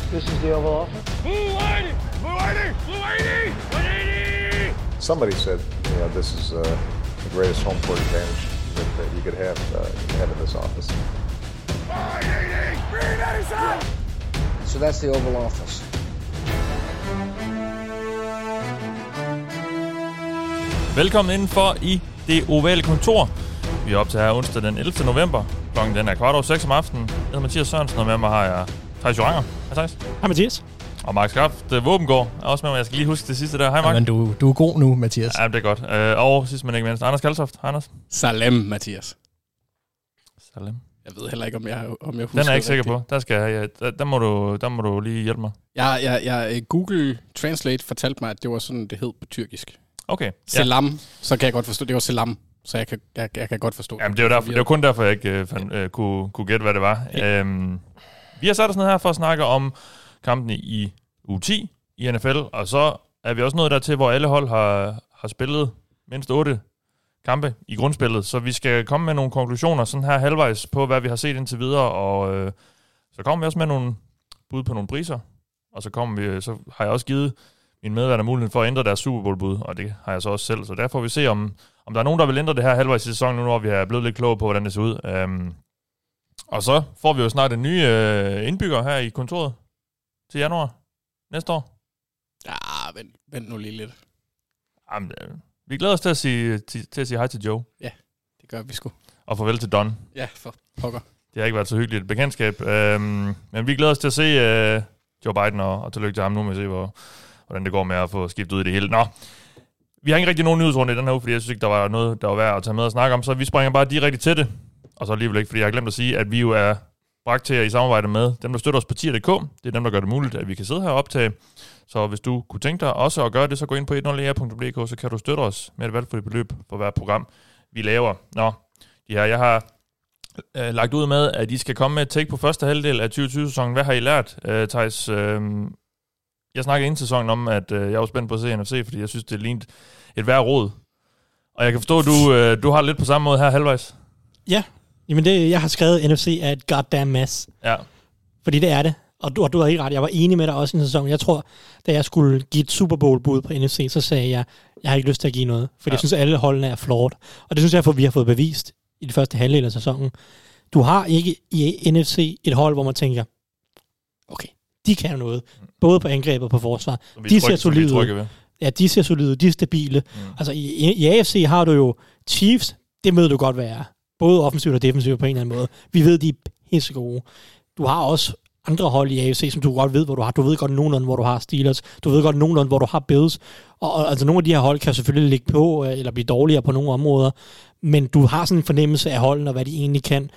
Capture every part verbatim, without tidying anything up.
This is the Oval Office. Blue eighty! Blue eighty! Blue eighty! one eighty! Somebody said, you know, this is uh, the greatest home court advantage that, that you could have, uh, you could have in this office. one eighty! three ninety-seven! So that's the Oval Office. Velkommen indenfor i det ovale kontor. Vi er op til her onsdag den ellevte november. Klokken den er kvart over seks om aftenen. Jeg hedder Mathias Sørensen, og med mig har jeg Thijs Joranger. Hej Thijs. Hej Mathias. Og Mark Skaft Våbengård er også med mig. Jeg skal lige huske det sidste der. Hej Mark. Jamen, du, du er god nu, Mathias. Ja, det er godt. Øh, og sidst men ikke mindst, Anders Kaltoft. Hej Anders. Salem, Mathias. Salem. Jeg ved heller ikke, om jeg, om jeg husker den er jeg ikke sikker rigtigt. på. Der, skal jeg, der, der, må du, der må du lige hjælpe mig. Jeg, jeg, jeg, Google Translate fortalte mig, at det var sådan, det hed på tyrkisk. Okay. Selam, ja. Så kan jeg godt forstå. Det var selam, så jeg kan, jeg, jeg kan godt forstå. Jamen, det var, derfor, det var kun derfor, jeg ikke uh, fandt, uh, kunne, kunne gætte, hvad det var. Ja. Øhm, vi har sat os ned her for at snakke om kampene i uge ti i N F L, og så er vi også nået dertil, hvor alle hold har, har spillet mindst otte kampe i grundspillet, så vi skal komme med nogle konklusioner sådan her halvvejs på, hvad vi har set indtil videre, og øh, så kommer vi også med nogle bud på nogle priser, og så, kommer vi, så har jeg også givet min medværter muligheden for at ændre deres Super Bowl-bud, og det har jeg så også selv, så der får vi se, om, om der er nogen, der vil ændre det her halvvejs i sæsonen, nu når vi er blevet lidt kloge på, hvordan det ser ud. Øhm, og så får vi jo snart en ny øh, indbygger her i kontoret til januar næste år. Ja, vent, vent nu lige lidt. Jamen, øh, vi glæder os til at sige, til, til at sige hej til Joe. Ja, det gør vi sgu. Og farvel til Don. Ja, for pokker. Det har ikke været så hyggeligt et bekendtskab. Øhm, men vi glæder os til at se øh, Joe Biden, og, og tillykke til ham nu med at se, hvor, hvordan det går med at få skiftet ud i det hele. Nå, vi har ikke rigtig nogen nyhedsrunde i den her uge, fordi jeg synes ikke, der var noget, der var værd at tage med og snakke om, så vi springer bare direkte til det. Og så alligevel ikke, fordi jeg har glemt at sige, at vi jo er bragt til i samarbejde med dem, der støtter os på tier punktum d k. Det er dem, der gør det muligt, at vi kan sidde her og optage. Så hvis du kunne tænke dig også at gøre det, så gå ind på et nul e r punktum d k, så kan du støtte os med et valgfrit beløb for hvert program, vi laver. Nå, de her, jeg har øh, lagt ud med, at I skal komme med et take på første halvdel af tyve tyve-sæsonen. Hvad har I lært, øh, Thijs? Øh, jeg snakkede inden sæsonen om, at øh, jeg var spændt på at se N F C, fordi jeg synes, det lignede et værre råd. Og jeg kan forstå, at du, øh, du har det lidt på samme måde her halvvejs. Ja, jamen det, jeg har skrevet, N F C er et goddamn mess. Ja. Fordi det er det. Og du, og du har ikke ret. Jeg var enig med dig også i en sæson. Jeg tror, da jeg skulle give et Super Bowl-bud på N F C, så sagde jeg, jeg har ikke lyst til at give noget. For ja. Jeg synes, at alle holdene er flawed. Og det synes jeg, for vi har fået bevist i det første halvdel af sæsonen. Du har ikke i N F C et hold, hvor man tænker, okay, de kan noget. Både på angreb og på forsvar. De ser solide ud. Ja, de ser solide, de er stabile. Mm. Altså i, i A F C har du jo Chiefs, det ved du godt, hvad er. Både offensivt og defensivt på en eller anden måde. Vi ved, de er pissegode. Du har også andre hold i A F C, som du godt ved, hvor du har. Du ved godt nogenlunde, hvor du har Steelers. Du ved godt nogenlunde, hvor du har Bills. Og, og altså nogle af de her hold kan selvfølgelig ligge på, eller blive dårligere på nogle områder. Men du har sådan en fornemmelse af holdene, og hvad de egentlig kan.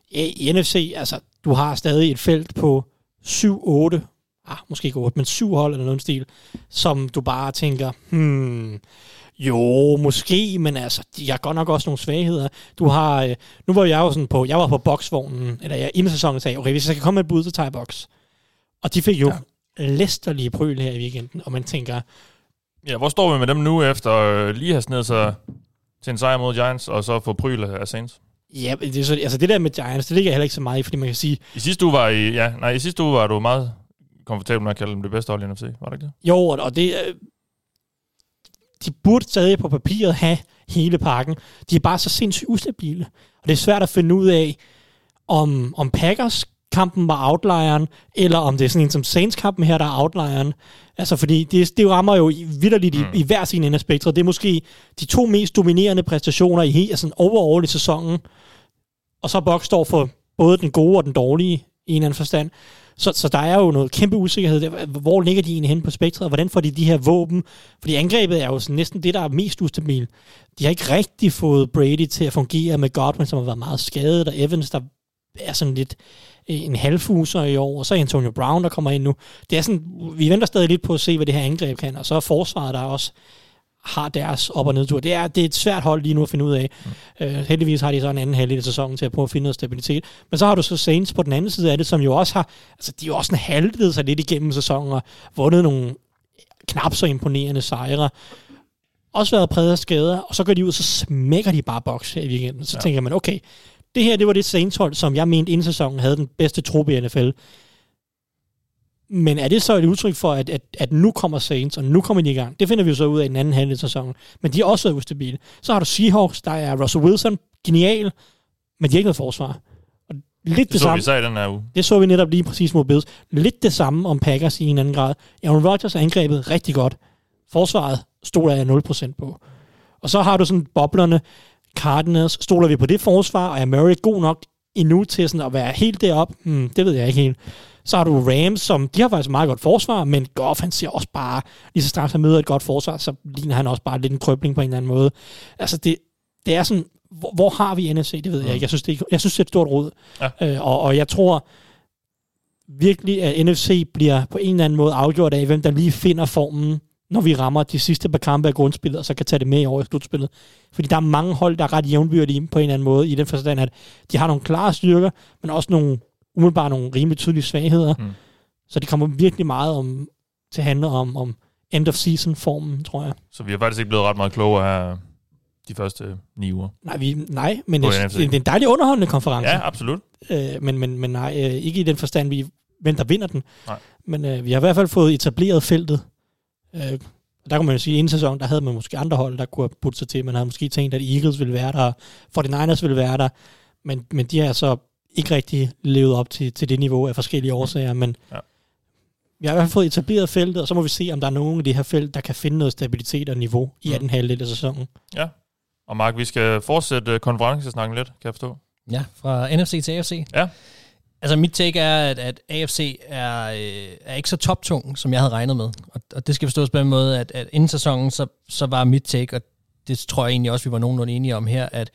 I N F C, altså, du har stadig et felt på syv otte, ah, måske ikke otte, men syv hold eller noget stil, som du bare tænker, hmm, jo, måske, men altså, de har godt nok også nogle svagheder. Du har, øh, nu var jeg jo sådan på, jeg var på boksvognen, eller jeg inden sæsonen sagde, okay, hvis jeg kan komme med et bud, så tager jeg boks. Og de fik jo ja. læsterlige prøl her i weekenden, og man tænker... Ja, hvor står vi med dem nu, efter øh, lige have snedet sig til en sejr mod Giants, og så få pryl af Saints? Ja, det, er så, altså det der med Giants, det ligger heller ikke så meget i, fordi man kan sige... I sidste uge var, I, ja, nej, i sidste uge var du meget komfortabel med at kalde dem det bedste hold i N F C, var det ikke det? Jo, og det... Øh, de burde stadig på papiret have hele pakken. De er bare så sindssygt ustabile. Og det er svært at finde ud af, om, om Packers-kampen var outlieren, eller om det er sådan en som Saints-kampen her, der er outlieren. Altså, fordi det, det rammer jo vitterligt i, mm. i hver sin ende af spektret. Det er måske de to mest dominerende præstationer i hele, altså overall i sæsonen. Og så Bucs står for både den gode og den dårlige i en eller anden forstand. Så, så der er jo noget kæmpe usikkerhed der. Hvor ligger de egentlig hen på spektret? Hvordan får de de her våben? Fordi angrebet er jo sådan næsten det, der er mest ustabilt. De har ikke rigtig fået Brady til at fungere med Godwin, som har været meget skadet, og Evans, der er sådan lidt en halvfuser i år, og så Antonio Brown, der kommer ind nu. Det er sådan, vi venter stadig lidt på at se, hvad det her angreb kan, og så er forsvaret, der også har deres op- og nedtur. Det er, det er et svært hold lige nu at finde ud af. Mm. Uh, heldigvis har de så en anden halvdel af sæsonen til at prøve at finde noget stabilitet. Men så har du så Saints på den anden side af det, som jo også har, altså de er jo også en halvdel sig lidt igennem sæsonen, og vundet nogle knap så imponerende sejre. Også været præget af skader, og så går de ud, og så smækker de bare boks her i weekenden. Så ja. tænker man, okay, det her, det var det Saints hold, som jeg mente inden sæsonen havde den bedste truppe i N F L. Men er det så et udtryk for, at, at, at nu kommer Saints, og nu kommer de i gang? Det finder vi jo så ud af i den anden halvdel af sæsonen. Men de er også været ustabile. Så har du Seahawks, der er Russell Wilson, genial, men de har ikke noget forsvar. Og lidt det, det så samme, vi så i den her uge. Det så vi netop lige præcis mod Bills. Lidt det samme om Packers i en anden grad. Aaron Rodgers er angrebet rigtig godt. Forsvaret stoler jeg nul procent på. Og så har du sådan boblerne, Cardinals, stoler vi på det forsvar, og er Murray god nok endnu til sådan at være helt deroppe? Hmm, det ved jeg ikke helt. Så har du Rams, som de har faktisk meget godt forsvar, men Goff, han ser også bare, lige så straks han møder et godt forsvar, så ligner han også bare lidt en krøbling på en eller anden måde. Altså det, det er sådan, hvor, hvor har vi N F C? Det ved jeg ikke. Jeg synes, det er, jeg synes, det er et stort rod. Ja. Øh, og, og jeg tror virkelig, at N F C bliver på en eller anden måde afgjort af, hvem der lige finder formen, når vi rammer de sidste par kampe af grundspillet, og så kan tage det med over i slutspillet. Fordi der er mange hold, der er ret jævnbyrdige på en eller anden måde, i den forstand, at de har nogle klare styrker, men også nogle umiddelbart nogle rimelig tydelige svagheder. Mm. Så det kommer virkelig meget om, til at handle om, om end of season-formen, tror jeg. Så vi har faktisk ikke blevet ret meget klogere her de første ni uger. Nej, vi, nej men det, det, det er en dejlig underholdende konference. Ja, absolut. Øh, men, men, men nej, øh, ikke i den forstand, vi, hvem der vinder den. Nej. Men øh, vi har i hvert fald fået etableret feltet. Øh, der kan man jo sige, at inden sæsonen, der havde man måske andre hold, der kunne have puttet sig til. Man havde måske tænkt, at Eagles ville være der, forty-niners ville være der. Men, men de har så ikke rigtig levet op til, til det niveau af forskellige årsager, men ja. Vi har i hvert fald fået etableret feltet, og så må vi se, om der er nogen af de her felt, der kan finde noget stabilitet og niveau i anden halvdel af sæsonen. Ja, og Mark, vi skal fortsætte konferencesnakken lidt, kan jeg forstå. Ja, fra N F C til A F C. Ja. Altså mit take er, at, at A F C er, øh, er ikke så toptung, som jeg havde regnet med. Og, og det skal forstås på den måde, at, at inden sæsonen, så, så var mit take, og det tror jeg egentlig også, vi var nogenlunde enige om her, at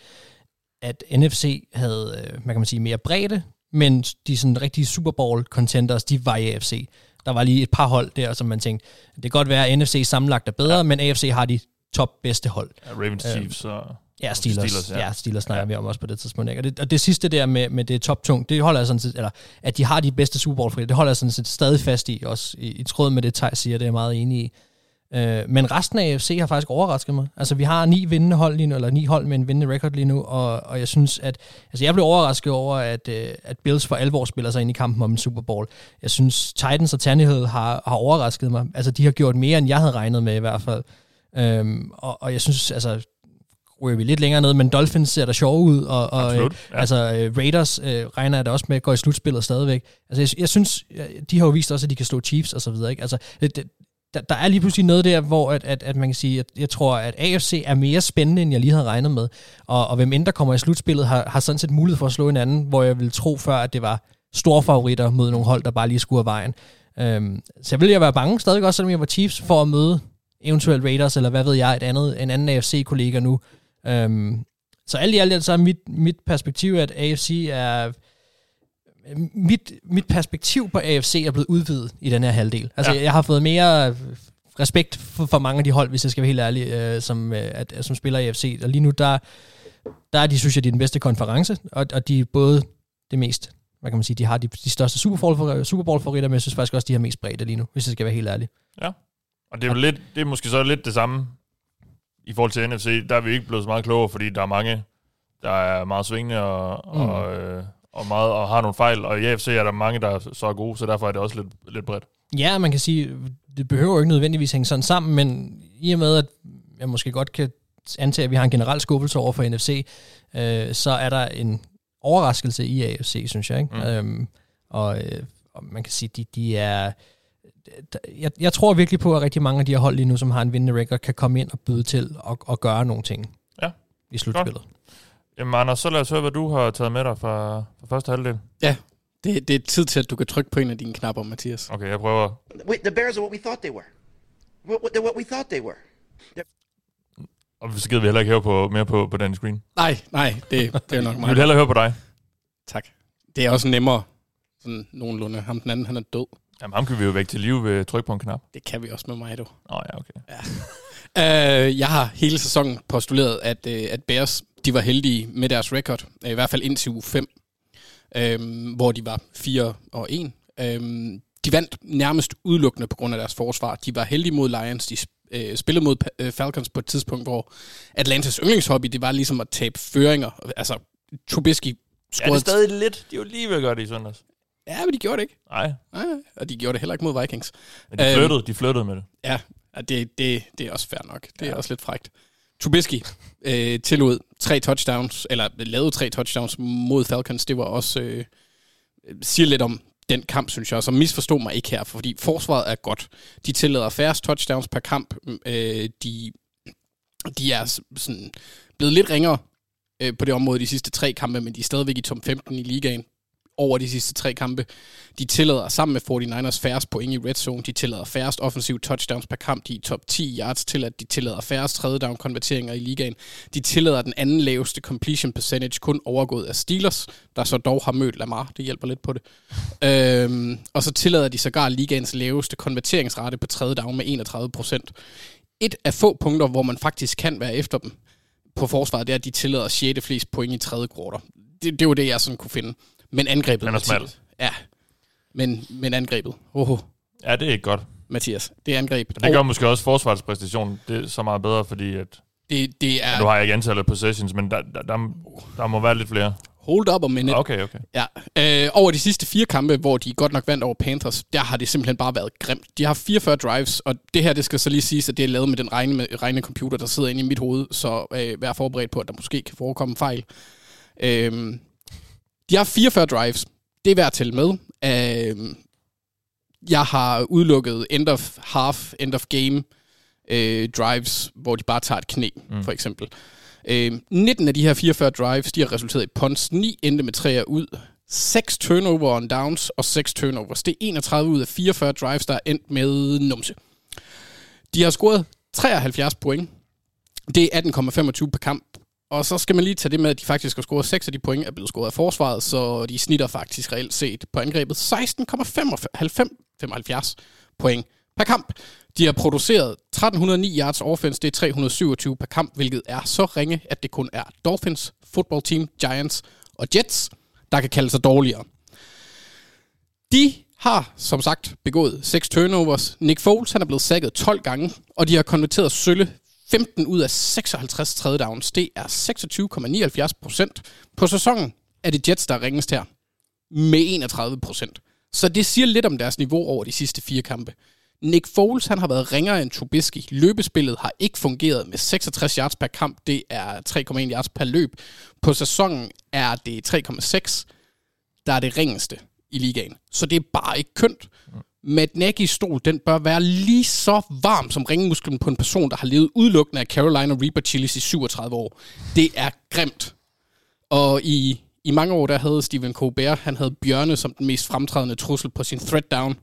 at N F C havde, man kan man sige, mere bredde, men de sådan rigtige Super Bowl contenders, de var i A F C. Der var lige et par hold der, som man tænkte, det kan godt være, at N F C sammenlagt er bedre, ja. Men A F C har de top bedste hold. Ja, Ravens, øhm, Chiefs og ja, Steelers. Steelers, ja. ja, Steelers snakker ja. vi om også på det tidspunkt. Ikke? Og, det, og det sidste der med, med det top tungt, det holder jeg sådan set, eller at de har de bedste Super Bowl fri, det holder jeg sådan set stadig fast i, også i, i tråd med det, Thijs siger, det er jeg meget enig i. Øh, men resten af A F C har faktisk overrasket mig. Altså, vi har ni vindende hold lige nu, eller ni hold med en vindende record lige nu, og, og jeg synes, at altså, jeg blev overrasket over, at, øh, at Bills for alvor spiller sig ind i kampen om en Super Bowl. Jeg synes, Titans og Tannehill har, har overrasket mig. Altså, de har gjort mere, end jeg havde regnet med i hvert fald. Øhm, og, og jeg synes, altså, ryger vi lidt længere ned, men Dolphins ser der sjove ud, og, og øh, ja. altså, øh, Raiders øh, regner jeg da også med, går i slutspillet stadigvæk. Altså, jeg, jeg synes, de har jo vist også, at de kan slå Chiefs og så videre, ikke? Altså, det, det, Der, der er lige pludselig noget der, hvor at, at, at man kan sige, at jeg tror, at A F C er mere spændende, end jeg lige havde regnet med. Og, og hvem end der kommer i slutspillet, har, har sådan set mulighed for at slå hinanden, hvor jeg ville tro før, at det var store favoritter mod nogle hold, der bare lige skulle af vejen. Øhm, så jeg ville jeg være bange stadig også, selvom jeg var Chiefs, for at møde eventuelt Raiders, eller hvad ved jeg, et andet, en anden A F C-kollega nu. Øhm, så alt i alt, så er mit, mit perspektiv, at A F C er... Mit, mit perspektiv på A F C er blevet udvidet i den her halvdel. Altså, ja. Jeg har fået mere respekt for, for mange af de hold, hvis jeg skal være helt ærlig, øh, som, øh, at, som spiller i A F C. Og lige nu, der, der er de, synes jeg, de er den bedste konference, og, og de er både det mest, hvad kan man sige, de har de, de største Super Bowl, Super Bowl-favoritter, men jeg synes faktisk også, de har mest bredde lige nu, hvis jeg skal være helt ærlig. Ja, og det er, jo lidt, det er måske så lidt det samme i forhold til N F C. Der er vi ikke blevet så meget klogere, fordi der er mange, der er meget svingende og... Mm. og øh, og, meget, og har nogle fejl, og i A F C er der mange, der er så er gode, så derfor er det også lidt, lidt bredt. Ja, man kan sige, det behøver jo ikke nødvendigvis hænge sådan sammen, men i og med, at jeg måske godt kan antage, at vi har en generel skuffelse over for N F C, øh, så er der en overraskelse i A F C, synes jeg. Ikke? Mm. Øhm, og, øh, og man kan sige, de, de er... Jeg, jeg tror virkelig på, at rigtig mange af de her hold lige nu, som har en vindende record, kan komme ind og byde til og, og gøre nogle ting ja. i slutspillet. Godt. Jamen Anders, så lad os høre, hvad du har taget med dig fra, fra første halvdel. Ja, det, det er tid til, at du kan trykke på en af dine knapper, Mathias. Okay, jeg prøver. Wait, the Bears are what we thought they were. They're what we thought they were. They're... Og så gider vi heller ikke høre på, mere på, på den screen. Nej, nej, det, det er nok meget. Vi vil hellere høre på dig. Tak. Det er også nemmere, sådan nogenlunde. Ham den anden, han er død. Jamen ham kan vi jo væk til live ved tryk på en knap. Det kan vi også med mig, du. Åh oh, ja, okay. Ja. uh, jeg har hele sæsonen postuleret, at, uh, at Bears... de var heldige med deres record, i hvert fald indtil uge fem, øhm, hvor de var fire og en. Øhm, de vandt nærmest udelukkende på grund af deres forsvar. De var heldige mod Lions, de øh, spillede mod øh, Falcons på et tidspunkt, hvor Atlantas yndlingshobby, det var ligesom at tabe føringer. Altså, Trubisky scorede... Ja, det er stadig lidt. De var lige ved at gøre det i søndags. Ja, men de gjorde det ikke. Nej. Nej, og de gjorde det heller ikke mod Vikings. Men de flyttede, øhm, de flyttede med det. Ja, det, det, det er også fair nok. Det er ja. også lidt frækt. Trubisky øh, tillod tre touchdowns, eller lavede tre touchdowns mod Falcons. Det var også, øh, siger lidt om den kamp, synes jeg. Så misforstod mig ikke her, fordi forsvaret er godt. De tillader færrest touchdowns per kamp. Øh, de, de er sådan blevet lidt ringere øh, på det område de sidste tre kampe, men de er stadigvæk i top femten i ligaen over de sidste tre kampe. De tillader sammen med forty-niners færrest point i red zone. De tillader færrest offensive touchdowns per kamp. De er top ti yards til, at de tillader færrest tredje down konverteringer i ligaen. De tillader den anden laveste completion percentage, kun overgået af Steelers, der så dog har mødt Lamar. Det hjælper lidt på det. øhm, og så tillader de sågar ligaens laveste konverteringsrate på tredje down med enogtredive procent. Et af få punkter, hvor man faktisk kan være efter dem på forsvaret, det er, at de tillader sjette flest point i tredje kvartal. Det, det var det, jeg sådan kunne finde. Men angrebet, Den er smalt. Ja, men, men angrebet. Oho. Ja, det er ikke godt. Mathias, det er angrebet. Det gør og måske også forsvarspræstationen det er så meget bedre, fordi at... Det, det er... Ja, nu har jeg ikke antallet af possessions, men der, der, der, der må være lidt flere. Hold up a minute. Okay, okay. Ja. Øh, over de sidste fire kampe, hvor de godt nok vandt over Panthers, der har det simpelthen bare været grimt. De har fireogfyrre drives, og det her, det skal så lige siges, at det er lavet med den regne, med, regne computer, der sidder inde i mit hoved, så øh, vær forberedt på, at der måske kan forekomme fejl. Øh, de har fireogfyrre drives. Det er værd at tælle med. Øh, jeg har udelukket end of half, end of game øh, drives, hvor de bare tager et knæ, mm. for eksempel. Øh, nitten af de her fireogfyrre drives, de har resulteret i punts. ni endte med treer ud. seks turnover on downs og seks turnovers. Det er enogtredive ud af fireogfyrre drives, der er endt med numse. De har scoret treoghalvfjerds point. Det er atten komma femogtyve per kamp. Og så skal man lige tage det med, at de faktisk har scoret seks af de point, er blevet scoret af forsvaret, så de snitter faktisk reelt set på angrebet seksten komma femoghalvfjerds point per kamp. De har produceret tretten hundrede og ni yards offense, det er tre hundrede og syvogtyve per kamp, hvilket er så ringe, at det kun er Dolphins, football team, Giants og Jets, der kan kalde sig dårligere. De har, som sagt, begået seks turnovers. Nick Foles, han er blevet sacket tolv gange, og de har konverteret sølle femten ud af seksoghalvtreds tredje downs. Det er seksogtyve komma nioghalvfjerds procent. På sæsonen er det Jets, der er ringest her, med enogtredive procent. Så det siger lidt om deres niveau over de sidste fire kampe. Nick Foles, han har været ringere end Trubisky. Løbespillet har ikke fungeret med seksogtres yards per kamp. Det er tre komma en yards per løb. På sæsonen er det tre komma seks, der er det ringeste i ligaen. Så det er bare ikke kønt. Matt Nagy's stol, den bør være lige så varm som ringmusklen på en person, der har levet udelukkende af Carolina Reaper Chili's i syvogtredive år. Det er grimt. Og i, i mange år, der havde Stephen Colbert, han havde bjørne som den mest fremtrædende trussel på sin threat down.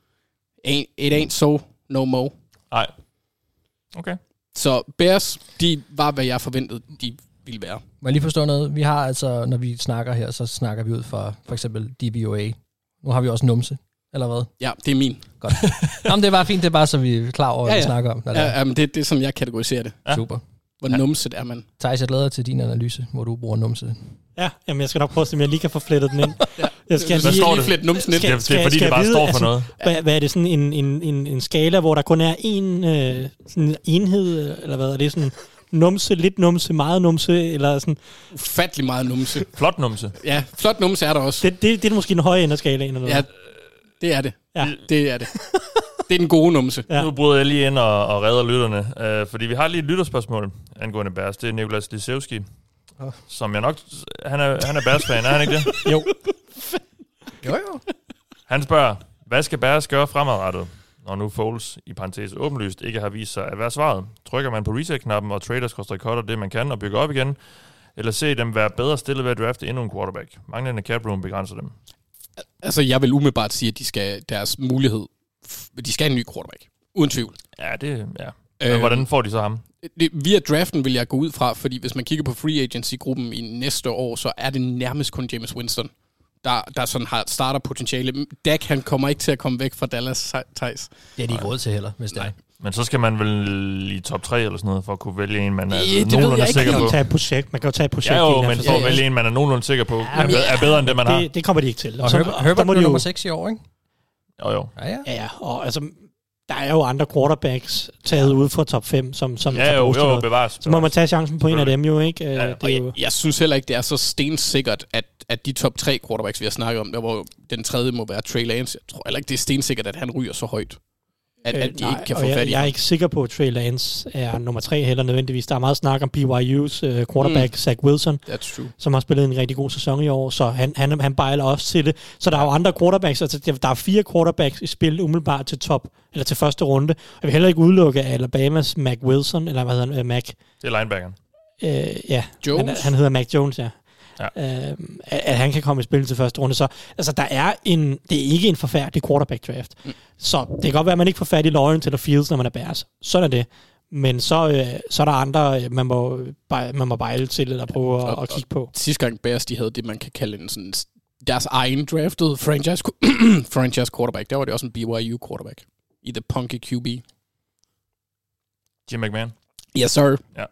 It ain't so no more. Nej. Okay. Så Bears, de var, hvad jeg forventede, de ville være. Må jeg lige forstå noget? Vi har altså, når vi snakker her, så snakker vi ud fra for eksempel D V O A. Nu har vi også numse, eller hvad? Ja, det er min. Godt. Jamen, det er bare fint, det er bare så vi er klar over, hvad ja, ja. vi snakker om. Ja, ja, men det, det er sådan, jeg kategoriserer det. Ja. Super. Hvor ja. numset er man. Thijs, jeg glæder til din analyse, hvor du bruger numse. Ja, jamen jeg skal nok prøve at se, om jeg lige kan få flettet den ind. ja. Jeg skal hvad lige, står lige flette numsen ind. Skal, det er skal, fordi, skal det bare vide, står for altså, noget. Hvad, hvad er det, sådan en, en, en, en skala, hvor der kun er en øh, sådan enhed, eller hvad er det, sådan numse, lidt numse, meget numse, eller sådan... Ufattelig meget numse. Flot numse. Ja, flot numse er der også. Det, det, det er måske en høje ende af skalaen, eller ja, hvad? det er det. Ja. Det er det. Det er den gode numse. Ja. Nu bryder jeg lige ind og, og redder lytterne, øh, fordi vi har lige et lytterspørgsmål angående Bears. Det er Nicolas Lisewski, oh. som jeg nok... Han er, han er Bears-fan, er han ikke det? Jo. jo, jo. Han spørger, hvad skal Bears gøre fremadrettet, når nu Foles, i parentes åbenlyst, ikke har vist sig at være svaret? Trykker man på reset-knappen og traders koster cutter det, man kan, og bygger op igen? Eller se dem være bedre stillet ved at drafte endnu en quarterback? Manglende cap room begrænser dem. Altså, jeg vil umiddelbart sige, at de skal deres mulighed... De skal have en ny quarterback. Uden tvivl. Ja, det... Ja. Men øh, hvordan får de så ham? Det, via draften vil jeg gå ud fra, fordi hvis man kigger på free agency-gruppen i næste år, så er det nærmest kun Jameis Winston, der, der sådan har starterpotentiale. Dak, han kommer ikke til at komme væk fra Dallas, Thijs. Det er de ikke råd til heller, hvis det er. Men så skal man vel i top tre eller sådan noget, for at kunne vælge en, man er det nogenlunde sikker på. Man kan jo tage et projekt, man kan jo tage et projekt. Ja jo, men for at ja, vælge en, man er nogenlunde sikker på, ja, er, er bedre end det, man det, har. Det kommer de ikke til. Og så, Herbert, Herbert må de jo nummer seks i år, ikke? Jo, jo. Ja, ja. Ja, og altså... Der er jo andre quarterbacks taget ud fra top fem, som, som ja, jo, jo, bevares. Så må man tage chancen på en af dem jo, ikke? Ja, det er jo... Jeg, jeg synes heller ikke, det er så stensikkert, at at de top tre quarterbacks, vi har snakket om, der hvor den tredje må være Trey Lance. Jeg tror heller ikke, det er stensikkert, at han ryger så højt. At, at de øh, ikke kan få jeg, fat i jeg er ham. ikke sikker på, at Trey Lance er nummer tre heller nødvendigvis. Der er meget snak om B Y U's uh, quarterback, mm. Zach Wilson, That's true. som har spillet en rigtig god sæson i år, så han, han, han bejler også til det. Så der er jo andre quarterbacks, altså der er fire quarterbacks i spil umiddelbart til top, eller til første runde. Jeg vil heller ikke udelukke Alabamas Mac Wilson, eller hvad hedder han, Mac? Det er linebackeren. Øh, ja, Jones? Han, han hedder Mac Jones, ja. Ja. Øh, at, at han kan komme i spil til første runde. Så altså, der er en, det er ikke en forfærdelig quarterback draft. Mm. Så det kan godt være, at man ikke får fat i Lawrence eller Fields, når man er Bears. Sådan er det. Men så, øh, så er der andre, man må, man må bejle til, eller prøve at, og, at kigge på. Sidste gang Bears, de havde det, man kan kalde en sådan, deres egen drafted franchise, franchise quarterback. Der var det også en B Y U quarterback. I the punky Q B. Jim McMahon. Yes, sir. Ja.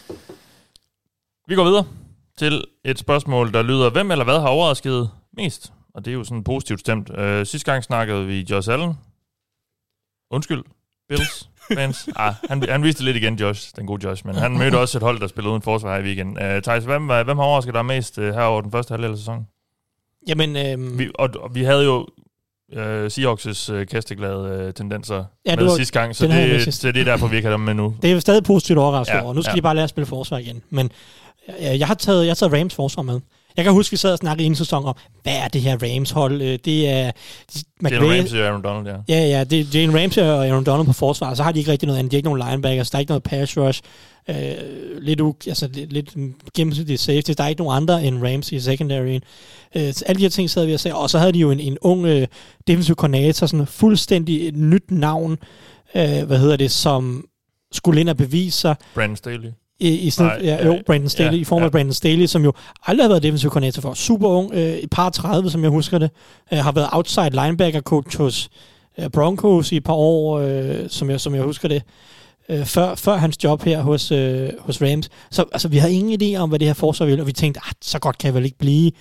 Vi går videre til et spørgsmål, der lyder, hvem eller hvad har overrasket mest? Og det er jo sådan positivt stemt. Uh, sidste gang snakkede vi Josh Allen. Undskyld, Bills fans. Ah, han, han viste lidt igen, Josh, den gode Josh, men han mødte også et hold, der spillede uden forsvar her i weekenden. Uh, Thijs, hvem, hvem har overrasket dig mest uh, her over den første halvdel af sæsonen? Jamen, øhm, Vi, og, og vi havde jo uh, Seahawks' uh, kasteglade uh, tendenser Ja, med var, sidste gang, så den havde jeg med det, sidst. så det er derfor, vi ikke har dem med nu. Det er jo stadig positivt overrasket Ja, over. Nu skal ja. de bare lære at spille forsvar igen. Men øh, jeg har taget, jeg har taget Rams forsvar med. Jeg kan huske, vi sad og snakkede i en sæson om, hvad er det her Rams-hold? Øh, Det er... Jalen Ramsey og Aaron Donald, ja. Ja, ja, det er Jalen Ramsey og Aaron Donald på forsvar, så har de ikke rigtig noget andet. De har ikke nogen linebackers, der er ikke noget pass rush. Øh, lidt, u- altså, lidt, lidt gennemsnitlige safety. Der er ikke nogen andre end Ramsey i secondaryen. Øh, så alle de her ting sad vi og sagde. Og så havde de jo en, en ung øh, defensive coordinator, sådan fuldstændig et nyt navn, øh, hvad hedder det, som skulle ind og bevise sig. Brandon Staley. I, i sådan, Nej, ja, jo, ja, Brandon Staley, ja, i form af ja. Brandon Staley, som jo aldrig har været defensive koordinator for. Super ung, øh, et par tredive, som jeg husker det. Øh, har været outside linebacker coach hos øh, Broncos i et par år, øh, som, jeg, som jeg husker det. Øh, før, før hans job her hos, øh, hos Rams. Så altså, vi havde ingen idé om, hvad det her forsvar ville, og vi tænkte, ah, så godt kan jeg vel ikke blive.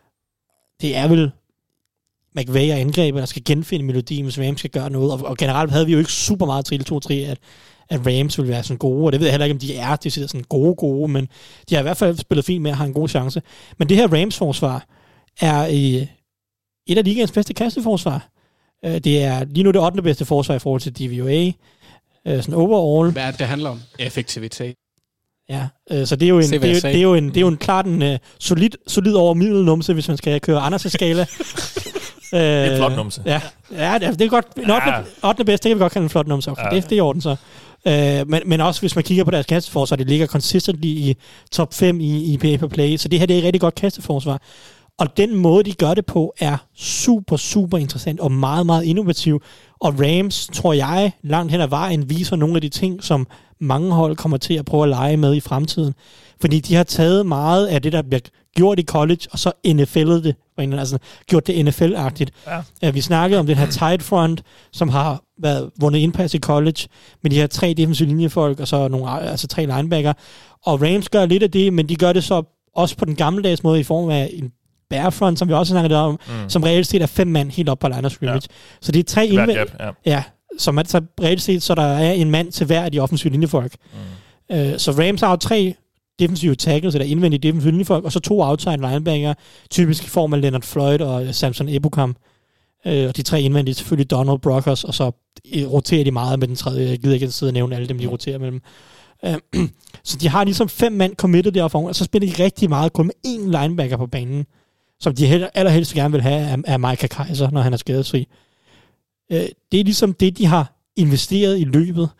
Det er vel McVay og angrebet, der skal genfinde melodien, hvis Rams skal gøre noget. Og, og generelt havde vi jo ikke super meget til to tre, at at Rams ville være sådan gode, og det ved jeg heller ikke, om de er, de sidder sådan gode, gode, men de har i hvert fald spillet fint med at have en god chance. Men det her Rams-forsvar er øh, et af ligaens bedste kasteforsvar. Øh, det er lige nu det ottende bedste forsvar i forhold til D V O A, øh, sådan overall. Hvad er det, det handler om? Effektivitet. Ja, øh, så det er jo en, Se, det hvad er, jeg jo- sagde. det er jo en, det er jo en klart en øh, solid, solid over middelnumse, hvis man skal køre Anders' skala. Det er en flot numse. Ja, ja det, er, det er godt. En ottende, ottende bedste, det kan vi godt kalde en flot numse. Okay, Ja. det, det er i orden så. Øh, men, men også hvis man kigger på deres kasteforsvar, det ligger consistently i top fem i, i P A per play, så det her det er et rigtig godt kasteforsvar. Og den måde, de gør det på, er super, super interessant og meget, meget innovativ. Og Rams, tror jeg, langt hen ad vejen, viser nogle af de ting, som mange hold kommer til at prøve at lege med i fremtiden. Fordi de har taget meget af det, der bliver gjort i college, og så N F L'et det, altså gjort det N F L-agtigt. Ja. Vi snakkede om den her tight front, som har været vundet indpas i college, med de her tre defensive linjefolk, og så nogle, altså tre linebacker. Og Rams gør lidt af det, men de gør det så også på den gammeldags måde i form af en bear front, som vi også snakkede om, mm. som reelt set er fem mand helt op på line of scrimmage. Ja. Så det er tre Hver indvendige... gap, ja. Ja, som er så reelt set, så der er en mand til hver af de offensive linjefolk. Mm. Øh, så Rams har jo tre defensive tackles, eller indvendige defensive linjefolk, og så to outside linebacker, typisk i form af Leonard Floyd og Samson Ebukam. Øh, og de tre indvendige selvfølgelig Donald Brockers, og så roterer de meget med den tredje. Jeg gider ikke sidde og nævne alle dem, de roterer mellem. Øh, så de har ligesom fem mand committed deroppe, og så spiller de rigtig meget kun med én linebacker på banen, som de heller, allerhelst gerne vil have af, af Micah Kaiser, når han er skadesfri. Øh, det er ligesom det, de har investeret i løbet.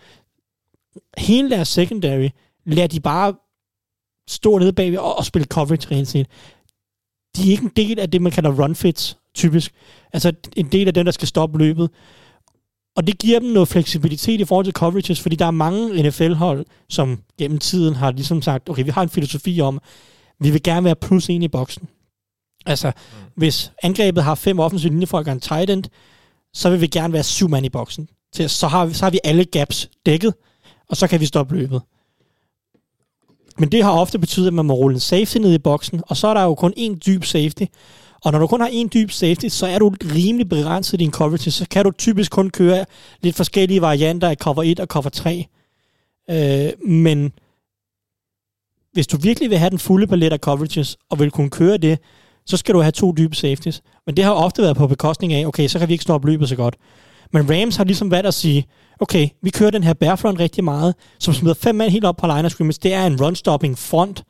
Hele deres secondary lader de bare stå nede bagved og, og spille coverage rent set. De er ikke en del af det, man kalder run fits, typisk. Altså en del af dem, der skal stoppe løbet. Og det giver dem noget fleksibilitet i forhold til coverages, fordi der er mange N F L-hold, som gennem tiden har ligesom sagt, okay, vi har en filosofi om, vi vil gerne være plus en i boksen. Altså, mm. hvis angrebet har fem offensive linjefolk og en tight end, så vil vi gerne være syv mand i boksen. Så har, vi, så har vi alle gaps dækket, og så kan vi stoppe løbet. Men det har ofte betydet, at man må rulle en safety ned i boksen, og så er der jo kun én dyb safety. Og når du kun har én dyb safety, så er du rimelig begrænset i din coverage, så kan du typisk kun køre lidt forskellige varianter af cover et og cover tre. Øh, men hvis du virkelig vil have den fulde palet af coverages, og vil kunne køre det, så skal du have to dybe safeties. Men det har ofte været på bekostning af, okay, så kan vi ikke stoppe løbet så godt. Men Rams har ligesom valgt at sige, okay, vi kører den her bear front rigtig meget, som smider fem mand helt op på line of scrimmage. Det er en run-stopping front.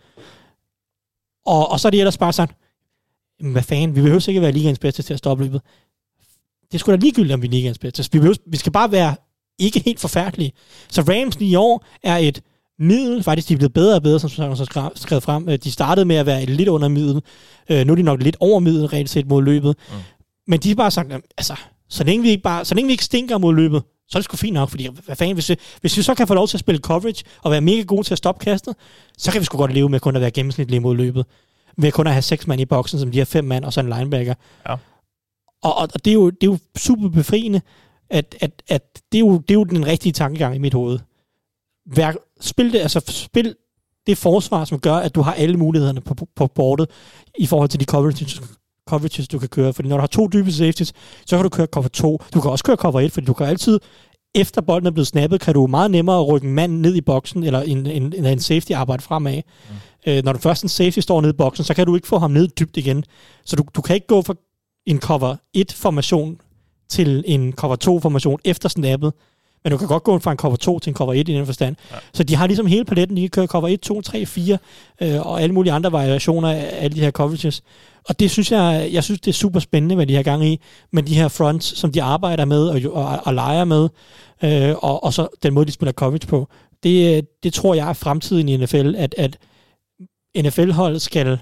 Og, og så er de ellers bare sagt, hvad fanden, vi behøver ikke være ligaens bedste til at stoppe løbet. Det er sgu da ligegyldigt, om vi er ligaens bedste. Vi, behøver, vi skal bare være ikke helt forfærdelige. Så Rams i år er et middel, faktisk de er blevet bedre og bedre, som så skrevet frem. De startede med at være lidt under middel. Nu er de nok lidt over middel, rent set mod løbet. Mm. Men de har bare sagt, altså, så længe vi ikke, bare, så længe vi ikke stinker mod løbet, så er det sgu fint nok, fordi hvad fanden, hvis vi, hvis vi så kan få lov til at spille coverage og være mega gode til at stoppe kastet, så kan vi sgu godt leve med kun at være gennemsnitlige mod løbet. Ved kun at have seks mand i boksen, som de har fem mand, og så en linebacker. Ja. Og, og, og det, er jo, det er jo super befriende, at, at, at det, er jo, det er jo den rigtige tankegang i mit hoved. Vær, spil, det, altså, spil det forsvar, som gør, at du har alle mulighederne på, på bordet i forhold til de coverages, coverages, du kan køre. Fordi når du har to dybe safeties, så kan du køre cover to. Du kan også køre cover et, fordi du kan altid, efter bolden er blevet snappet, kan du meget nemmere rykke en mand ned i boksen, eller en, en, en, en safety arbejde fremad. Mm. Øh, når du først en safety står nede i boksen, så kan du ikke få ham ned dybt igen. Så du, du kan ikke gå fra en cover et-formation til en cover to-formation efter snappet. Men du kan godt gå fra en cover to til en cover et i den forstand. Ja. Så de har ligesom hele paletten. De kan køre cover et, to, tre, fire øh, og alle mulige andre variationer af alle de her coverages. Og det synes jeg, jeg synes, det er super spændende, hvad de har gang i med de her fronts, som de arbejder med og, og, og leger med. Øh, og, og så den måde, de spiller coverage på. Det, det tror jeg er fremtiden i N F L, at, at N F L-holdet skal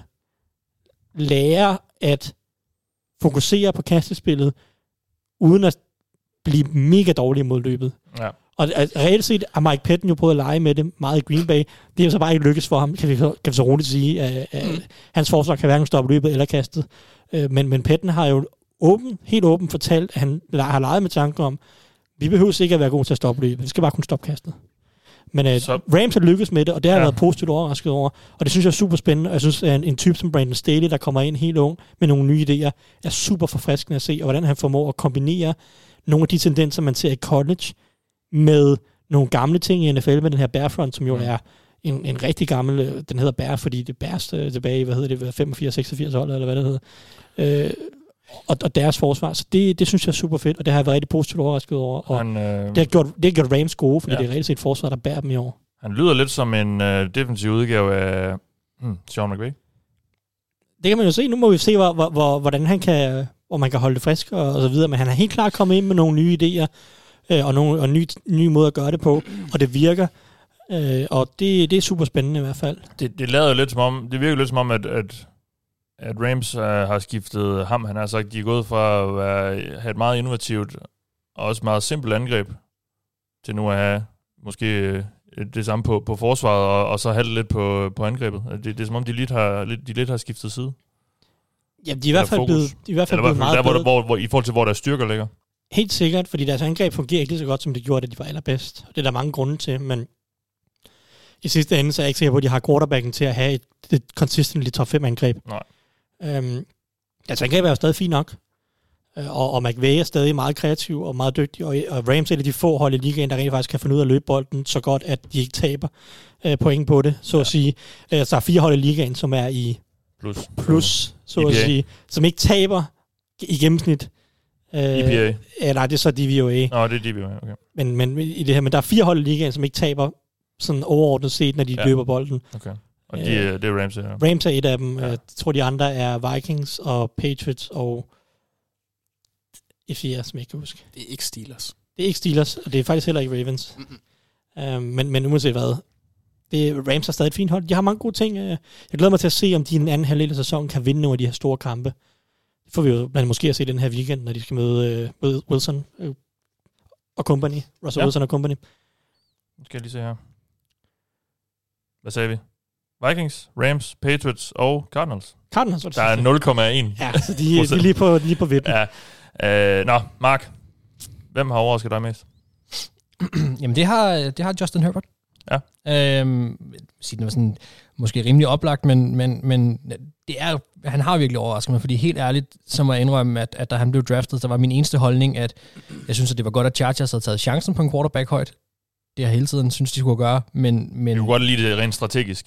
lære at fokusere på kastespillet, uden at blive mega dårlige mod løbet. Ja. Og reelt set har Mike Pettine jo prøvet at lege med det meget i Green Bay. Det er så bare ikke lykkes for ham, kan vi, kan vi så roligt sige. At, at mm. Hans forsvar kan hverken stoppe løbet eller kastet. Men, men Pettine har jo åben, helt åben fortalt, at han har leget med tanken om, vi behøver ikke at være gode til at stoppe løbet. Vi skal bare kunne stoppe kastet. Men uh, Rams har lykkes med det, og det har jeg ja. været positivt overrasket over. Og det synes jeg er super spændende. Og jeg synes, at en, en type som Brandon Staley, der kommer ind helt ung med nogle nye idéer, er super forfriskende at se, og hvordan han formår at kombinere nogle af de tendenser, man ser i college, med nogle gamle ting i N F L, med den her bear front, som jo mm. er en, en rigtig gammel, den hedder bear, fordi det bærste tilbage, hvad hedder det, femogfirs seksogfirs hold, eller hvad det hedder. Øh, og, og deres forsvar. Så det, det synes jeg er super fedt, og det har jeg været rigtig positivt overrasket over. Og han, øh... det, har gjort, det har gjort Rams gode, fordi ja. det er rigtig set forsvar, der bærer dem i år. Han lyder lidt som en øh, defensiv udgave af hmm, Sean McVay. Det kan man jo se. Nu må vi se, hvor, hvor, hvor, hvordan han kan, hvor man kan holde det frisk og, og så videre. Men han har helt klart kommet ind med nogle nye idéer, øh, og nogle og nye, nye måder at gøre det på, og det virker. Øh, og det, det er super spændende i hvert fald. Det, det lader lidt som om, det virker lidt som om, at, at at Rams uh, har skiftet ham. Han har sagt, de er gået fra at være, have et meget innovativt og også meget simpelt angreb til nu at have måske uh, det samme på, på forsvaret og, og så have det lidt på, på angrebet. Det, det er som om, de lidt har, lidt, de lidt har skiftet side. Ja, de er i hvert fald blevet, de er i hvert fald blevet meget der, hvor, der, hvor, hvor, i forhold til, hvor deres styrker ligger. Helt sikkert, fordi deres angreb fungerer ikke lige så godt, som det gjorde, da de var allerbedst. Det er der mange grunde til, men i sidste ende, så er jeg ikke sikker på, at de har quarterbacken til at have et, et consistently top fem angreb. Nej. Øhm, altså angreb er jo stadig fint nok, og, og McVay er stadig meget kreativ og meget dygtig, og, og Rams er de få hold i ligaen, der rent faktisk kan finde ud af at løbe bolden så godt, at de ikke taber øh, point på det, så ja. at sige. Øh, så er fire hold i ligaen, som er i plus, plus så at sige, som ikke taber i gennemsnit. Øh, E P A? Ja, nej, det er så D V O A. Nå, det er D V O A, okay. Men, men, i det her, men der er fire hold i ligaen, som ikke taber sådan overordnet set, når de ja. løber bolden. Okay. Og de, øh, det er Rams, ja. Rams er et af dem. Ja. Jeg tror, de andre er Vikings og Patriots og et fjerde, som jeg ikke kan huske. Det er ikke Steelers. Det er ikke Steelers, og det er faktisk heller ikke Ravens. Mm-hmm. Um, men, men uanset hvad, det, Rams har stadig et fint hold. De har mange gode ting. Jeg glæder mig til at se, om de i den anden halvdel af sæsonen kan vinde nogle af de her store kampe. Det får vi jo blandt måske at se den her weekend, når de skal møde, uh, møde Wilson uh, og company. Russell ja. Wilson og company. Nu skal jeg lige se her. Hvad sagde vi? Vikings, Rams, Patriots og Cardinals. Cardinals, der er nul komma en. Ja, så de, de er lige på, lige på vippen. Ja. Uh, nå, Mark. Hvem har overrasket dig mest? Jamen, det har, det har Justin Herbert. Ja. Øhm, det var sådan, måske rimelig oplagt, men, men, men det er, han har virkelig overrasket mig, fordi helt ærligt, så må jeg indrømme, at, at da han blev draftet, så var min eneste holdning, at jeg synes, at det var godt, at Chargers havde taget chancen på en quarterback højt. Det har hele tiden synes de skulle gøre, men... men du kunne godt lide det rent strategisk.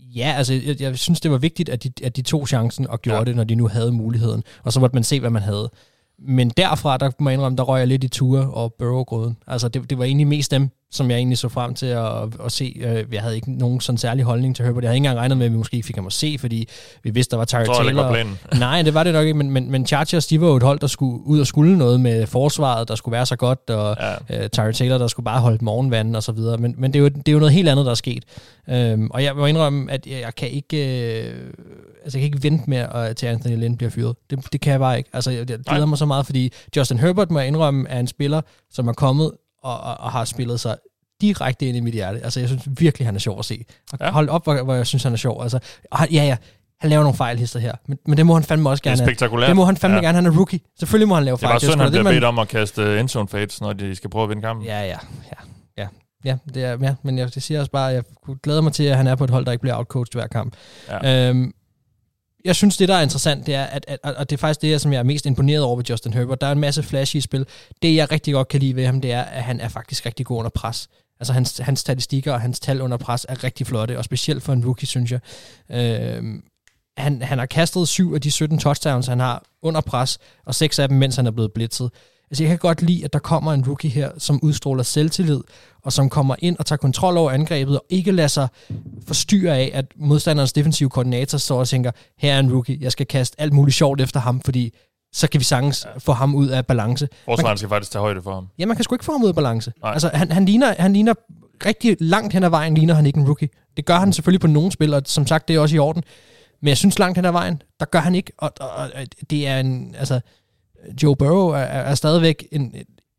Ja, altså jeg, jeg synes, det var vigtigt, at de, at de tog chancen og gjorde ja. det, når de nu havde muligheden. Og så måtte man se, hvad man havde. Men derfra, der må jeg indrømme, der røg jeg lidt i Tua og Burrow-grøden. Altså det, det var egentlig mest dem, som jeg egentlig så frem til at, at se. Jeg havde ikke nogen sådan særlig holdning til Herbert. Jeg havde ikke engang regnet med, at vi måske ikke fik ham at se, fordi vi vidste, der var Tyrod Taylor. Og... Nej, det var det nok ikke, men, men, men Chargers, de var jo et hold, der skulle ud og skulle noget med forsvaret, der skulle være så godt, og ja. uh, Tyrod Taylor, der skulle bare holde morgenvanden og så videre. Men, men det, er jo, det er jo noget helt andet, der er sket. Um, og jeg må indrømme, at jeg, jeg kan ikke... Uh, altså jeg kan ikke vente med, at til Anthony Lynn bliver fyret. Det, det kan jeg bare ikke. Altså jeg, jeg glæder mig så meget, fordi Justin Herbert, må jeg indrømme, er en spiller, som er kommet og, og, og har spillet sig direkte ind i mit hjerte. Altså, jeg synes virkelig, han er sjov at se. Og ja. Hold op, hvor, hvor jeg synes, han er sjov. Altså, ja, ja, han laver nogle fejlhister her, men, men det må han fandme også gerne. Det er spektakulært. Det må han fandme ja. gerne. Han er rookie. Selvfølgelig må han lave fejl. Det var synd, han bliver man... bedt om at kaste endzone fades, når de skal prøve at vinde kampen. Ja, ja, ja. ja. Ja, det er, ja, men jeg det siger også bare, at jeg glæder mig til, at han er på et hold, der ikke bliver outcoached hver kamp. Ja. Øhm, jeg synes, det der er interessant, det er, at, at, at det er faktisk det, som jeg er mest imponeret over ved Justin Herbert. Der er en masse flashy i spil. Det, jeg rigtig godt kan lide ved ham, det er, at han er faktisk rigtig god under pres. Altså hans, hans statistikker og hans tal under pres er rigtig flotte, og specielt for en rookie, synes jeg. Øhm, han, han har kastet syv af de sytten touchdowns, han har under pres, og seks af dem, mens han er blevet blitzet. Altså jeg kan godt lide, at der kommer en rookie her, som udstråler selvtillid, og som kommer ind og tager kontrol over angrebet, og ikke lader sig forstyrre af, at modstanderens defensive koordinator står og tænker, her er en rookie, jeg skal kaste alt muligt sjovt efter ham, fordi så kan vi sagtens få ham ud af balance. Forsvaren skal faktisk tage højde for ham. Ja, man kan sgu ikke få ham ud af balance. Nej. Altså han, han, ligner, han ligner rigtig langt hen ad vejen, ligner han ikke en rookie. Det gør han selvfølgelig på nogle spil, og som sagt, det er også i orden. Men jeg synes langt hen ad vejen, der gør han ikke, og, og, og det er en, altså... Joe Burrow er, er stadigvæk en,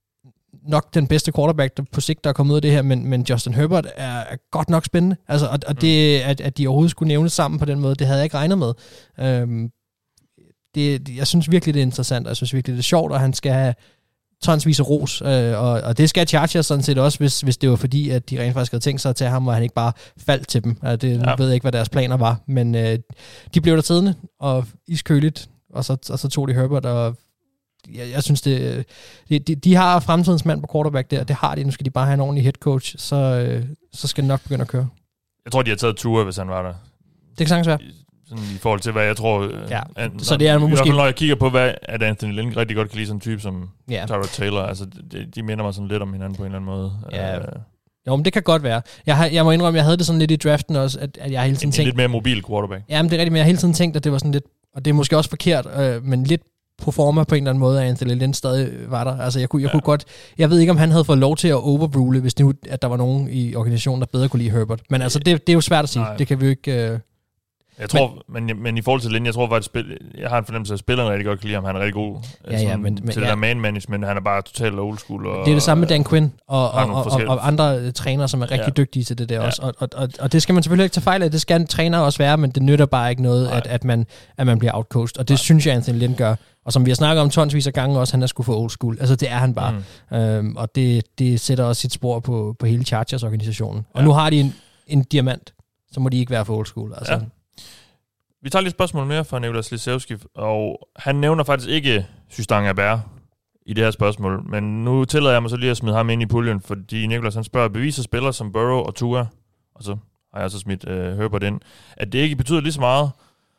nok den bedste quarterback der på sigt, der er kommet ud af det her, men, men Justin Herbert er, er godt nok spændende. Altså, og og det, at, at de overhovedet skulle nævnes sammen på den måde, det havde jeg ikke regnet med. Øhm, det, jeg synes virkelig, det er interessant, og jeg synes virkelig, det er sjovt, og han skal have tonsvis af ros, øh, og, og det skal Chargers sådan set også, hvis, hvis det var fordi, at de rent faktisk havde tænkt sig at tage ham, og han ikke bare faldt til dem. Altså, det, ja. Jeg ved ikke, hvad deres planer var, men øh, de blev der siddende, og iskøligt, og så, og så tog de Herbert, og Jeg, jeg synes, det, de, de, de har fremtidens mand på quarterback der. Det har de. Nu skal de bare have en ordentlig head coach. Så, øh, så skal det nok begynde at køre. Jeg tror, de har taget Tua, hvis han var der. Det kan sagtens være. Sådan i forhold til, hvad jeg tror... Ja, an, så det er når, måske... Når jeg kigger på, hvad at Anthony Lynn rigtig godt kan lide sådan en type som ja. Tyrod Taylor. Altså, de, de minder mig sådan lidt om hinanden på en eller anden måde. Ja. Uh, Jo, men det kan godt være. Jeg, har, jeg må indrømme, jeg havde det sådan lidt i draften også, at, at jeg hele tiden en, tænkte... En lidt mere mobil quarterback. Ja, men det er rigtigt, men jeg har hele tiden tænkt, at det var sådan lidt... Og det er måske også forkert, øh, men lidt proforma på en eller anden måde, at Anthony Lynn stadig var der. Altså, jeg kunne, jeg ja. kunne godt... Jeg ved ikke, om han havde fået lov til at overrule, hvis det, at der var nogen i organisationen, der bedre kunne lide Herbert. Men altså, det, det er jo svært at sige. Nej. Det kan vi jo ikke... Øh... Jeg tror, men, men, men i forhold til Lynn, jeg tror faktisk, jeg har en fornemmelse af, at spilleren rigtig godt kan lide ham. Han er rigtig god ja, ja, men, til men, det ja. der man management. Han er bare totalt old school. Og, det er det samme med Dan Quinn og, og, og, og, og andre trænere, som er rigtig ja. dygtige til det der ja. også. Og, og, og, og det skal man selvfølgelig ikke tage fejl af. Det skal en træner også være, men det nytter bare ikke noget, at, at, man, at man bliver outcoached. Og det Nej. synes jeg, Anthony Lynn gør. Og som vi har snakket om tonsvis af gange også, han er sgu for old school. Altså det er han bare. Mm. Øhm, og det, det sætter også sit spor på, på hele Chargers-organisationen. Og ja. nu har de en, en diamant, så må de ikke være for old school. Altså. Ja. Vi tager lige et spørgsmål mere fra Nicolas Lisewski, og han nævner faktisk ikke Systang Abær i det her spørgsmål, men nu tillader jeg mig så lige at smide ham ind i puljen, fordi Nicolas han spørger, beviser spillere som Burrow og Tua, og så har jeg så smidt øh, Herbert ind, at det ikke betyder lige så meget,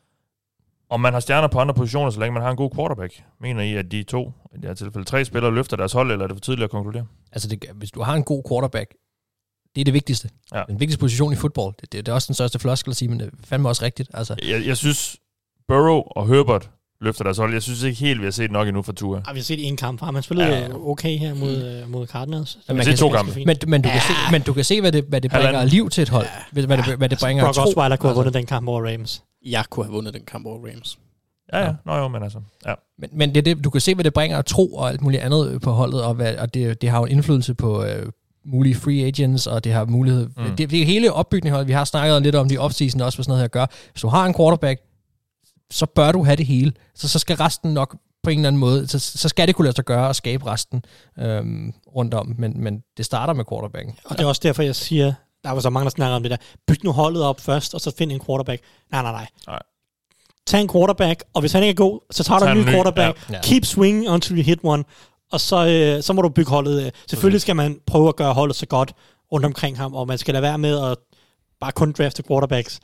om man har stjerner på andre positioner, så længe man har en god quarterback. Mener I, at de to, i det her tilfælde tre spillere, løfter deres hold, eller er det for tidligt at konkludere? Altså, det, hvis du har en god quarterback, det er det vigtigste. Ja. Den vigtigste position i fodbold. Det, det, det er også den største floskel at sige, men det er fandme også rigtigt. Altså. Jeg, jeg synes, Burrow og Herbert løfter deres hold. Jeg synes ikke helt, vi har set nok endnu fra Tua. Ja, vi har set en kamp fra. Man spillede ja. okay her mod, mod Cardinals. Ja, man kan to kampe. Men, men, du ja. kan se, men du kan se, hvad det, hvad det bringer liv til et hold. Ja. Hvad, det, hvad det bringer altså, Brock Osweiler kunne have vundet den kamp over Rams. Jeg kunne have vundet den kamp over Rams. Ja, ja. Nå jo, men altså. Ja. Men, men det, det, du kan se, hvad det bringer tro og alt muligt andet på holdet, og, hvad, og det, det har jo en indflydelse på... Øh, mulige free agents, og det har mulighed... Mm. Det, det er hele opbygningen, vi har snakket lidt om det i offseason også, hvad sådan noget her gør. Hvis du har en quarterback, så bør du have det hele. Så, så skal resten nok på en eller anden måde, så, så skal det kunne lade sig gøre at skabe resten øhm, rundt om, men, men det starter med quarterbacken. Og det er også derfor, jeg siger, der var så mange, der snakker om det der, byg nu holdet op først, og så find en quarterback. Nej, nej, nej. nej. Tag en quarterback, og hvis han ikke er god, så tager du en ny quarterback. Ja. Keep swinging until you hit one. Og så, øh, så må du bygge holdet. Øh. Selvfølgelig skal man prøve at gøre holdet så godt rundt omkring ham, og man skal lade være med at bare kun drafte quarterbacks.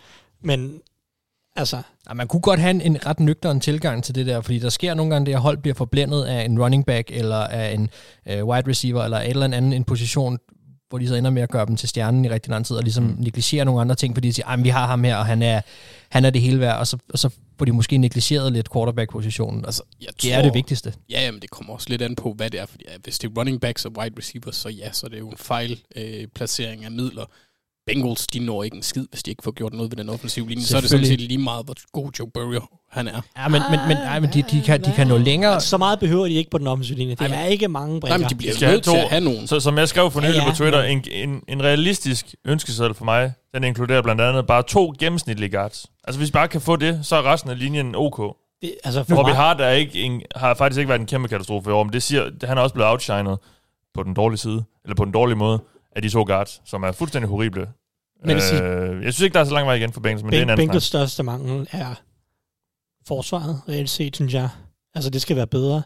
Men altså... Ja, man kunne godt have en, en ret nøgtern tilgang til det der, fordi der sker nogle gange, det at hold bliver forblændet af en running back, eller af en uh, wide receiver, eller et eller andet en position, hvor de så ender med at gøre dem til stjernen i rigtig lang tid, og ligesom mm. negligerer nogle andre ting, fordi de siger, at vi har ham her, og han er, han er det hele værd, og så, og så får de måske negligeret lidt quarterback-positionen. Altså, jeg det tror, er det vigtigste. Ja, jamen, det kommer også lidt an på, hvad det er, fordi ja, hvis det er running backs og wide receivers, så ja, så er det jo en fejl øh, placering af midler. Bengals, de når ikke en skid, hvis de ikke får gjort noget ved den offensive linje. Så er det sådan set lige meget, hvor god Joe Burrow han er. Ja, men, men, men, ej, men de, de, kan, de kan nå længere. Så meget behøver de ikke på den offensive linje. Det ej, men, er ikke mange brækker. Nej, de bliver nødt til at have nogen. Så, som jeg skrev for nylig ja, ja. på Twitter, men... en, en, en realistisk ønskeseddel for mig, den inkluderer blandt andet bare to gennemsnitlige guards. Altså hvis vi bare kan få det, så er resten af linjen ok. Det, altså, Robbie Hart er ikke en, har faktisk ikke været en kæmpe katastrofe i år, men det siger, han er også blevet outshined på den dårlige side, eller på den dårlige måde, af de to guards, som er fuldstændig horrible. Men øh, jeg synes ikke, der er så lang vej igen for Bengals, men ben, det er en anden Bengals største mangel er forsvaret, reelt set, synes jeg. Altså, det skal være bedre.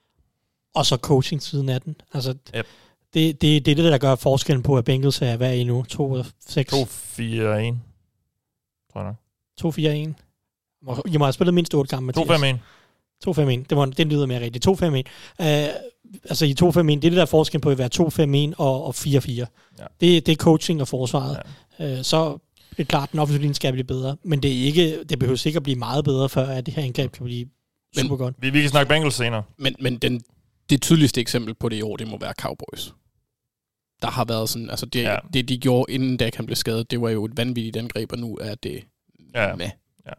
Og så coaching siden af den. Altså, yep. det, det, det er det, der gør forskellen på, at Bengals er, hvad er I nu? to og seks? to fire en, tror jeg nok. to fire en. I må have spillet mindst otte kampe, to fem en. to fem en. Det, var, det lyder mere rigtigt. to fem en. Uh, altså i to fem en, det er det der forskel på at være to fem en og, og fire fire. Ja. Det, det er coaching og forsvaret. Ja. Uh, så er det klart, at den offensive linje skal blive bedre, men det, er ikke, det behøver sikkert at blive meget bedre, før at det her angreb kan blive men, super godt. Vi, vi kan snakke Bengals senere. Men, men den, det tydeligste eksempel på det i år, det må være Cowboys. Der har været sådan, altså det, ja. det de gjorde inden Dak han blev skadet, det var jo et vanvittigt angreb, og nu er det ja. med. Ja.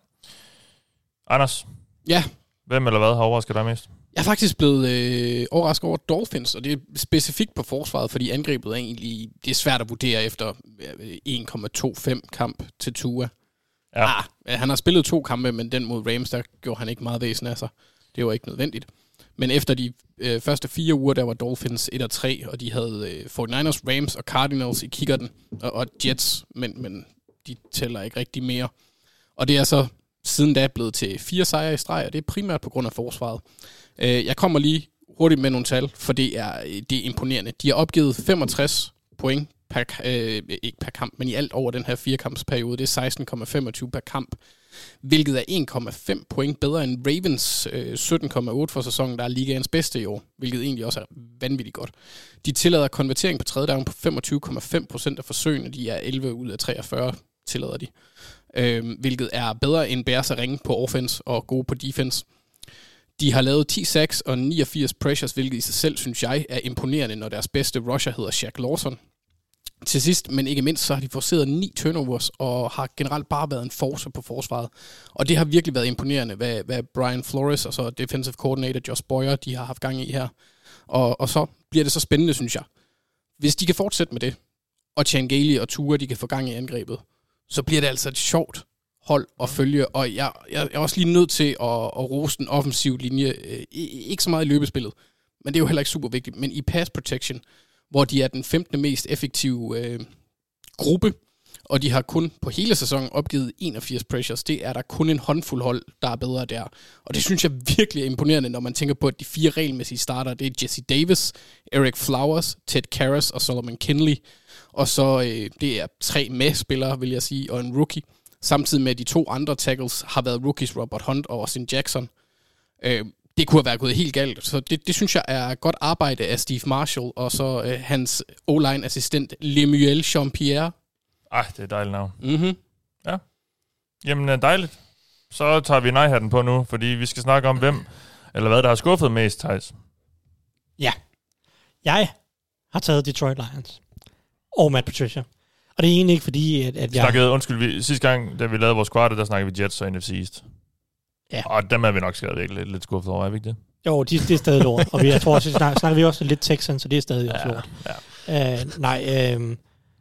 Anders? Ja? Hvem eller hvad har overrasket dig mest? Jeg er faktisk blevet øh, overrasket over Dolphins, og det er specifikt på forsvaret, fordi angrebet er egentlig, det er svært at vurdere efter en komma to fem kamp til Tua. Ja. Ah, han har spillet to kampe, men den mod Rams, der gjorde han ikke meget væsen af sig. Det var ikke nødvendigt. Men efter de øh, første fire uger, der var Dolphins et og tre, og de havde øh, forty-niners, Rams og Cardinals i kikkerten, og, og Jets, men, men de tæller ikke rigtig mere. Og det er så siden da blevet til fire sejre i streg, og det er primært på grund af forsvaret. Øh, jeg kommer lige hurtigt med nogle tal, for det er, det er imponerende. De har opgivet femogtres point per, øh, ikke per kamp, men i alt over den her firekampsperiode. Det er seksten komma femogtyve per kamp, hvilket er en komma fem point bedre end Ravens øh, sytten komma otte for sæsonen, der er ligaens bedste i år, hvilket egentlig også er vanvittigt godt. De tillader konvertering på tredje down på femogtyve komma fem procent af forsøgene. De er elleve ud af treogfyrre, tillader de. Øh, hvilket er bedre end Bears at ringe på offense og gode på defense. De har lavet ti sacks og niogfirs pressures, hvilket i sig selv, synes jeg, er imponerende, når deres bedste rusher hedder Shaq Lawson. Til sidst, men ikke mindst, så har de forceret ni turnovers og har generelt bare været en force på forsvaret. Og det har virkelig været imponerende, hvad, hvad Brian Flores og så defensive coordinator Josh Boyer, de har haft gang i her. Og, og så bliver det så spændende, synes jeg. Hvis de kan fortsætte med det, og Chan Gailey og Tua, de kan få gang i angrebet, så bliver det altså et sjovt hold at følge. Og jeg, jeg er også lige nødt til at, at rose den offensive linje. Ikke så meget i løbespillet, men det er jo heller ikke super vigtigt. Men i pass protection, hvor de er den femtende mest effektive øh, gruppe, og de har kun på hele sæsonen opgivet enogfirs pressures. Det er der kun en håndfuld hold, der er bedre der. Og det synes jeg virkelig er imponerende, når man tænker på, at de fire regelmæssige starter, det er Jesse Davis, Eric Flowers, Ted Karras og Solomon Kindley. Og så øh, det er tre med-spillere, vil jeg sige, og en rookie. Samtidig med, at de to andre tackles har været rookies, Robert Hunt og Austin Jackson. Øh, det kunne have været gået helt galt. Så det, det synes jeg er godt arbejde af Steve Marshall, og så øh, hans O-line-assistent Lemuel Jean-Pierre. Ej, det er et dejligt navn. Mhm. Ja. Jamen, dejligt. Så tager vi nej-hatten på nu, fordi vi skal snakke om, hvem eller hvad, der har skuffet mest, Thijs. Ja. Jeg har taget Detroit Lions og Matt Patricia. Og det er egentlig ikke fordi, at, at jeg... Snakkede, undskyld, vi, sidste gang, da vi lavede vores kvarte, der snakkede vi Jets og N F C East. Ja. Og dem er vi nok skrevet lidt, lidt skuffet over, er vi ikke det? Jo, de, det er stadig lort. Og vi, jeg tror også, snakker, snakker vi også lidt Texans, så det er stadig også ja, lort. Ja. Uh, nej, uh,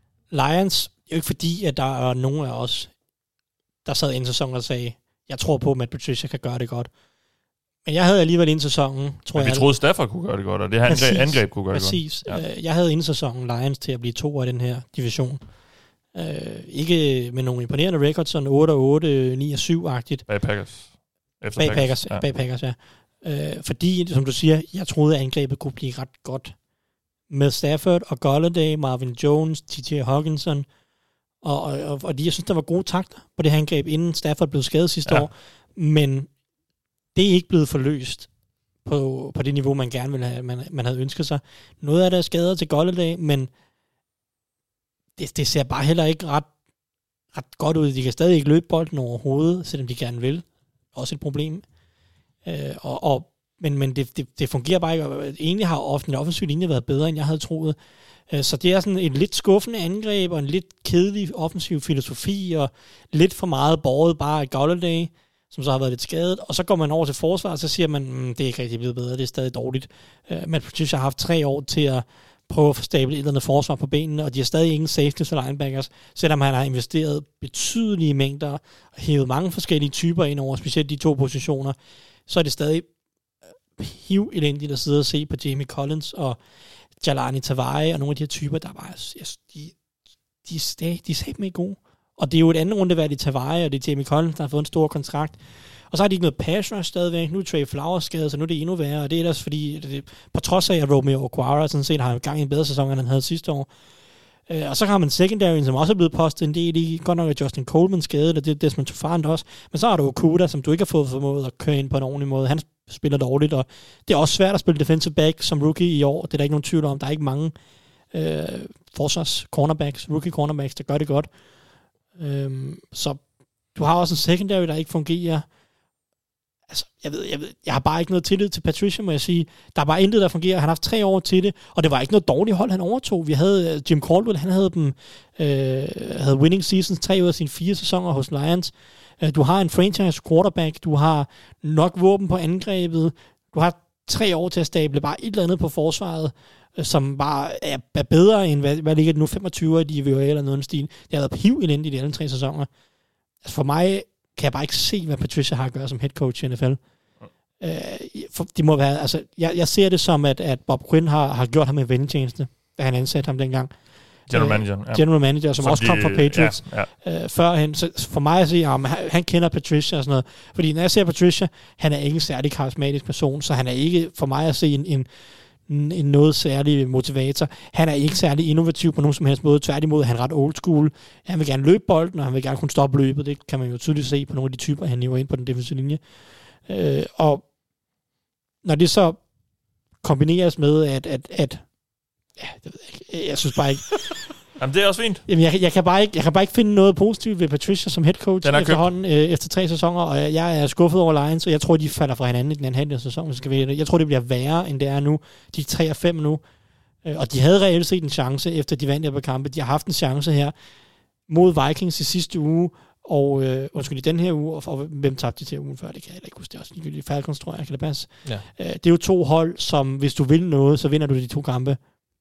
Lions, det er jo ikke fordi, at der er nogen af os, der sad en sæson og sagde, jeg tror på, at Matt Patricia kan gøre det godt. Men jeg havde alligevel inden sæsonen, tror Men vi jeg... vi troede, Stafford kunne gøre det godt, og det her angreb, angreb kunne gøre præcis. det godt. Præcis. Ja. Jeg havde inden sæsonen Lions til at blive to af den her division. Uh, ikke med nogle imponerende records, sådan otte og otte, ni og syv-agtigt. Bag Packers. Efter bag Packers, Packers, ja. Bag Packers, ja. Uh, fordi, som du siger, jeg troede, at angrebet kunne blive ret godt. Med Stafford og Golladay, Marvin Jones, T J Hawkinson Og, og, og de, jeg synes, der var gode takter på det her angreb, inden Stafford blev skadet sidste Ja. år. Men det er ikke blevet forløst på, på det niveau, man gerne ville have, man, man havde ønsket sig. Noget af det er skader til Golladay, men det, det ser bare heller ikke ret, ret godt ud. De kan stadig ikke løbe bolden overhovedet, selvom de gerne vil. Også et problem. Øh, og, og, men men det, det, det fungerer bare ikke. Og egentlig har ofte den offensive linje været bedre, end jeg havde troet. Øh, så det er sådan et lidt skuffende angreb, og en lidt kedelig offensiv filosofi, og lidt for meget båret bare af Golladay, som så har været lidt skadet. Og så går man over til forsvar, og så siger man, mm, det er ikke rigtig blevet bedre, det er stadig dårligt. Øh, Matt Patricia har haft tre år til at prøve at få stablet et eller andet forsvar på benene, og de har stadig ingen safeties og linebackers, selvom han har investeret betydelige mængder og hævet mange forskellige typer ind over, specielt de to positioner, så er det stadig hiv elendigt at sidde og se på Jamie Collins og Jalani Tavai og nogle af de her typer, der bare, yes, de, de, de, de er satme ikke gode. Og det er jo et andet runde værd i Tavai, og det er Jamie Collins, der har fået en stor kontrakt. Og så har de ikke noget pass rush stadigvæk. Nu er Trey Flowers skadet, så nu er det endnu værre. Og det er ellers fordi, det, på trods af, at Romeo Okwara sådan set har gang i en bedre sæson, end han havde sidste år. Øh, og så har man secondary, som også er blevet postet en del i. Godt nok er Justin Coleman skadet, og det er Desmond Trufant også. Men så har du Okuda, som du ikke har fået formået at køre ind på en ordentlig måde. Han spiller dårligt, og det er også svært at spille defensive back som rookie i år. Det er der ikke nogen tvivl om. Der er ikke mange øh, forsvars cornerbacks, rookie cornerbacks, der gør det godt. Øh, så du har også en secondary, der ikke fungerer. Altså, jeg ved, jeg ved, jeg har bare ikke noget tillid til Patricia, må jeg sige. Der er bare intet, der fungerer. Han har haft tre år til det, og det var ikke noget dårligt hold, han overtog. Vi havde uh, Jim Caldwell, han havde dem, øh, havde winning seasons tre ud af sine fire sæsoner hos Lions. Uh, du har en franchise quarterback, du har nok våben på angrebet, du har tre år til at stable bare et eller andet på forsvaret, uh, som bare er, er bedre end, hvad, hvad ligger det nu, femogtyve i de V H L eller noget af den stil. Det har været hiv elendigt i alle tre sæsoner. Altså for mig kan jeg bare ikke se, hvad Patricia har at gøre som head coach i N F L. Øh, for de må være, altså, jeg, jeg ser det som, at, at Bob Quinn har, har gjort ham en vennetjeneste, da han ansatte ham dengang. General manager. Ja. General manager, som, som også de, kom fra Patriots ja, ja. Øh, førhen. Så for mig at sige, at han, han kender Patricia og sådan noget. Fordi når jeg ser Patricia, han er ikke en særlig karismatisk person, så han er ikke for mig at se en, en en noget særlig motivator. Han er ikke særlig innovativ på nogen som helst måde. Tværtimod er han ret old school. Han vil gerne løbe bolden, og han vil gerne kunne stoppe løbet. Det kan man jo tydeligt se på nogle af de typer, han niver ind på den defensive linje. Øh, og når det så kombineres med, at, at, at ja, det ved jeg ikke. Jeg synes bare ikke... Jamen, det er også fint. Jamen, jeg, jeg, kan bare ikke, jeg kan bare ikke finde noget positivt ved Patricia som head coach efterhånden øh, efter tre sæsoner, og jeg, jeg er skuffet over Lions, og jeg tror, de falder fra hinanden i den anden halvdel sæson. Skal vi, jeg tror, det bliver værre, end det er nu. De er tre og fem nu, øh, og de havde reelt set en chance, efter de vandt på kampe. De har haft en chance her mod Vikings i sidste uge, og øh, undskyld, i den her uge, og, og hvem tabte de til ugen før? Det kan jeg ikke huske. Det er også ligegyldigt. Falcons, tror jeg, kan det passe? Ja. Øh, det er jo to hold, som hvis du vil noget, så vinder du de to kampe.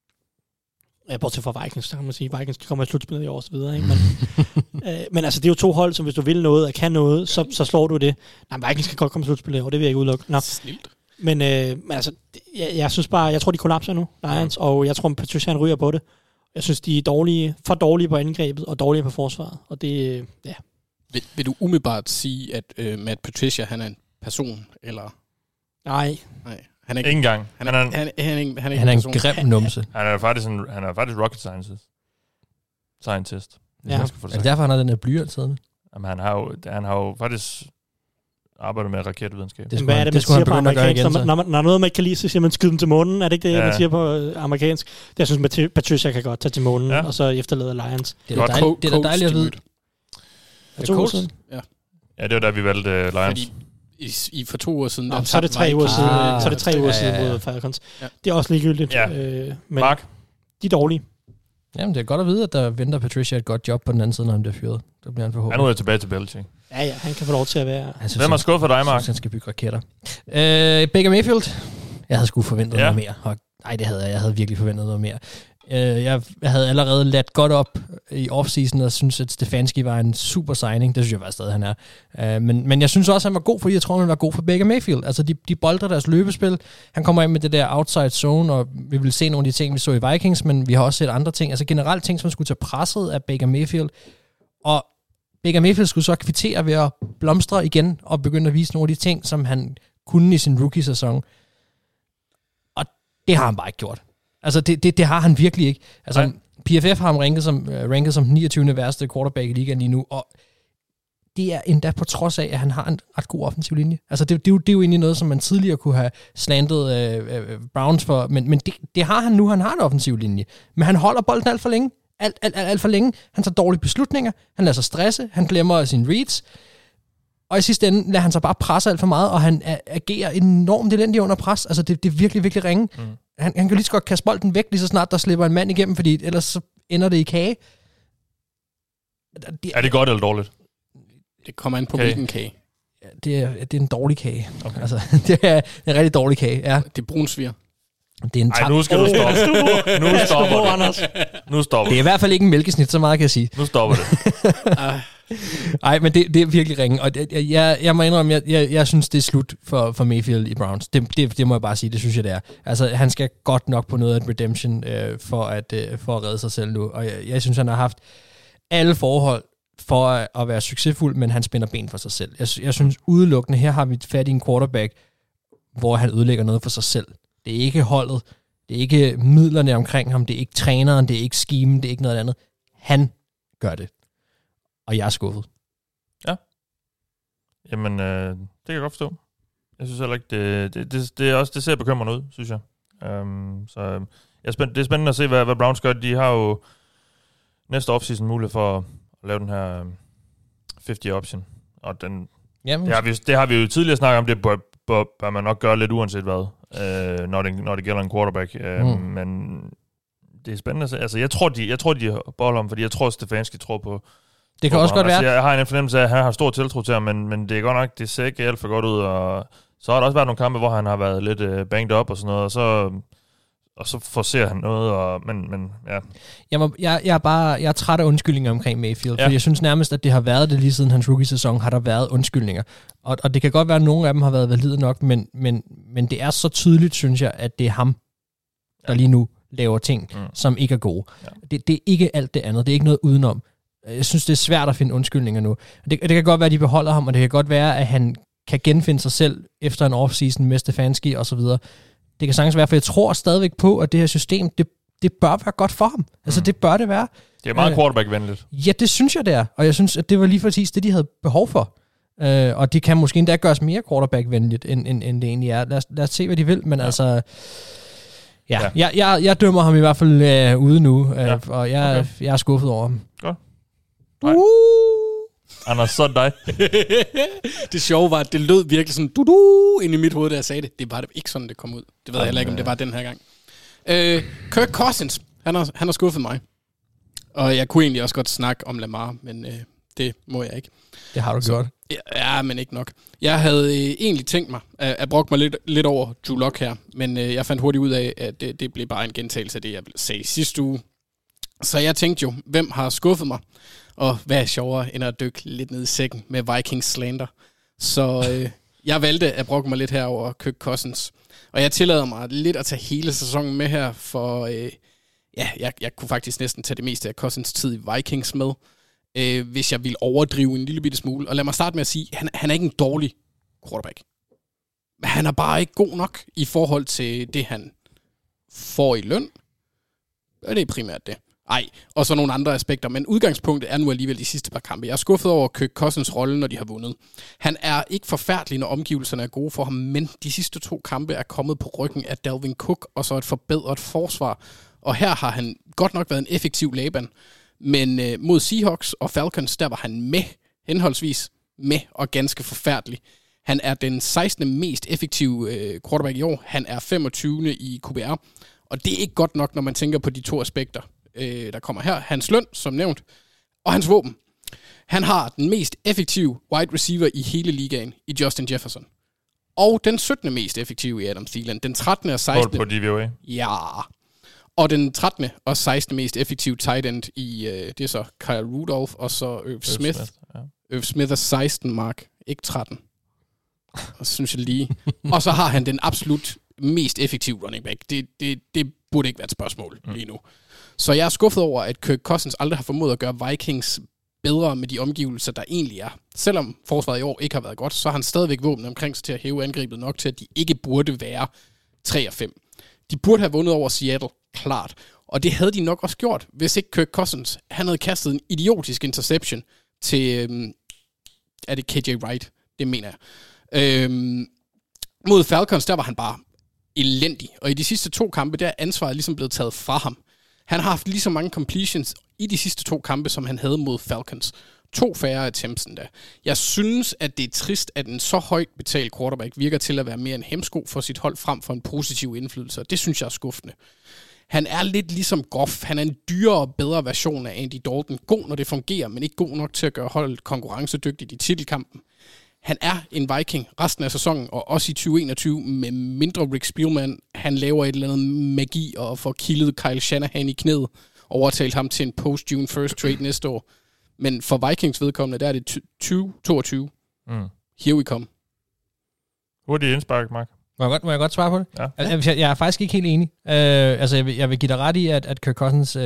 Ja, bortset fra Vikings, så kan man sige, Vikings kommer i slutspillet i år og så videre, ikke? Men, øh, men altså, det er jo to hold, som hvis du vil noget og kan noget, så, så slår du det. Nej, Vikings kan godt komme i slutspillet i år, det vil jeg ikke udelukke. Nå. Men, øh, men altså, jeg, jeg synes bare, jeg tror, de kollapser nu, Lions, og jeg tror, at Patricia han ryger på det. Jeg synes, de er dårlige, for dårlige på angrebet og dårlige på forsvaret, og det, ja. Vil, vil du umiddelbart sige, at øh, Matt Patricia, han er en person, eller? Nej. Nej. Han er ikke, ingen gang. Han er, han, han, han, han, han, han er en grim numse. Han er faktisk en, han er faktisk rocket scientist. Scientist. Ja. Er det derfor, han har den her blyant siddende? Jamen, han har jo, han har jo faktisk arbejdet med raketvidenskab. Det Hvad er det, man siger på amerikansk? Når, når, man, når noget, man ikke kan lide, så siger man skyde dem til månen. Er det ikke det, ja. man siger på amerikansk? Det jeg synes, at Patricia kan godt tage til månen, ja. og så efterlade Lions. Det er da dejligt, det er da dejligt at vide. For to år siden? Ja. Ja, det var da vi valgte uh, Lions. Fordi I, i for to år siden. Nå, så er det tre uger siden. Ah, så er det tre uger siden ja, ja, ja. mod Falcons. Ja. Det er også ligegyldigt. Ja. Øh, men Mark? De er dårlige. Jamen, det er godt at vide, at der venter Patricia et godt job på den anden side, når han bliver fyret. Der bliver han forhåbentlig. Han er tilbage til Belichick. Ja, ja, han kan få lov til at være... Synes, Hvem har skuffet dig, Mark? Han skal bygge raketter. Øh, Baker Mayfield. Jeg havde sgu forventet ja. noget mere. Nej, det havde jeg. Jeg havde virkelig forventet noget mere. Jeg havde allerede ladt godt op i offseason og synes, at Stefanski var en super signing. Det synes jeg var stadig, han er. Men, men jeg synes også, at han var god, fordi jeg tror, han var god for Baker Mayfield. Altså, de, de bolder deres løbespil. Han kommer ind med det der outside zone, og vi vil se nogle af de ting, vi så i Vikings, men vi har også set andre ting. Altså generelt ting, som skulle tage presset af Baker Mayfield. Og Baker Mayfield skulle så kvittere ved at blomstre igen og begynde at vise nogle af de ting, som han kunne i sin rookie-sæson. Og det har han bare ikke gjort. Altså, det, det, det har han virkelig ikke. Altså, P F F har ham ranket som, uh, ranket som den niogtyvende værste quarterback i ligaen lige nu, og det er endda på trods af, at han har en ret god offensiv linje. Altså, det, det, er, jo, det er jo egentlig noget, som man tidligere kunne have slantet uh, uh, Browns for, men, men det, det har han nu, han har en offensiv linje. Men han holder bolden alt for længe. Alt, alt, alt, alt for længe. Han tager dårlige beslutninger, han lader sig stresse, han glemmer sine reads, og i sidste ende lader han sig bare presse alt for meget, og han agerer enormt elendigt under pres. Altså, det, det er virkelig, virkelig ringe. Mm. Han, han kan lige så godt kaste bolden væk, lige så snart der slipper en mand igennem, fordi ellers så ender det i kage. Det, er det godt eller dårligt? Det kommer an på, kage. hvilken kage. Ja, det, er, det er en dårlig kage. Okay. Altså, det er en rigtig dårlig kage, ja. Det er brunsviger. Det er en Ej, nu skal du stoppe. Nu stopper det. Nu stopper det er i hvert fald ikke en mælkesnit, så meget kan jeg sige. Nu stopper det. Nej, men det, det er virkelig ringe. Og det, jeg, jeg må indrømme, jeg, jeg, jeg synes, det er slut for, for Mayfield i Browns. Det, det, det må jeg bare sige, det synes jeg, det er. Altså, han skal godt nok på noget af et redemption øh, for, at, øh, for at redde sig selv nu. Og jeg, jeg synes, han har haft alle forhold for at, at være succesfuld, men han spænder ben for sig selv. Jeg, jeg synes udelukkende, her har vi fat i en quarterback, hvor han ødelægger noget for sig selv. Det er ikke holdet, det er ikke midlerne omkring ham, det er ikke træneren, det er ikke schemen, det er ikke noget andet. Han gør det. Og jeg er skuffet. Ja. Jamen, øh, det kan jeg godt forstå. Jeg synes heller ikke, det, det, det, det, er også, det ser bekymrende ud, synes jeg. Um, så jeg er spændt, det er spændende at se, hvad, hvad Browns gør. De har jo næste offseason mulighed for at lave den her halvtreds option. Og den, Jamen. det, har vi, det har vi jo tidligere snakket om, det bør, bør, bør man nok gøre lidt uanset hvad, øh, når, det, når det gælder en quarterback. Øh, mm. Men det er spændende at se. Altså, jeg tror, de, jeg tror, de boller om, fordi jeg tror, Stefanski tror på. Det kan også godt altså, være. Jeg har en fornemmelse af, at han har stor tiltro til ham, men, men det er godt nok, det ser ikke alt for godt ud. Og så har der også været nogle kampe, hvor han har været lidt uh, banged up og sådan noget, og så, og så forser han noget. Og, men, men ja. Jeg, må, jeg, jeg, er bare, jeg er træt af undskyldninger omkring Mayfield, ja. for jeg synes nærmest, at det har været det lige siden hans rookie-sæson, har der været undskyldninger. Og, og det kan godt være, at nogle af dem har været valide nok, men, men, men det er så tydeligt, synes jeg, at det er ham, der lige nu laver ting, mm. som ikke er gode. Ja. Det, det er ikke alt det andet, det er ikke noget udenom. Jeg synes, det er svært at finde undskyldninger nu. Det, det kan godt være, at de beholder ham, og det kan godt være, at han kan genfinde sig selv efter en offseason med Stefanski og så videre. Det kan sagtens være, for jeg tror stadigvæk på, at det her system, det, det bør være godt for ham. Altså, mm. det bør det være. Det er meget uh, quarterback-venligt. Ja, det synes jeg, det er. Og jeg synes, at det var lige præcis det, de havde behov for. Uh, og det kan måske endda gøres mere quarterback-venligt, end, end, end det egentlig er. Lad os, lad os se, hvad de vil, men ja. altså... Ja, ja. Jeg, jeg, jeg dømmer ham i hvert fald uh, ude nu, uh, ja. og jeg, okay. jeg er skuffet over ham. Godt. Uh. Anders, så dig. Det sjove var, at det lød virkelig sådan du-du ind i mit hoved, da jeg sagde det. Det var det ikke sådan, det kom ud. Det ved jeg heller ikke, om det var den her gang. Uh, Kirk Cousins, han har, han har skuffet mig. Og jeg kunne egentlig også godt snakke om Lamar, men uh, det må jeg ikke. Det har du så, gjort. Ja, men ikke nok. Jeg havde uh, egentlig tænkt mig at, at brokke mig lidt, lidt over Drew Lock her, men uh, jeg fandt hurtigt ud af, at det, det blev bare en gentagelse af det, jeg sagde sidste uge. Så jeg tænkte jo, hvem har skuffet mig? Og hvad er sjovere, end at dykke lidt ned i sækken med Vikings slander? Så øh, jeg valgte at brokke mig lidt her over Kirk Cousins. Og jeg tillader mig lidt at tage hele sæsonen med her, for øh, ja, jeg, jeg kunne faktisk næsten tage det meste af Cousins tid i Vikings med, øh, hvis jeg ville overdrive en lille bitte smule. Og lad mig starte med at sige, han, han er ikke en dårlig quarterback. Men han er bare ikke god nok i forhold til det, han får i løn. Og det er primært det. Ej, og så nogle andre aspekter, men udgangspunktet er nu alligevel de sidste par kampe. Jeg er skuffet over Kirk Cousins rolle, når de har vundet. Han er ikke forfærdelig, når omgivelserne er gode for ham, men de sidste to kampe er kommet på ryggen af Dalvin Cook, og så et forbedret forsvar. Og her har han godt nok været en effektiv Laban, men øh, mod Seahawks og Falcons, der var han med, henholdsvis med og ganske forfærdelig. Han er den sekstende mest effektive øh, quarterback i år. Han er femogtyvende i Q B R, og det er ikke godt nok, når man tænker på de to aspekter, der kommer her. Hans løn, som nævnt, og hans våben. Han har den mest effektive wide receiver i hele ligaen i Justin Jefferson. Og den syttende mest effektive i Adam Thielen. Den trettende og sekstende Hold på D V O A. Ja. Og den trettende og sekstende mest effektive tight end i, øh, det er så Kyle Rudolph, og så Irv Smith. Smith, ja. Irv Smith er seksten, Mark. Ikke tretten. Og så synes jeg lige. Og så har han den absolut mest effektive running back. Det, det, det burde ikke være et spørgsmål mm. lige nu. Så jeg er skuffet over, at Kirk Cousins aldrig har formået at gøre Vikings bedre med de omgivelser, der egentlig er. Selvom forsvaret i år ikke har været godt, så har han stadigvæk våben omkring sig til at hæve angrebet nok til, at de ikke burde være tre og fem. De burde have vundet over Seattle klart. Og det havde de nok også gjort, hvis ikke Kirk Cousins, han havde kastet en idiotisk interception til, øhm, er det K J Wright? Det mener jeg. Øhm, mod Falcons, der var han bare elendig. Og i de sidste to kampe, der er ansvaret ligesom blevet taget fra ham. Han har haft lige så mange completions i de sidste to kampe, som han havde mod Falcons. To færre attempts endda. Jeg synes, at det er trist, at en så højt betalt quarterback virker til at være mere en hemsko for sit hold frem for en positiv indflydelse. Det synes jeg er skuffende. Han er lidt ligesom Goff. Han er en dyrere og bedre version af Andy Dalton. God, når det fungerer, men ikke god nok til at gøre holdet konkurrencedygtigt i titelkampen. Han er en Viking resten af sæsonen, og også i tyve enogtyve med mindre Rick Spielman. Han laver et eller andet magi og får killet Kyle Shanahan i knæet, overtalt ham til en post-June first trade næste år. Men for Vikings vedkommende, der er det tyve toogtyve. Mm. Here we come. Hurtigt indspark, Mark. Må jeg godt, må jeg godt svare på det? Ja. Altså, jeg, jeg er faktisk ikke helt enig. Uh, altså, jeg vil, jeg vil give dig ret i, at, at Kirk Cousins uh,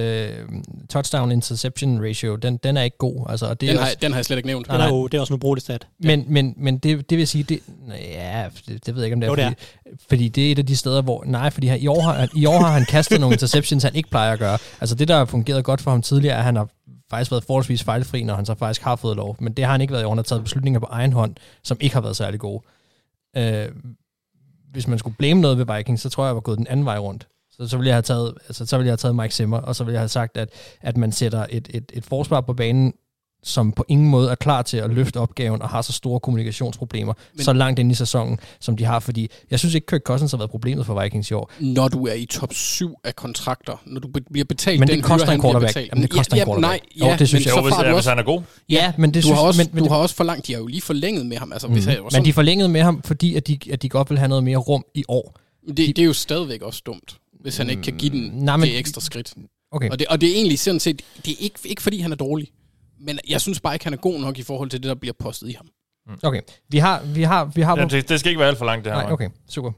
touchdown-interception ratio, den, den er ikke god. Altså, og det den, er har, også, den har jeg slet ikke nævnt. Nej, nej. Det, er jo, det er også en ubrugelig stat. Men, men, men det, det vil sige, det, ja, det, det ved jeg ikke, om det er, jo, det er. Fordi, fordi det er et af de steder, hvor, nej, fordi han, i, år har, i år har han kastet nogle interceptions, han ikke plejer at gøre. Altså, det, der har fungeret godt for ham tidligere, er, at han har faktisk været forholdsvis fejlfri, når han så faktisk har fået lov. Men det har han ikke været i år. Han har taget beslutninger på egen hånd, som ikke har været særlig gode. Uh, hvis man skulle blame noget ved Vikings, så tror jeg, jeg var gået den anden vej rundt. Så, så ville jeg have taget, altså, så ville jeg have taget Mike Zimmer, og så ville jeg have sagt, at, at man sætter et, et, et forsvar på banen, som på ingen måde er klar til at løfte opgaven og har så store kommunikationsproblemer men, så langt ind i sæsonen, som de har. Fordi jeg synes ikke, Kirk Cousins har været problemet for Vikings i år. Når du er i top syv af kontrakter, når du bliver betalt men den det koster hyre, en quarterback. Jamen, det koster ja, en quarterback. Nej, ja, jo, det synes men jeg. Så hvis, du ja, også, hvis han er god. Ja, men det du synes har også, men, men du har også forlangt, de har jo lige forlænget med ham. Altså, mm. hvis jeg, men de forlængede med ham, fordi at de, at de godt vil have noget mere rum i år. Det, det er jo stadigvæk også dumt, hvis han ikke kan give den Nej, men, det ekstra skridt. Okay. Og, det, og det er egentlig sådan set, det er ikke, ikke fordi han er dårlig, men jeg synes bare ikke, han er god nok i forhold til det, der bliver postet i ham. Okay, vi har... Vi har, vi har ja, det, det skal ikke være alt for langt, det her. Nej, okay, super.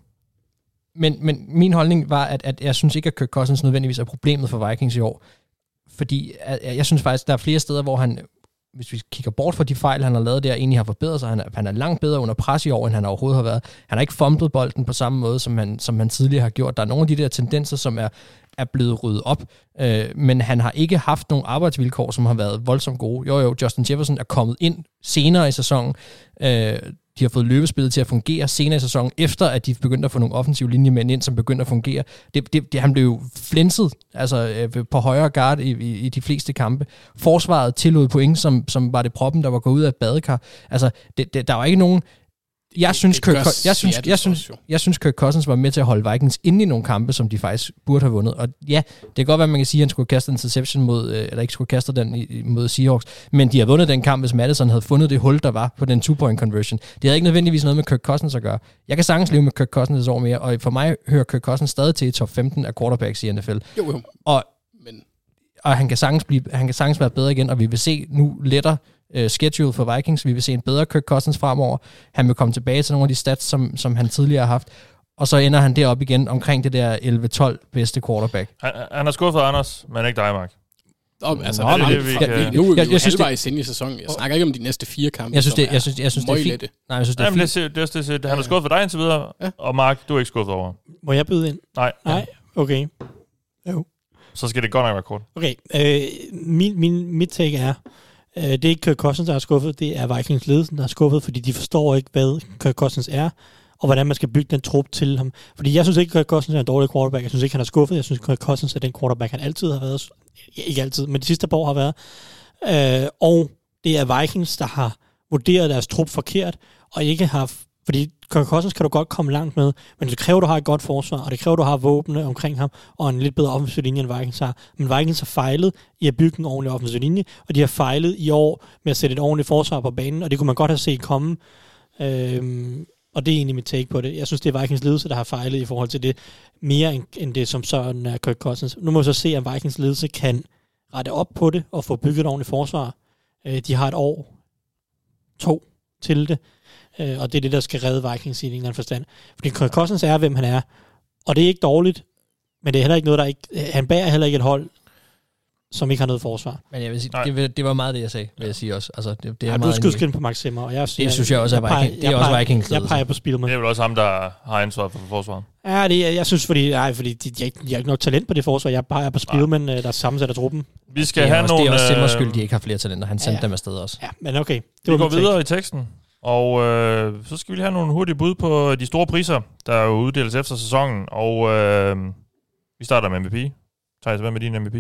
Men, men min holdning var, at, at jeg synes ikke, at Kirk Cousins nødvendigvis er problemet for Vikings i år. Fordi at, jeg synes faktisk, der er flere steder, hvor han, hvis vi kigger bort fra de fejl, han har lavet der, egentlig har forbedret sig. Han er, han er langt bedre under pres i år, end han overhovedet har været. Han har ikke fumblet bolden på samme måde, som han, som han tidligere har gjort. Der er nogle af de der tendenser, som er, er blevet ryddet op. Øh, men han har ikke haft nogle arbejdsvilkår, som har været voldsomt gode. Jo, jo, Justin Jefferson er kommet ind senere i sæsonen. Øh, de har fået løbespillet til at fungere senere i sæsonen, efter at de begyndte at få nogle offensive linjemænd ind, som begyndte at fungere. Det, det, det, han blev jo flænset altså, øh, på højre guard i, i, i de fleste kampe. Forsvaret tillod point, som, som var det proppen, der var gået ud af et badekar. Altså, det, det, der var ikke nogen... Jeg synes, det, det Kirk, jeg, synes, jeg, synes, jeg synes, Kirk Cousins var med til at holde Vikings inde i nogle kampe, som de faktisk burde have vundet. Og ja, det kan godt være, at man kan sige, at han skulle kaste en interception mod, eller ikke skulle kaste den mod Seahawks, men de har vundet den kamp, hvis Madison havde fundet det hul, der var på den two-point conversion. Det havde ikke nødvendigvis noget med Kirk Cousins at gøre. Jeg kan sagtens leve med Kirk Cousins et år mere, og for mig hører Kirk Cousins stadig til i top femten af quarterbacks i N F L. Jo, jo. Og, men... og han, kan sagtens blive, han kan sagtens være bedre igen, og vi vil se nu lettere Uh, schedule for Vikings. Vi vil se en bedre Kirk Cousins fremover. Han vil komme tilbage til nogle af de stats, som, som han tidligere har haft. Og så ender han derop igen omkring det der elleve tolv bedste quarterback. Han, han har skuffet Anders, men ikke dig, Mark. Oh, altså, Nå, det, det, det, vi vi, kan... nu er vi jeg, jo jeg synes, halvvejs inde i sæsonen. Jeg snakker ikke om de næste fire kampe. Jeg synes, det, jeg synes, jeg synes, det er fint. Nej, jeg synes, det er Jamen, fint. det, det, det, det, det, han har skuffet dig indtil videre, ja. Og Mark, du er ikke skuffet over. Må jeg byde ind? Nej. Nej, okay. Jo. Så skal det godt nok være kort. Okay, øh, min, min, mit take er, øh, det er ikke Kirk Cousins, der er skuffet, det er Vikings ledelsen, der er skuffet, fordi de forstår ikke, hvad Kirk Cousins er, og hvordan man skal bygge den trup til ham. Fordi jeg synes ikke, Kirk Cousins er en dårlig quarterback. Jeg synes ikke, han er skuffet. Jeg synes, Kirk Cousins er den quarterback, han altid har været. Ikke altid, men de sidste par år har været. Øh, og det er Vikings, der har vurderet deres trup forkert, og ikke har... Fordi Kirk Cousins kan du godt komme langt med, men det kræver, at du har et godt forsvar, og det kræver, at du har våbne omkring ham, og en lidt bedre offensiv linje, end Vikings har. Men Vikings har fejlet i at bygge en ordentlig offensiv linje, og de har fejlet i år med at sætte et ordentligt forsvar på banen, og det kunne man godt have set komme. Øhm, og det er egentlig mit take på det. Jeg synes, det er Vikings ledelse, der har fejlet i forhold til det, mere end, end det, som sådan er Kirk Cousins. Nu må vi så se, om Vikings ledelse kan rette op på det, og få bygget et ordentligt forsvar. Øh, de har et år, to til det, øh, og det er det, der skal redde Vikings i en eller anden forstand. Fordi Kirk Cousins er, hvem han er, og det er ikke dårligt, men det er heller ikke noget, der ikke... Han bærer heller ikke et hold som ikke har noget forsvar. Men jeg vil sige, det, det var meget det, jeg sagde, vil jeg sige også. Altså, det, det er ja, meget du skal skynde på Max Zimmer, og jeg siger, det synes jeg også er jeg Viking. Det er også Vikings. Jeg peger på Spielman. Det er vel også ham, der har ansvaret for forsvaret. Ja, det, jeg synes, fordi, nej, fordi de, de, har ikke, de har ikke nok talent på det forsvar. Jeg peger på Spielman, der sammensætter truppen. Vi skal det have også, nogle... Det er også Zimmers øh, skyld, de ikke har flere talenter. Han sendte ja. dem afsted også. Ja, men okay. Det vi går videre take. i teksten. Og øh, så skal vi lige have nogle hurtige bud på de store priser, der jo uddeles efter sæsonen. Og øh, vi starter med M V P. Thijs, hvem er din M V P?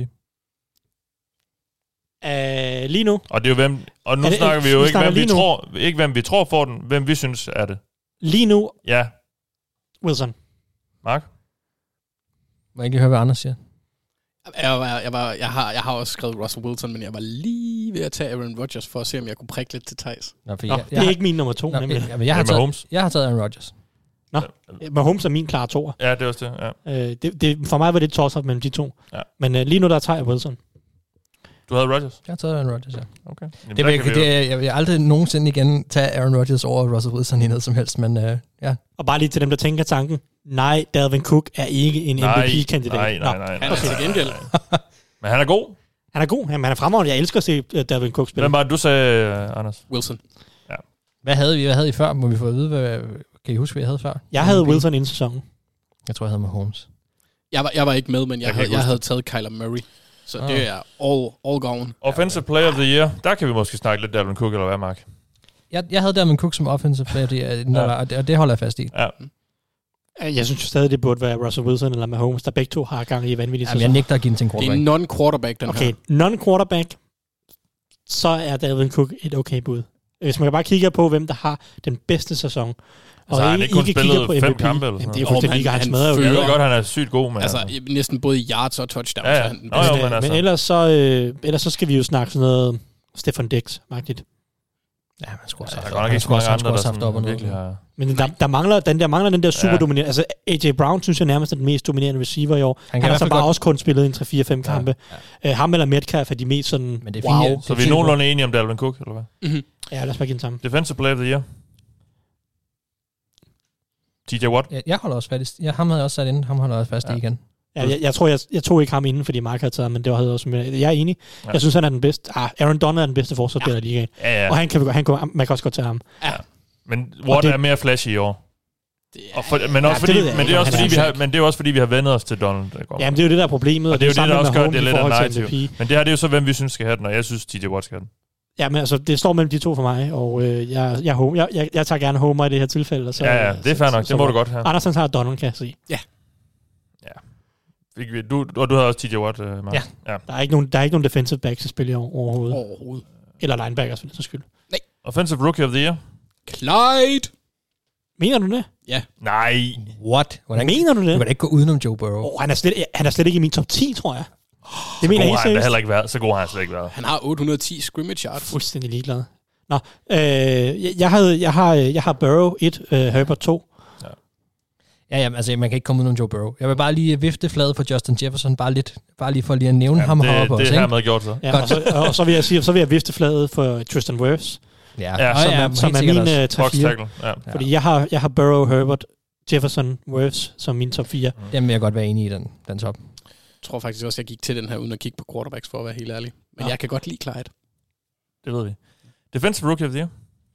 Uh, lige nu. Og det er jo hvem... Og nu det, snakker vi jo vi ikke, hvem vi nu. tror, ikke hvem vi tror får den, hvem vi synes er det. Lige nu. Ja. Wilson. Mark? Må jeg ikke høre, hvad Anders siger? Jeg, var, jeg, var, jeg, har, jeg har også skrevet Russell Wilson, men jeg var lige ved at tage Aaron Rodgers for at se, om jeg kunne prikke lidt til Thijs. Nå, Nå, jeg, det er jeg, ikke min nummer to, Nå, nemlig. Jeg, jeg, har taget, jeg har taget Aaron Rodgers. Nå, Mahomes er min klare toer. Ja, det er også det, ja. Øh, det, det. For mig var det et toss-up mellem de to. Ja. Men øh, lige nu, der tager jeg Wilson. Du havde Rodgers? Jeg har taget Aaron Rodgers, ja. Okay. Jamen, det vil, jeg, det, jeg vil aldrig nogensinde igen tage Aaron Rodgers over Russell Wilson i noget som helst, men øh, ja. Og bare lige til dem, der tænker tanken. Nej, Dalvin Cook er ikke en nej, M V P-kandidat. Nej, nej, nej. nej. Han er til gengæld. Men han er god. Han er god. Jamen, han er fremragende. Jeg elsker at se uh, Dalvin Cook spille. Hvem var det, du sagde, uh, Anders? Wilson. Ja. Hvad havde vi? Hvad havde I før? Må vi få at vide, hvad, kan I huske, hvad jeg havde før? Jeg havde Wilson inden sæsonen. Jeg tror, jeg havde Mahomes. Jeg var, jeg var ikke med, men jeg, jeg, havde, jeg havde taget Kyler Murray. Så ah. det er all, all gone. Offensive Player of the Year. Der kan vi måske snakke lidt Dalvin Cook, eller hvad, Mark? Jeg, jeg havde Dalvin Cook som offensive player, det, ja. og, det, og det holder jeg fast i. Ja. Jeg synes jo stadig, det burde være Russell Wilson eller Mahomes, der begge to har gang i vanvittige sæsoner. Jeg nægter at give den til en quarterback. Det er non-quarterback, den okay, her. Okay, non-quarterback, så er Dalvin Cook et okay bud. Hvis man bare kigger på, hvem der har den bedste sæson, altså, og han ikke kun ikke spillet på fem M V P, kampe eller jamen, det er fuldstændig ikke, han, han smadrer jo. Jeg ved godt, han er sygt god, men... Altså, næsten både i yards og touchdowns. Ja, ja. Han, Nå, jo, men, men, altså. men ellers, så, øh, ellers så skal vi jo snakke sådan noget Stefan Dix-magtigt. Ja, man skulle også ja, der er nok ikke så mange andre, der sådan op virkelig har... Men der, der, mangler, den, der mangler den der super ja. dominerende... Altså, A J Brown synes jeg nærmest er den mest dominerende receiver i år. Han, han har så bare godt... også kun spillet en tre fire fem ja. kampe. Ja. Uh, ham eller Metcalf er de mest sådan... Men det er wow. fint, så vi er nogenlunde enige om Dalvin Cook, eller hvad? Mm-hmm. Ja, lad os bare give den sammen. Defensive Player of the Year. T J Watt. Jeg, jeg holder også fast i... Ja, ham havde jeg også sat ind. Ham holder jeg også fast ja. i igen. Ja, jeg, jeg tror, jeg, jeg tog ikke ham inden, fordi Mark havde taget ham, men det var også med. Jeg er enig. Ja. Jeg synes, han er den bedste. Ah, Aaron Donald er den bedste forsvarsspiller ja. i ligaen. Ja, ja. Og han kan, han kan, man kan også godt tage ham. Ja. Men Watt det, er mere flashy i år. Det er, og for, men, også ja, fordi, det men, det er også fordi, vi har, men det er også fordi, vi har vendt os til Donald. Ja, men det er jo det, der er problemet. Og det er jo det, der også gør, det er lidt af narrativ. Men det her, det er jo så, hvem vi synes skal have den, og jeg synes, T J Watt skal have den. Ja, men altså, det står mellem de to for mig, og øh, jeg, jeg, jeg, jeg, jeg tager gerne Homer i det her tilfælde. Og så, ja, ja, det er fair nok. Det må du godt have. Andersen har Donald, kan jeg sige. Ja. Ja. Du, og du havde også T J Watt, uh, Mark. Ja. ja. Der er ikke nogen, der er ikke nogen defensive backs at spille i år overhovedet. Overhovedet. Eller linebackers, for den skyld. Nej. Offensive Rookie of the Year. Clyde. Mener du det? Ja. Nej. What? Hvordan mener du det? Du kan da ikke gå udenom Joe Burrow. Oh, han, er slet, han er slet ikke i min top ti, tror jeg. Det mener jeg helt heller ikke været. Så god har han slet ikke været. Han har otte hundrede og ti scrimmage yards. Fuldstændig ligeglad. Nå, øh, jeg, jeg, havde, jeg, har, jeg har Burrow et, øh, Herbert to. Ja. Ja, ja, altså man kan ikke komme udenom Joe Burrow. Jeg vil bare lige vifte fladet for Justin Jefferson, bare lidt, bare lige for lige at nævne ja, ham det, heroppe det også. Det har man gjort så. Ja, og, så og så vil jeg sige, så vil jeg vifte fladet for Tristan Wirfs. Ja, ja. Som, ja, er, som er min uh, top fire. Ja. Fordi jeg har, jeg har Burrow, Herbert, Jefferson, Wirfs som min top fire. Mm. Dem vil jeg godt være enig i, den, den top. Jeg tror faktisk også, jeg gik til den her, uden at kigge på quarterbacks, for at være helt ærlig. Men ja. jeg kan godt lide Clyde. Det ved vi. Defensive Rookie of the Year.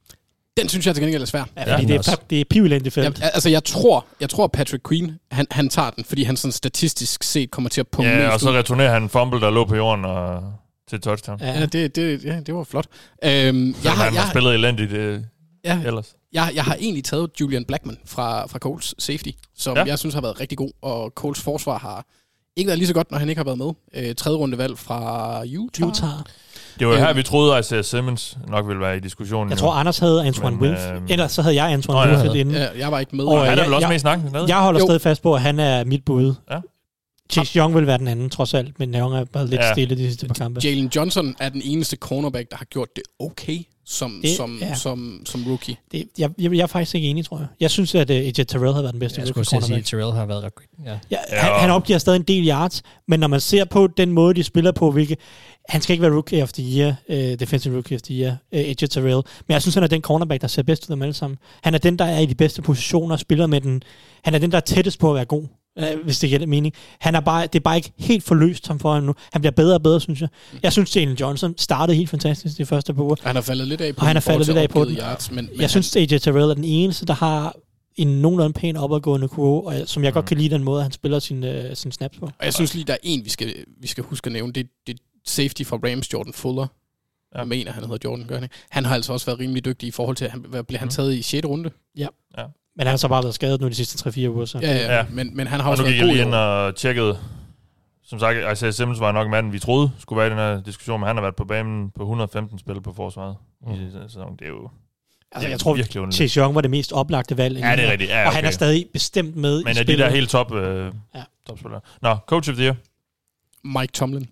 Den synes jeg til gengæld er svær. Ja, fordi ja, det er, det er pivelendigt felt. Ja, altså, jeg tror, jeg tror Patrick Queen, han, han tager den, fordi han sådan statistisk set kommer til at pumpe ja, mest og så ud. returnerer han en fumble, der lå på jorden og til touchdown. Ja, det, det, ja, det var flot. Øhm, så jeg har, han jeg, har spillet elendigt øh, ja, ellers. Jeg, jeg har egentlig taget Julian Blackman fra, fra Coles safety, som ja. jeg synes har været rigtig god, og Coles forsvar har ikke været lige så godt, når han ikke har været med. Øh, tredje rundevalg fra Utah. Utah. Det var jo her, vi troede, at Isaiah Simmons nok ville være i diskussionen. Jeg tror, Anders havde Antoine Wilf. Øh... Ellers så havde jeg Antoine oh, ja. Wilf inden. Ja, jeg var ikke med. Og han er vel også med i snakken? Jeg, jeg holder jo. stadig fast på, at han er mit bud. Ja. Chase Young vil være den anden, trods alt. Men Young er bare lidt ja. stille de sidste par kampe. Jalen Johnson er den eneste cornerback, der har gjort det okay som, det, som, ja. som, som rookie. Det, jeg, jeg, jeg er faktisk ikke enig, tror jeg. Jeg synes, at uh, A J Terrell har været den bedste. Jeg skulle sige, at Terrell har været ret godt. Ja. Ja, han, han opgiver stadig en del yards, men når man ser på den måde, de spiller på, hvilke, han skal ikke være rookie of the year, uh, defensive rookie of the year, uh, A J Terrell, men jeg synes, han er den cornerback, der ser bedst ud af dem alle sammen. Han er den, der er i de bedste positioner og spiller med den. Han er den, der er tættest på at være god. øh, hvis det giver det mening. Han er bare, det er bare ikke helt forløst ham for ham nu. Han bliver bedre og bedre, synes jeg. Jeg synes, Jalen Johnson startede helt fantastisk de første par uger. Han har faldet lidt af på og han har faldet lidt af på den. Yards, men, men jeg han... synes, A J Terrell er den eneste, der har en nogenlunde pæn opadgående kurve, og som jeg mm. godt kan lide den måde, han spiller sin, uh, sin snaps på. Og jeg synes lige, der er en, vi skal, vi skal huske at nævne. Det, det safety fra Rams, Jordan Fuller. Ja. Jeg mener, han hedder Jordan, gør han ikke? Han har altså også været rimelig dygtig i forhold til, at han bliver han taget i sjette runde. Ja. ja. Men han har så bare været skadet nu de sidste tre fire uger. Så. Ja, ja, ja. Men, men han har og også været god. Og nu gik jeg lige ind og tjekkede. Som sagt, Isaiah Simmons var nok manden, vi troede skulle være i den her diskussion, men han har været på banen på et hundrede og femten spil på forsvaret. Mm. I sæsonen. Det er jo... Altså, jeg tror, Chase Young var det mest oplagte valg. Ja, det er rigtigt. Ja, okay. Og han er stadig bestemt med men i spillet. Men er de der helt top, øh, ja. topspillere. Nå, coach of the year. Mike Tomlin.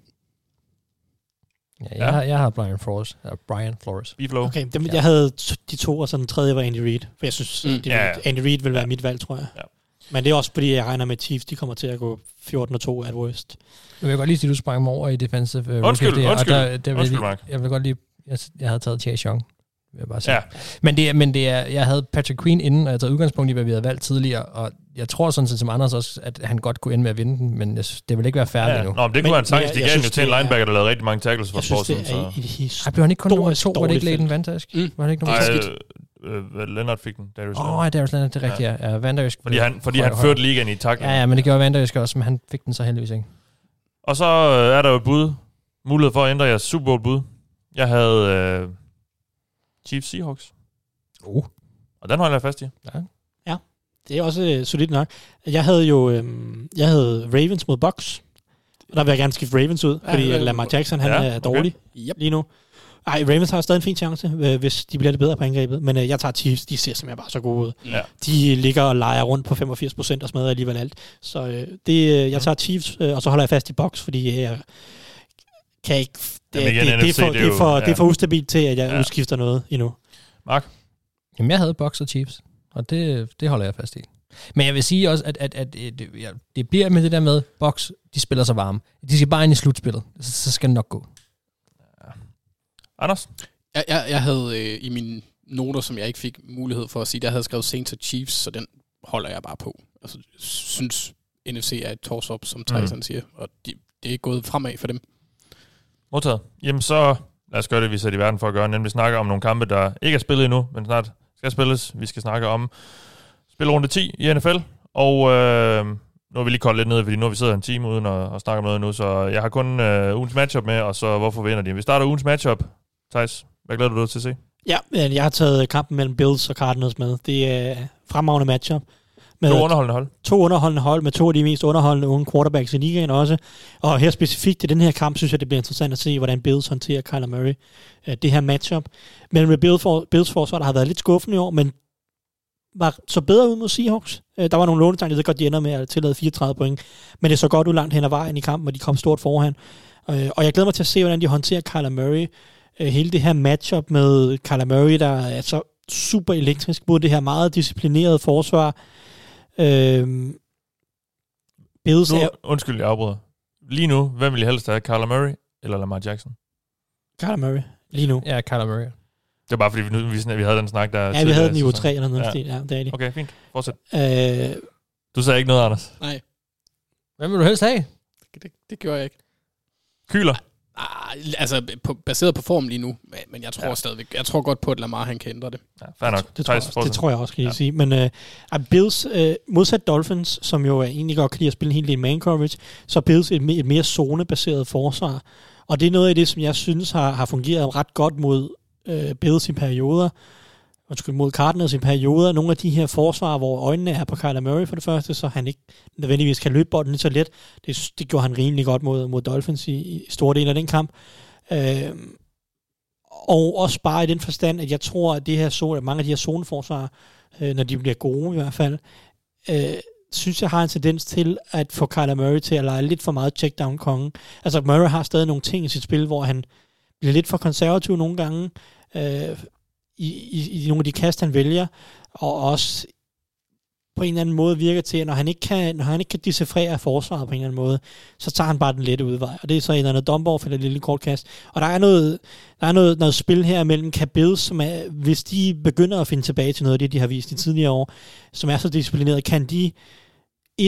Ja, jeg, ja. Har, jeg har Brian Flores. Eller Brian Flores. B-Flow. Okay, dem, ja. Jeg havde de to, og så den tredje var Andy Reid. For jeg synes, mm. Andy, ja. Andy Reid vil være ja. mit valg, tror jeg. Ja. Men det er også, fordi jeg regner med, at Chiefs de kommer til at gå fjorten og to at worst. Jeg vil godt lige sige, at du sprang mig over i defensive. Uh, undskyld, der, undskyld. Der, der undskyld, Mark. Jeg vil godt lige... Jeg, jeg havde taget Chase Young. Vil jeg bare sige. Ja. Men, det, men det er, jeg havde Patrick Queen inden, og jeg tager udgangspunkt i, hvad vi havde valgt tidligere, og jeg tror sådan set som Anders også, at han godt kunne ende med at vinde den, men jeg synes, det vil ikke være færdigt ja. nu. Nå, men det kunne være en sagtens. De gav jo til en linebacker, der lavede rigtig mange tackles for Sportsen. Jeg synes, det er Ej, blev han ikke kun nummer to? Var det ikke Leighton Van Der Esch? Mm. Var det ikke nummer skidt? Øh, Leonard fik den. Darius Åh, oh, Darius Leonard, det er rigtigt, ja. ja. Van Der Esch. Fordi han, fordi han førte ligaen i tackling. Ja, ja, men det gjorde Van Der Esch også, men han fik den så heldigvis ikke. Og så er der jo et bud. Mulighed for at ændre jeres Super Bowl bud. Jeg havde øh, Chiefs Seahawks. Uh. Og den holder jeg fast i. Ja. Ja, det er også øh, solidt nok. Jeg havde jo øh, jeg havde Ravens mod Bucks. Og der vil jeg gerne skifte Ravens ud, ja, fordi ja, Lamar Jackson han ja, er dårlig okay. yep. lige nu. Ej, Ravens har stadig en fin chance, øh, hvis de bliver lidt bedre på angrebet. Men øh, jeg tager Chiefs, de ser simpelthen bare så gode ud. Ja. De ligger og leger rundt på femogfirs procent og smadrer alligevel alt. Så øh, det, øh, jeg tager Chiefs, øh, og så holder jeg fast i Bucks, fordi øh, jeg kan ikke... Det, igen, det, det, er for, det, er for, ja. det er for ustabilt til, at jeg ja. udskifter noget endnu. Mark? Jamen, jeg havde Bucks og Chiefs, og det, det holder jeg fast i. Men jeg vil sige også, at, at, at, at det, ja, det bliver med det der med, Bucks, de spiller så varme. De skal bare ind i slutspillet, så, så skal det nok gå. Ja. Anders? Jeg, jeg, jeg havde øh, i mine noter, som jeg ikke fik mulighed for at sige, der havde jeg skrevet Saints og Chiefs, så den holder jeg bare på. Altså, jeg synes, N F C er et toss-up, som Tyson mm. siger, og de, det er gået fremad for dem. Modtaget. Jamen så, lad os gøre det, vi sætter i verden for at gøre, nemlig snakke om nogle kampe, der ikke er spillet endnu, men snart skal spilles. Vi skal snakke om spilrunde ti i N F L, og øh, nu har vi lige koldt lidt ned, fordi nu har vi siddet en time uden at, at snakke om noget nu, så jeg har kun øh, ugens matchup med, og så hvorfor vinder de. Vi starter ugens matchup. Thijs, hvad glæder du dig til at se? Ja, jeg har taget kampen mellem Bills og Cardinals med. Det er fremragende matchup. Med to underholdende hold. To underholdende hold med to af de mest underholdende unge quarterbacks i ligaen også. Og her specifikt i den her kamp, synes jeg, det bliver interessant at se, hvordan Bills håndterer Kyler Murray. Det her matchup mellem Bills, for, Bills forsvar, der har været lidt skuffende i år, men var så bedre ud mod Seahawks. Der var nogle lånetegn, jeg ved godt, de ender med at tillade fireogtredive point, men det så godt ud langt hen ad vejen i kampen, og de kom stort forhånd. Og jeg glæder mig til at se, hvordan de håndterer Kyler Murray. Hele det her matchup med Kyler Murray, der er så super elektrisk mod det her meget disciplinerede forsvar. Øhm, Bills nu, er... Undskyld, jeg afbryder. Lige nu, hvem vil I helst have? Kyler Murray eller Lamar Jackson? Kyler Murray, lige nu. Ja, Kyler Murray. Det var bare fordi, vi, nu, vi, vi havde den snak, der... Ja, vi havde den i U tre eller noget. Ja. Ja, det er det. Okay, fint. Fortsæt. Øh... Du sagde ikke noget, Anders? Nej. Hvem vil du helst have? Det, det, det gjorde jeg ikke. Kyler? Ah, altså, på, baseret på form lige nu, men jeg tror ja. stadigvæk, jeg tror godt på, at Lamar, han kan ændre det. Ja, fair nok. Det, tror, jeg, det tror jeg også, kan jeg ja. sige. Men uh, Bills, uh, modsat Dolphins, som jo egentlig godt kan lide at spille en hel del man coverage, så er Bills et, et mere zonebaseret forsvar. Og det er noget af det, som jeg synes har, har fungeret ret godt mod uh, Bills i perioder. Undskyld, mod Cardinals i perioder. Nogle af de her forsvarer, hvor øjnene er på Kyler Murray for det første, så han ikke nødvendigvis kan løbe bolden lige så let. Det, det gjorde han rimelig godt mod, mod Dolphins i, i store dele af den kamp. Øh, og også bare i den forstand, at jeg tror, at det her zone, mange af de her zoneforsvarer, øh, når de bliver gode i hvert fald, øh, synes jeg har en tendens til at få Kyler Murray til at lege lidt for meget checkdown-kongen. Altså Murray har stadig nogle ting i sit spil, hvor han bliver lidt for konservativ nogle gange, øh, I, i, i nogle af de kast, han vælger, og også på en eller anden måde virker til, at når han ikke kan, når han ikke kan decifrere forsvaret på en eller anden måde, så tager han bare den lette udvej, og det er så en eller anden dump-off eller et lille kort kast. Og der er noget, der er noget, noget spil her mellem Bills, som er, hvis de begynder at finde tilbage til noget af det, de har vist i tidligere år, som er så disciplineret, kan de et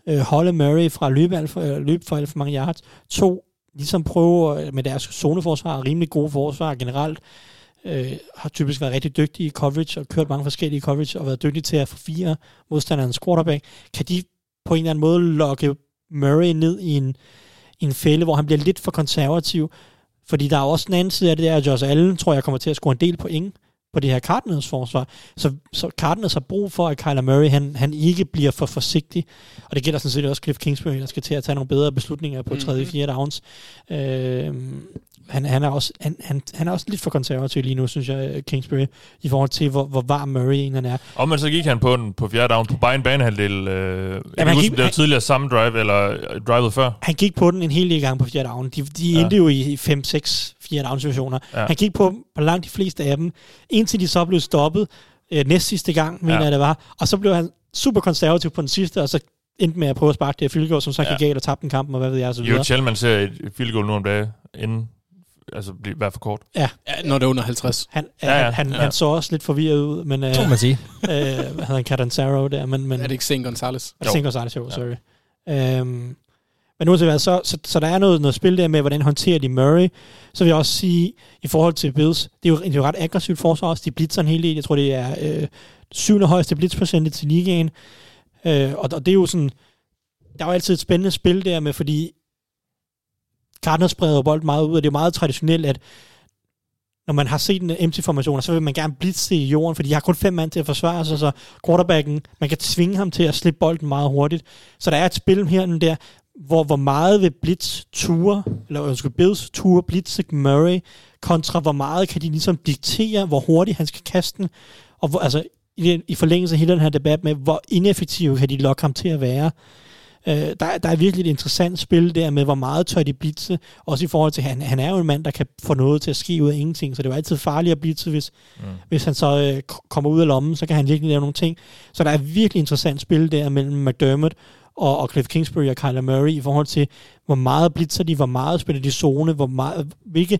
øh, holde Murray fra løb, alt for, øh, løb for alt for mange yards. To, ligesom prøve øh, med deres zoneforsvar, rimelig gode forsvar generelt, øh, har typisk været rigtig dygtige i coverage og kørt mange forskellige coverage og været dygtige til at få fire modstanderens quarterback. Kan de på en eller anden måde lokke Murray ned i en, i en fælde, hvor han bliver lidt for konservativ? Fordi der er også den anden side af det der, at Josh Allen, tror jeg, kommer til at score en del point på det her Cardinals forsvar. Så, så Cardinals har brug for, at Kyler Murray, han, han ikke bliver for forsigtig. Og det gælder sådan set også Cliff Kingsbury, der skal til at tage nogle bedre beslutninger på tredje og fjerde downs. Øh, han, han, er også, han, han, han er også lidt for konservativ lige nu, synes jeg, Kingsbury, i forhold til, hvor, hvor varm Murray egentlig er. Og men så gik han på den på fjerde down på bare en banehalvdel. Øh, jeg kan huske, det var tidligere samme drive, eller drivet før. Han gik på den en hel del gang på fjerde down. De, de endte ja. jo i fem seks fjerde down situationer. Ja. Han gik på på langt de fleste af dem, indtil de så blev stoppet øh, næst sidste gang, mener ja. jeg det var. Og så blev han super konservativ på den sidste, og så endte med at prøve at sparke det her field goal, som så gik ja. galt og tabte den kampen, og hvad ved jeg, og så videre. Jo, sjældent man ser et field goal nu om dagen, inden altså blive være for kort. Ja. ja, når det er under halvtreds. Han, ja, ja, han, ja. han så også lidt forvirret ud, men øh, tror man sige. øh, hvad hedder han, Catanzaro der, men men er det ikke Saint Gonzalez? Er det Saint Gonzalez, jo, sorry. Ja. Øhm, men nu så, så, så, så der er noget, noget spil der med, hvordan håndterer de Murray. Så vil jeg også sige, i forhold til Bills, det er jo, det er jo ret aggressivt forsvar også. De blitzer en hel del. Jeg tror, det er øh, syvende højeste blitzprocent til ligaen. Øh, og, og det er jo sådan, der er jo altid et spændende spil der med, fordi Cardinals spreder bolden meget ud, og det er jo meget traditionelt, at når man har set en empty-formation, så vil man gerne blitze i jorden, fordi de har kun fem mand til at forsvare sig, så quarterbacken, man kan tvinge ham til at slippe bolden meget hurtigt. Så der er et spil her og der, hvor, hvor meget vil blitz ture, eller undskyld, Bills ture blitze Murray, kontra hvor meget kan de ligesom diktere, hvor hurtigt han skal kaste den, og hvor, altså i, i forlængelse af hele den her debat med, hvor ineffektive kan de lokke ham til at være. Uh, der, der er virkelig et interessant spil der med, hvor meget tør de blitze, også i forhold til, han, han er jo en mand, der kan få noget til at ske ud af ingenting, så det er jo altid farligt at blitze, hvis, mm. hvis han så uh, kommer ud af lommen, så kan han virkelig lave nogle ting. Så der er et virkelig interessant spil der mellem McDermott og, og Cliff Kingsbury og Kyler Murray i forhold til, hvor meget blitzer de, hvor meget spiller de zone, hvor meget, hvilke,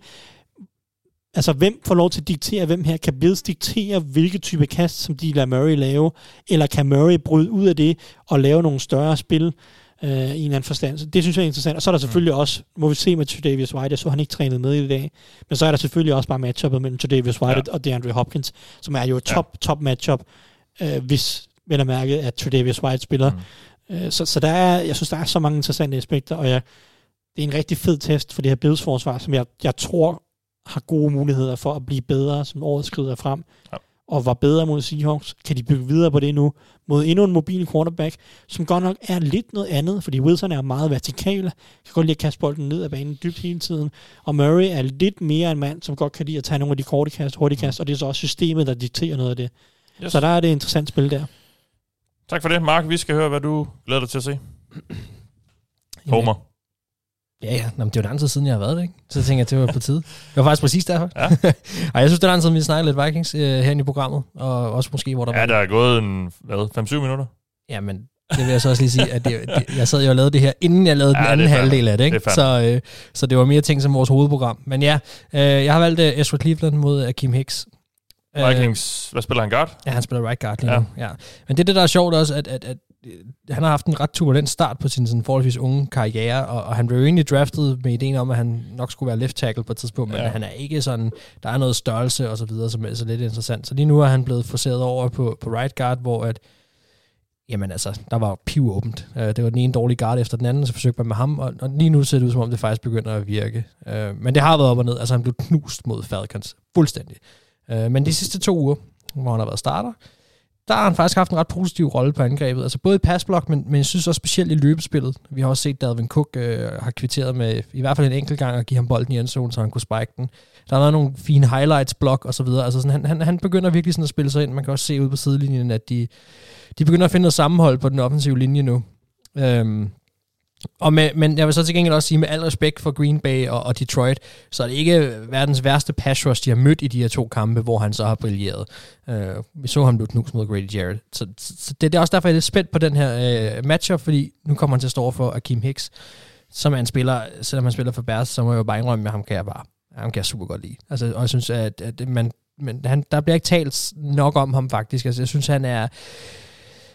altså hvem får lov til at diktere, hvem her kan Bills diktere, hvilke type kast, som de lader Murray lave, eller kan Murray bryde ud af det og lave nogle større spil øh, i en eller anden forstand. Så det synes jeg er interessant. Og så er der selvfølgelig mm. også, må vi se med Tre'Davious White, jeg så han ikke trænet med i dag, men så er der selvfølgelig også bare matchuppet mellem Tre'Davious White ja. og DeAndre Hopkins, som er jo et top, ja. top matchup, øh, hvis vel er mærket, at Tre'Davious White spiller. Mm. Øh, så, så der er, jeg synes, der er så mange interessante aspekter, og jeg, det er en rigtig fed test for det her Bills forsvar, som jeg, jeg tror har gode muligheder for at blive bedre, som året skrider frem, ja. og var bedre mod Seahawks. Kan de bygge videre på det nu, mod endnu en mobil quarterback, som godt nok er lidt noget andet, fordi Wilson er meget vertikal, kan godt lide at kaste bolden ned ad banen dybt hele tiden, og Murray er lidt mere en mand, som godt kan lide at tage nogle af de korte kast, hurtige kast, og det er så også systemet, der dikterer noget af det. Yes. Så der er det et interessant spil der. Tak for det, Mark. Vi skal høre, hvad du glæder dig til at se. Homer. Ja, ja. Nå, det er jo den anden tid siden, jeg har været det, ikke? Så tænker jeg, det var på tide. Det var faktisk præcis derfor. Ja. Ej, jeg synes, det er den anden tid, vi snakker lidt Vikings øh, herinde i programmet, og også måske, hvor der ja, var... Ja, der er gået en, hvad, fem syv minutter? Ja, men det vil jeg så også lige sige, at det, det, jeg sad jo og lavede det her, inden jeg lavede ja, den anden halvdel af det, ikke? Det så, øh, så det var mere ting som vores hovedprogram. Men ja, øh, jeg har valgt uh, Ezra Cleveland mod Akeem Hicks. Vikings, hvad spiller han guard? Ja, han spiller right guard lige ja. nu. Ja. Men det er det, der er sjovt også, at, at, at han har haft en ret turbulent start på sin sådan forholdsvis unge karriere, og, og han blev jo egentlig draftet med ideen om, at han nok skulle være left tackle på et tidspunkt, men ja. han er ikke sådan, der er noget størrelse og så videre, som er så lidt interessant. Så lige nu er han blevet forceret over på, på right guard, hvor at, jamen altså, der var pivåbent. Uh, det var den ene dårlige guard efter den anden, så forsøgte man med ham, og, og lige nu ser det ud, som om det faktisk begynder at virke. Uh, men det har været op og ned, altså han blev knust mod Falcons, fuldstændig. Uh, men de sidste to uger, hvor han har været starter, der har han faktisk haft en ret positiv rolle på angrebet. Altså både i passblok, men, men jeg synes også specielt i løbespillet. Vi har også set, at Dalvin Cook øh, har kvitteret med i hvert fald en enkelt gang at give ham bolden i endzone, så han kunne spike den. Der har været nogle fine highlights-blok og så videre. Altså sådan, han, han, han begynder virkelig sådan at spille sig ind. Man kan også se ud på sidelinjen, at de, de begynder at finde noget sammenhold på den offensive linje nu. Øhm, Og med, men jeg vil så til gengæld også sige, med al respekt for Green Bay og, og Detroit, så er det ikke verdens værste pass rush, de har mødt i de her to kampe, hvor han så har brilleret. Uh, vi så ham blive knust mod Grady Jarrett. Så, så det, det er også derfor, jeg er lidt spændt på den her uh, matchup, fordi nu kommer han til at stå for Akeem Hicks, som er en spiller, selvom han spiller for Bears, så må jeg jo bare indrømme, at ham kan jeg bare, ham kan jeg super godt lide. Altså, og jeg synes, at, at man, men han, der bliver ikke talt nok om ham faktisk. Altså, jeg synes, han er...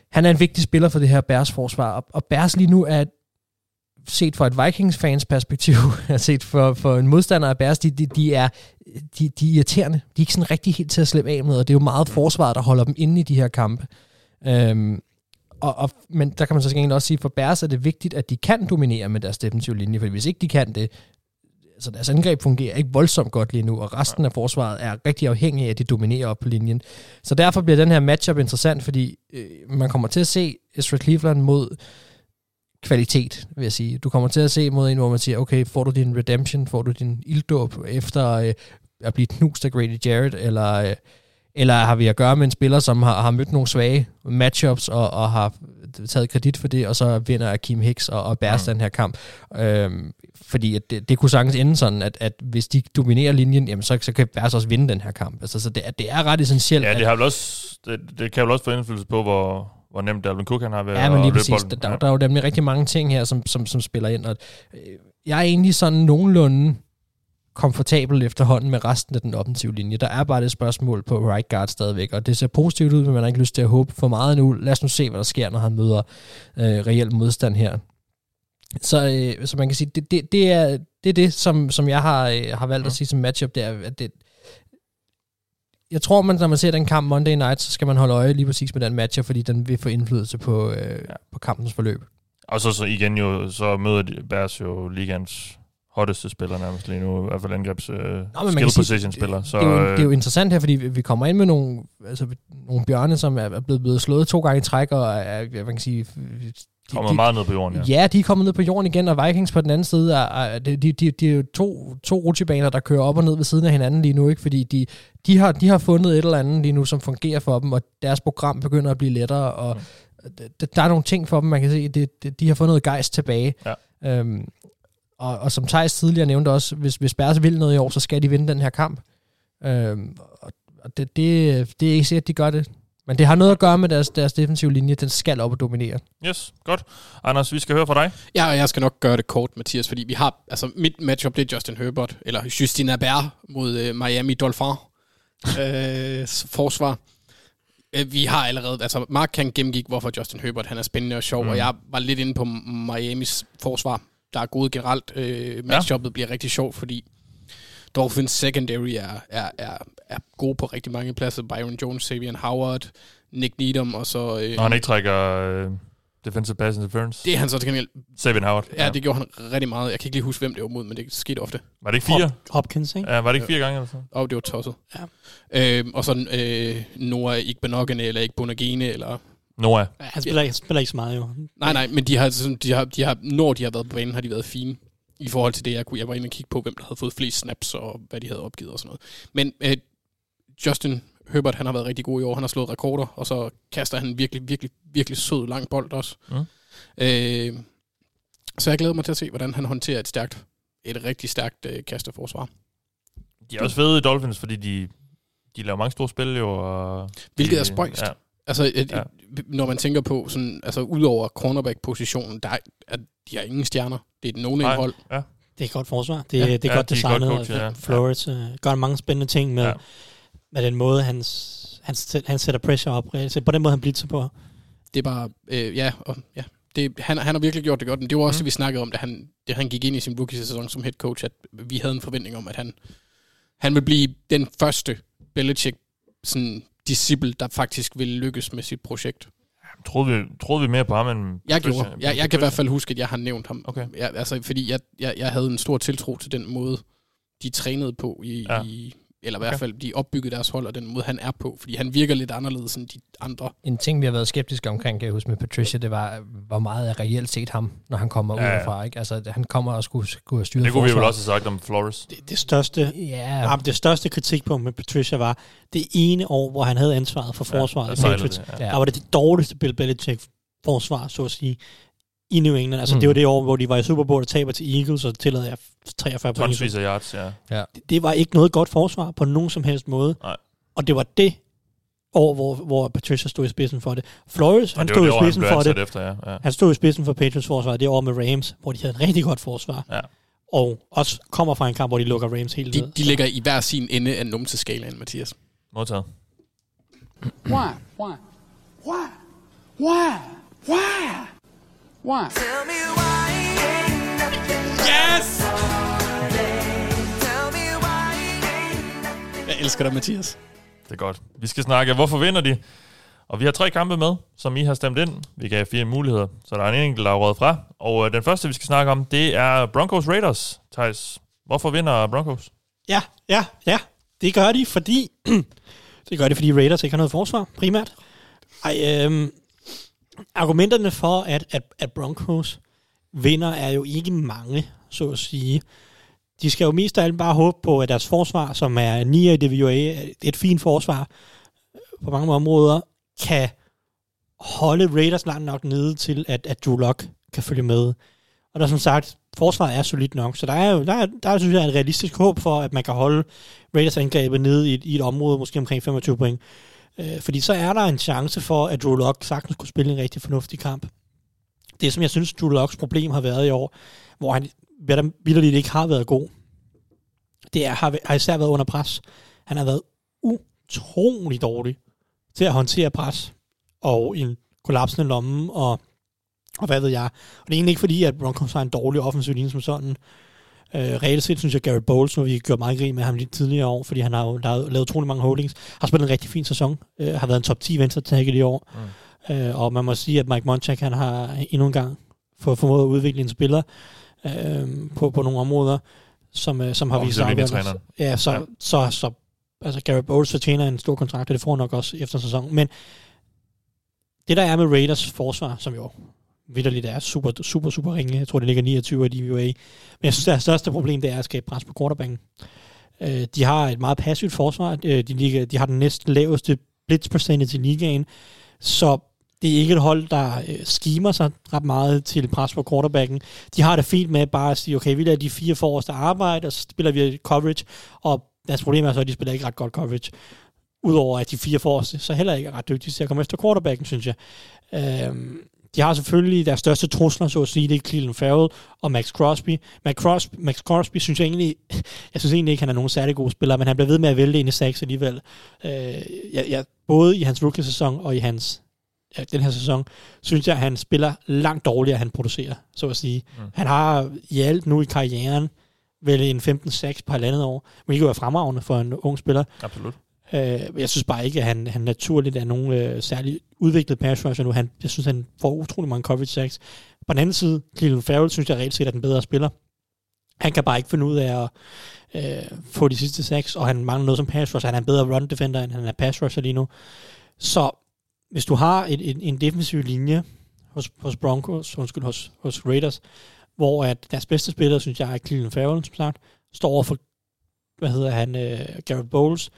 han er en vigtig spiller for det her Bears forsvar, og, og Bears lige nu er, set fra et Vikings-fans perspektiv, set for, for en modstander af Bears, de, de, de, er, de, de er irriterende. De er ikke sådan rigtig helt til at slippe af med, og det er jo meget forsvaret, der holder dem inde i de her kampe. Øhm, og, og, men der kan man så egentlig også sige, for Bears er det vigtigt, at de kan dominere med deres defensive linje, for hvis ikke de kan det, så deres angreb fungerer ikke voldsomt godt lige nu, og resten af forsvaret er rigtig afhængig af, at de dominerer op på linjen. Så derfor bliver den her matchup interessant, fordi øh, man kommer til at se Ezra Cleveland mod kvalitet, vil jeg sige. Du kommer til at se mod en, hvor man siger, okay, får du din redemption, får du din ilddåb efter øh, at blive knust af Grady Jarrett, eller, øh, eller har vi at gøre med en spiller, som har, har mødt nogle svage matchups, og, og har taget kredit for det, og så vinder Akeem Hicks og, og Bears mm. den her kamp. Øhm, fordi at det, det kunne sagtens ende sådan, at, at hvis de dominerer linjen, jamen så, så kan Bears også vinde den her kamp. Altså, så det er, det er ret essentielt. Ja, det, har vel også, det, det kan jo også få indflydelse på, hvor, hvor nemt Dalvin Cook han har været. Ja, men lige præcis. Der, der, der er jo nemlig rigtig mange ting her, som, som, som spiller ind. Og, øh, jeg er egentlig sådan nogenlunde komfortabel efterhånden med resten af den offensive linje. Der er bare det spørgsmål på right guard stadigvæk, og det ser positivt ud, men man har ikke lyst til at håbe for meget nu. Lad os nu se, hvad der sker, når han møder øh, reel modstand her. Så, øh, så man kan sige, det, det, det, er, det er det, som, som jeg har, øh, har valgt at sige som matchup, det er, at det, jeg tror, man, når man ser den kamp Monday Night, så skal man holde øje lige præcis med den matchup, fordi den vil få indflydelse på, øh, ja. på kampens forløb. Og så, så igen jo, så møder de Bears jo ligans hotteste spiller nærmest lige nu, i hvert fald angrebs uh, skill position spiller. Så, det, er jo, det er jo interessant her, fordi vi kommer ind med nogle, altså, nogle bjørne, som er blevet, blevet slået to gange i træk, og er, hvad kan sige, de kommer meget ned på jorden, ja. Ja, de er kommet ned på jorden igen, og Vikings på den anden side, er, er, de, de, de, de er jo to, to rutsjebaner, der kører op og ned ved siden af hinanden lige nu, ikke? Fordi de, de, har, de har fundet et eller andet lige nu, som fungerer for dem, og deres program begynder at blive lettere, og mm. der, der er nogle ting for dem, man kan se, de, de, de har fået noget gejst tilbage. Ja. Øhm, Og, og som Theis tidligere nævnte også, hvis, hvis Bears vil noget i år, så skal de vinde den her kamp. Øhm, og det, det, det er ikke sikkert, at de gør det. Men det har noget at gøre med deres, deres defensive linje. Den skal op og dominere. Yes, godt. Anders, vi skal høre fra dig. Ja, og jeg skal nok gøre det kort, Mathias, fordi vi har, altså mit matchup, det er Justin Herbert, eller Justin Herbert mod øh, Miami Dolphins øh, forsvar. Vi har allerede, altså Mark kan gennemgik, hvorfor Justin Herbert, han er spændende og sjov, mm. og jeg var lidt inde på Miamis forsvar, der er gode generelt. Øh, matchuppet ja. bliver rigtig sjovt, fordi Dolphins secondary er, er, er, er gode på rigtig mange pladser. Byron Jones, Xavier Howard, Nick Needham, og så... Øh, og han ikke trækker øh, defensive pass interference. Det er han så til gengæld. Xavier Howard. Ja, ja, det gjorde han rigtig meget. Jeg kan ikke lige huske, hvem det var mod, men det skete ofte. Var det ikke fire? Hopkins, ikke? Ja, var det ikke fire gange eller så? Åh, oh, det var tosset. Ja. Øh, og så øh, Noah Igbenogany, eller Igbenogany, eller... Noah. Ja, han spiller, han spiller ikke så meget, jo. Nej, nej, men de har, sådan, de har, de har, når de har været på banen, har de været fine. I forhold til det, jeg kunne. Jeg var inde og kigge på, hvem der havde fået flest snaps, og hvad de havde opgivet og sådan noget. Men øh, Justin Herbert, han har været rigtig god i år. Han har slået rekorder, og så kaster han virkelig, virkelig, virkelig sød lang bold også. Mm. Øh, så jeg glæder mig til at se, hvordan han håndterer et stærkt, et rigtig stærkt øh, kasterforsvar. De er også fede i Dolphins, fordi de, de laver mange store spil, jo. Og Hvilket de, er spøjst. Ja. Altså, et, ja. når man tænker på, sådan, altså udover cornerback-positionen, der er, de har ingen stjerner. Det er et no-name-hold. Ja. Det er et godt forsvar. Det, ja. det er ja, godt designet. De er godt coach, ja. Flores uh, gør mange spændende ting med, ja. med den måde, han, han, han sætter pressure op. Så på den måde, han blitzer på. Det er bare, øh, ja, og, ja. Det, han, han har virkelig gjort det godt. Men det var også mm. det, vi snakkede om, da han, da han gik ind i sin rookie-sæson som head coach, at vi havde en forventning om, at han, han ville blive den første Belichick sådan disciple, der faktisk ville lykkes med sit projekt. Troede vi, troede vi mere på ham end... Jeg gjorde. Jeg, jeg kan i hvert fald huske, at jeg har nævnt ham. Okay. Jeg, altså, fordi jeg, jeg, jeg havde en stor tiltro til den måde, de trænede på i... Ja. i eller i hvert fald, de opbyggede deres hold, og den måde, han er på. Fordi han virker lidt anderledes end de andre. En ting, vi har været skeptiske omkring, kan jeg huske med Patricia, det var, hvor meget af reelt set ham, når han kommer ja, ja. udefra. Ikke? Altså, han kommer og skulle, skulle styre det kunne forsvar. vi vel også have sagt om Flores. Det, det, største, ja. ja, det største kritikpunkt med Patricia var, det ene år, hvor han havde ansvaret for forsvaret. Ja, der, ja. der var det det dårligste Bill Belichick-forsvar, så at sige, i New England. Altså, mm. det var det år, hvor de var i Super Bowl og taber til Eagles, og tillader jeg treogfyrre point. Tonsvis af yards, ja. ja. Det, det var ikke noget godt forsvar på nogen som helst måde. Nej. Og det var det år, hvor, hvor Patricia stod i spidsen for det. Flores, han stod i spidsen for det. Efter, ja. Ja. Han stod i spidsen for Patriots forsvar det år med Rams, hvor de havde et rigtig godt forsvar. Ja. Og også kommer fra en kamp, hvor de lukker Rams helt de, ned. De ligger i hver sin ende af numseskalaen, Mathias. Modtaget. Why? Why? Why? Why? Why? Why? Tell me why ain't nothing. Yes! Tell me why ain't nothing. Jeg elsker dig, Mathias. Det er godt. Vi skal snakke, hvorfor vinder de? Og vi har tre kampe med, som I har stemt ind. Vi kan have fire muligheder, så der er en enkelt, der er røget fra. Og øh, den første, vi skal snakke om, det er Broncos Raiders. Thijs, hvorfor vinder Broncos? Ja, ja, ja. Det gør de, fordi... det gør de, fordi Raiders ikke har noget forsvar, primært. Ej, øhm, argumenterne for, at, at, at Broncos vinder, er jo ikke mange, så at sige. De skal jo mest af alt bare håbe på, at deres forsvar, som er ni i D V O A, et fint forsvar på mange områder, kan holde Raiders langt nok nede til, at, at Drew Lock kan følge med. Og der som sagt, forsvaret er solidt nok, så der er jo, der, er, der er, synes jeg, et realistisk håb for, at man kan holde Raiders angrebet nede i et, i et område, måske omkring femogtyve point. Øh, fordi så er der en chance for, at Drew Lock sagtens kunne spille en rigtig fornuftig kamp. Det, som jeg synes, Drew Locks problem har været i år, hvor han vitterligt ikke har været god, det er, har, har især været under pres. Han har været utrolig dårlig til at håndtere pres og en kollapsende lomme og, og hvad ved jeg. Og det er egentlig ikke fordi, at Broncos har en dårlig offensiv linje som sådan. Øh, reelt set synes jeg, Garrett Bowles, nu vi gjort meget grin med ham lidt tidligere år, fordi han har jo der lavet utrolig mange holdings, har spillet en rigtig fin sæson, øh, har været en top ti venstre tackle i år. Mm. Øh, og man må sige, at Mike Munchak, han har endnu en gang fået formået at udvikle en spiller øh, på, på nogle områder, som, øh, som har vist sig. Ja, så, ja. Så, så, så altså Garrett Bowles fortjener en stor kontrakt, og det får han nok også efter sæsonen. Men det der er med Raiders forsvar, som jo vitterligt er super, super, super ringe. Jeg tror, det ligger niogtyve i D V O A. Men jeg synes, det største problem, det er at skabe pres på quarterbacken. Øh, de har et meget passivt forsvar. De, ligger, de har den næst laveste blitz percentage i ligaen. Så det er ikke et hold, der øh, skimer sig ret meget til pres på quarterbacken. De har det fint med bare at sige, okay, vi lader de fire forreste arbejde, og så spiller vi coverage. Og deres problem er så, at de spiller ikke ret godt coverage. Udover at de fire forreste, så heller ikke er ret dygtige til at komme efter quarterbacken, synes jeg. Øh, De har selvfølgelig deres største trusler, så at sige, det er Clelin Ferrell og Max Crosby. Max Crosby, Max Crosby synes jeg egentlig, jeg synes egentlig ikke, han er nogen særlig god spiller, men han bliver ved med at vælge ind i seks alligevel. Øh, jeg, jeg, både i hans rookie-sæson og i hans, ja, den her sæson, synes jeg, at han spiller langt dårligere, end han producerer, så at sige. Mm. Han har i alt nu i karrieren vel en femten seks på halvandet år, hvilket jo er fremragende for en ung spiller. Absolut. Uh, jeg synes bare ikke, at han, han naturligt er nogen uh, særlig udviklet pass rusher nu. Han, jeg synes, han får utrolig mange coverage sacks. På den anden side, Clelin Ferrell synes jeg reelt set er den bedre spiller. Han kan bare ikke finde ud af at uh, få de sidste sacks, og han mangler noget som pass rusher. Han er en bedre run defender, end han er pass rusher lige nu. Så hvis du har et, et, en defensiv linje hos, hos Broncos, undskyld, hos, hos Raiders, hvor at deres bedste spiller, synes jeg, er Clelin Ferrell, som sagt, står over for, hvad hedder han, uh, Garrett Bowles,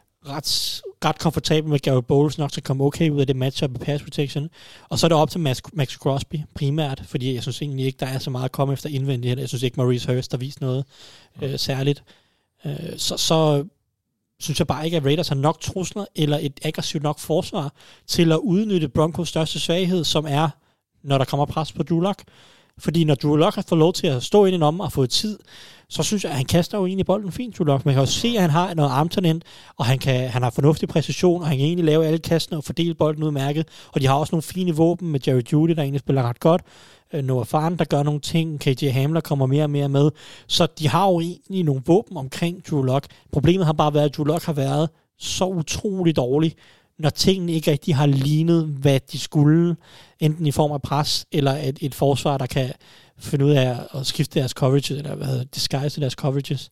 ret, ret komfortabel med Garrett Bowles nok til at komme okay ud af det matchup med pass protection. Og så er det op til Max, Max Crosby primært, fordi jeg synes egentlig ikke, der er så meget at komme efter indvendigt. Jeg synes ikke, Maurice Hurst har vist noget øh, særligt. Øh, så, så synes jeg bare ikke, at Raiders har nok trusler eller et aggressivt nok forsvar til at udnytte Broncos største svaghed, som er, når der kommer pres på Drew Lock. Fordi når Drew Lock har fået lov til at stå ind i om og få tid, så synes jeg, at han kaster jo egentlig bolden fint, Drew Lock. Man kan jo se, at han har noget armtalent, og han, kan, han har fornuftig præcision, og han kan egentlig lave alle kastene og fordele bolden udmærket. Og de har også nogle fine våben med Jerry Jeudy, der egentlig spiller ret godt. Noah Fant, der gør nogle ting. K J Hamler kommer mere og mere med. Så de har jo egentlig nogle våben omkring Drew Lock. Problemet har bare været, at Drew Lock har været så utrolig dårlig, når tingene ikke rigtig har lignet, hvad de skulle, enten i form af pres, eller et, et forsvar, der kan finde ud af at skifte deres coverages, eller hvad hedder, disguise deres coverages.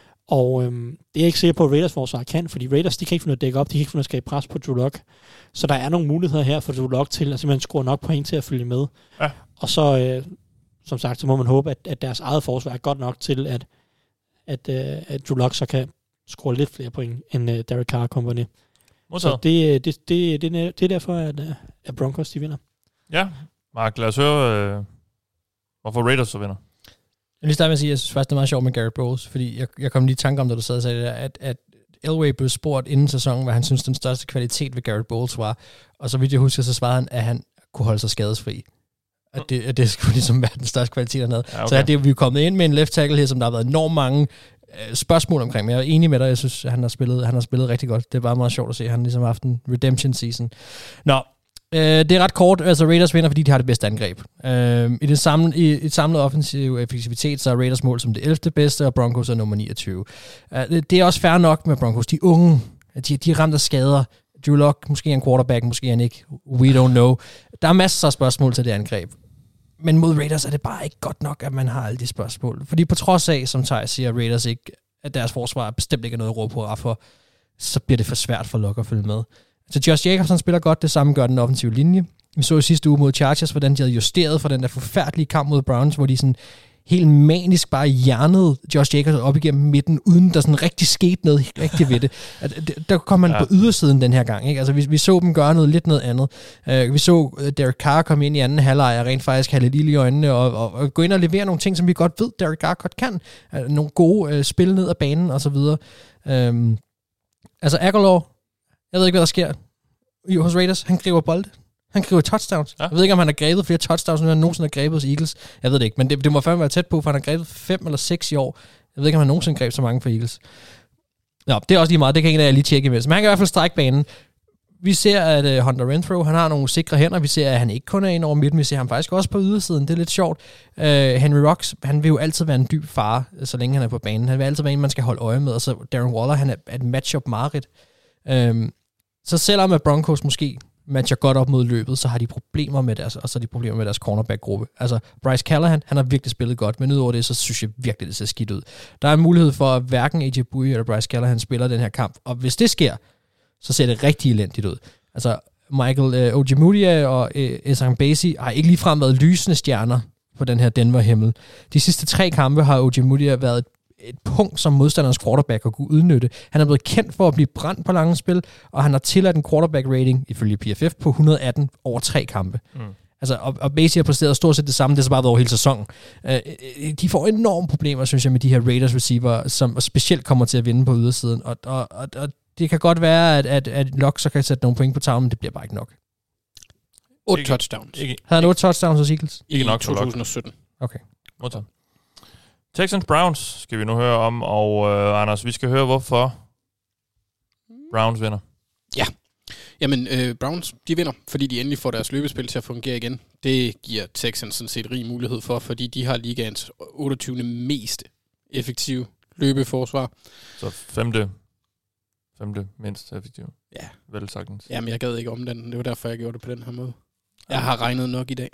Og øhm, det er jeg ikke sikker på, at Raiders forsvar kan, fordi Raiders, de kan ikke finde at dække op, de kan ikke finde at skabe pres på Drew Lock. Så der er nogle muligheder her for Drew Lock til at simpelthen score nok point til at følge med. Ja. Og så, øh, som sagt, så må man håbe, at, at deres eget forsvar er godt nok til, at, at, øh, at Drew Lock så kan score lidt flere point, end øh, Derek Carr Company. Så det, det, det, det, det er derfor, at, at Broncos de vinder. Ja, Mark, lad os høre, øh, hvorfor Raiders så vinder. Jeg vil lige starte med at sige, at jeg synes faktisk, det er meget sjovt med Garrett Bowles, fordi jeg, jeg kom lige i tanke om, da du sad og sagde det der, at, at Elway blev spurgt inden sæsonen, hvad han synes den største kvalitet ved Garrett Bowles var, og så vidt jeg husker, så svarede han, at han kunne holde sig skadesfri. At det, at det skulle ligesom være den største kvalitet, han havde. Ja, okay. Så at det, vi er kommet ind med en left tackle her, som der har været enormt mange øh, spørgsmål omkring, men jeg er enig med dig, jeg synes, han har spillet, han har spillet rigtig godt. Det er bare meget sjovt at se, han ligesom har haft en redemption season. Nå, Uh, det er ret kort. Altså Raiders vinder, fordi de har det bedste angreb. Uh, I det samlede, i et samlet offensiv effektivitet, så er Raiders mål som det ellevte bedste, og Broncos er nummer niogtyve. Uh, det, det er også fair nok med Broncos. De unge, de, de er ramt af skader. Drew Lock, måske er en quarterback, måske er han ikke. We don't know. Der er masser af spørgsmål til det angreb. Men mod Raiders er det bare ikke godt nok, at man har alle de spørgsmål. Fordi på trods af, som Thijs siger, Raiders ikke, at deres forsvar bestemt ikke er noget at råbe på for, så bliver det for svært for Lock at følge med. Så Josh Jacobson spiller godt, det samme gør den offensive linje. Vi så i sidste uge mod Chargers, hvordan de havde justeret for den der forfærdelige kamp mod Browns, hvor de sådan helt manisk bare hjernede Josh Jacobs op igennem midten, uden der sådan rigtig skete noget rigtig ved det. At, der kom man ja. på ydersiden den her gang. Ikke? Altså, vi, vi så dem gøre noget lidt noget andet. Uh, vi så Derek Carr komme ind i anden halvleg og rent faktisk have lidt ild i øjnene og, og, og gå ind og levere nogle ting, som vi godt ved, Derek Carr godt kan. Uh, nogle gode uh, spil ned ad banen og så videre. Um, altså Aguilar, jeg ved ikke, hvad der sker hos Raiders. Han griber bolde. Han griber touchdowns. Ja. Jeg ved ikke, om han har grebet flere touchdowns, end han nogensinde har grebet hos Eagles. Jeg ved det ikke, men det, det må fandme være tæt på, for han har grebet fem eller seks i år. Jeg ved ikke, om han nogensinde greb så mange for Eagles. Ja, det er også lige meget. Det kan ingen af jer lige tjekke imens. Men han kan i hvert fald strække banen. Vi ser, at uh, Hunter Renfrow, han har nogle sikre hænder. Vi ser, at han ikke kun er ind over midten. Vi ser ham faktisk også på ydersiden. Det er lidt sjovt. Uh, Henry Rocks, han vil jo altid være en dyb fare, så længe han er på banen. Han vil altid være en, man skal holde øje med. Og så Darren Waller, han er et matchup mareridt. Um, så selvom at Broncos måske matcher godt op mod løbet, så har de problemer med deres, og så har de problemer med deres cornerback-gruppe. Altså, Bryce Callahan, han har virkelig spillet godt, men udover det, så synes jeg virkelig, det ser skidt ud. Der er en mulighed for, at hverken A J Bouye eller Bryce Callahan spiller den her kamp, og hvis det sker, så ser det rigtig elendigt ud. Altså, Michael uh, Ojemudia og uh, Essam Basie har ikke ligefrem været lysende stjerner på den her Denver-himmel. De sidste tre kampe har Ojemudia været et et punkt, som modstanderens quarterback har kunne udnytte. Han er blevet kendt for at blive brændt på lange spil, og han har tilladt en quarterback-rating, ifølge P F F, på et hundrede og atten over tre kampe. Mm. Altså, og, og Basie har præsteret stort set det samme, det er så bare været over hele sæsonen. Uh, de får enorme problemer, synes jeg, med de her Raiders receiver, som specielt kommer til at vinde på ydersiden, og, og, og, og det kan godt være, at, at, at Locke så kan sætte nogle point på tavlen, men det bliver bare ikke nok. otte touchdowns. Ikke, Havde han otte touchdowns hos Eagles? Ikke nok to tusind og sytten. Okay. Modtaget. Texans Browns skal vi nu høre om, og øh, Anders, vi skal høre, hvorfor Browns vinder. Ja, jamen øh, Browns, de vinder, fordi de endelig får deres løbespil til at fungere igen. Det giver Texans sådan set rig mulighed for, fordi de har ligaens otteogtyvende mest effektive løbeforsvar. Så femte, femte mindst effektive. Ja. Vel sagtens. Jamen, jeg gad ikke om den. Det var derfor, jeg gjorde det på den her måde. Jeg har regnet nok i dag.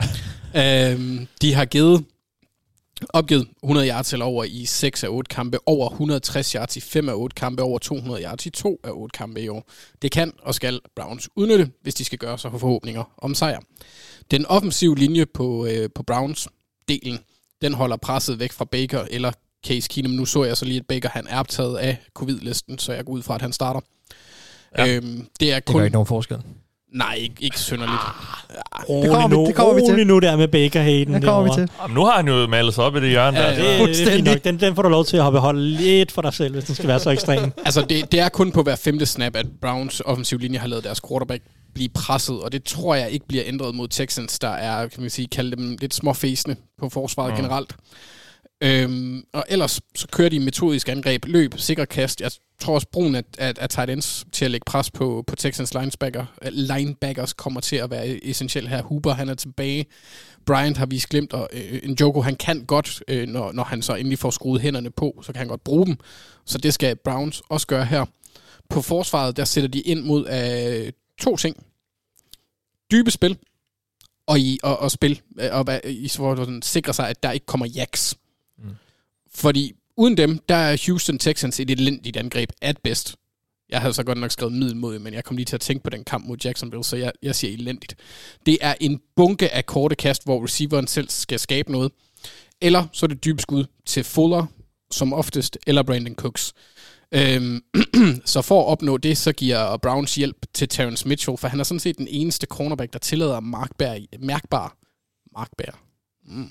øhm, de har givet opgivet hundrede yards eller over i seks af otte kampe, over et hundrede og tres yards i fem af otte kampe, over to hundrede yards i to af otte kampe i år. Det kan og skal Browns udnytte, hvis de skal gøre sig for forhåbninger om sejr. Den offensive linje på, øh, på Browns-delen, den holder presset væk fra Baker eller Case Keenum. Nu så jeg så lige, at Baker han er optaget af covid-listen, så jeg går ud fra, at han starter. Ja. Øhm, det er kun... Det gør ikke nogen forskel. Nej, ikke, ikke synderligt. Ja. Det kommer vi, det kommer vi til. Rolig nu der med Baker-haten. Det kommer vi til. Jamen, nu har han jo malet sig op i det hjørne. Ja, der. Det, det er fint nok. Den, den får du lov til at beholde lidt for dig selv, hvis den skal være så ekstrem. Altså, det, det er kun på hver femte snap, at Browns offensiv linje har lavet deres quarterback blive presset, og det tror jeg ikke bliver ændret mod Texans, der er, kan man sige, kalde dem lidt småfæsende på forsvaret mm. generelt. Øhm, og ellers så kører de metodisk angreb, løb, sikker kast. Jeg tror også, brugen af, af, af tight ends til at lægge pres på, på Texans linebacker, linebackers kommer til at være essentielt her. Hooper, han er tilbage. Bryant har vist glemt, og øh, Njoku, han kan godt, øh, når, når han så endelig får skruet hænderne på, så kan han godt bruge dem. Så det skal Browns også gøre her. På forsvaret, der sætter de ind mod øh, to ting. Dybe spil, og, i, og, og spil, og, og i sådan sikre sig, at der ikke kommer jacks. Mm. Fordi uden dem, der er Houston Texans et elendigt angreb at best. Jeg havde så godt nok skrevet middel mod, men jeg kom lige til at tænke på den kamp mod Jacksonville, så jeg, jeg siger elendigt. Det er en bunke af korte kast, hvor receiveren selv skal skabe noget. Eller så er det dybe skud til Fuller, som oftest, eller Brandon Cooks. Øhm, så for at opnå det, så giver Browns hjælp til Terrence Mitchell, for han er sådan set den eneste cornerback, der tillader markbær, mærkbar markbær. Mm.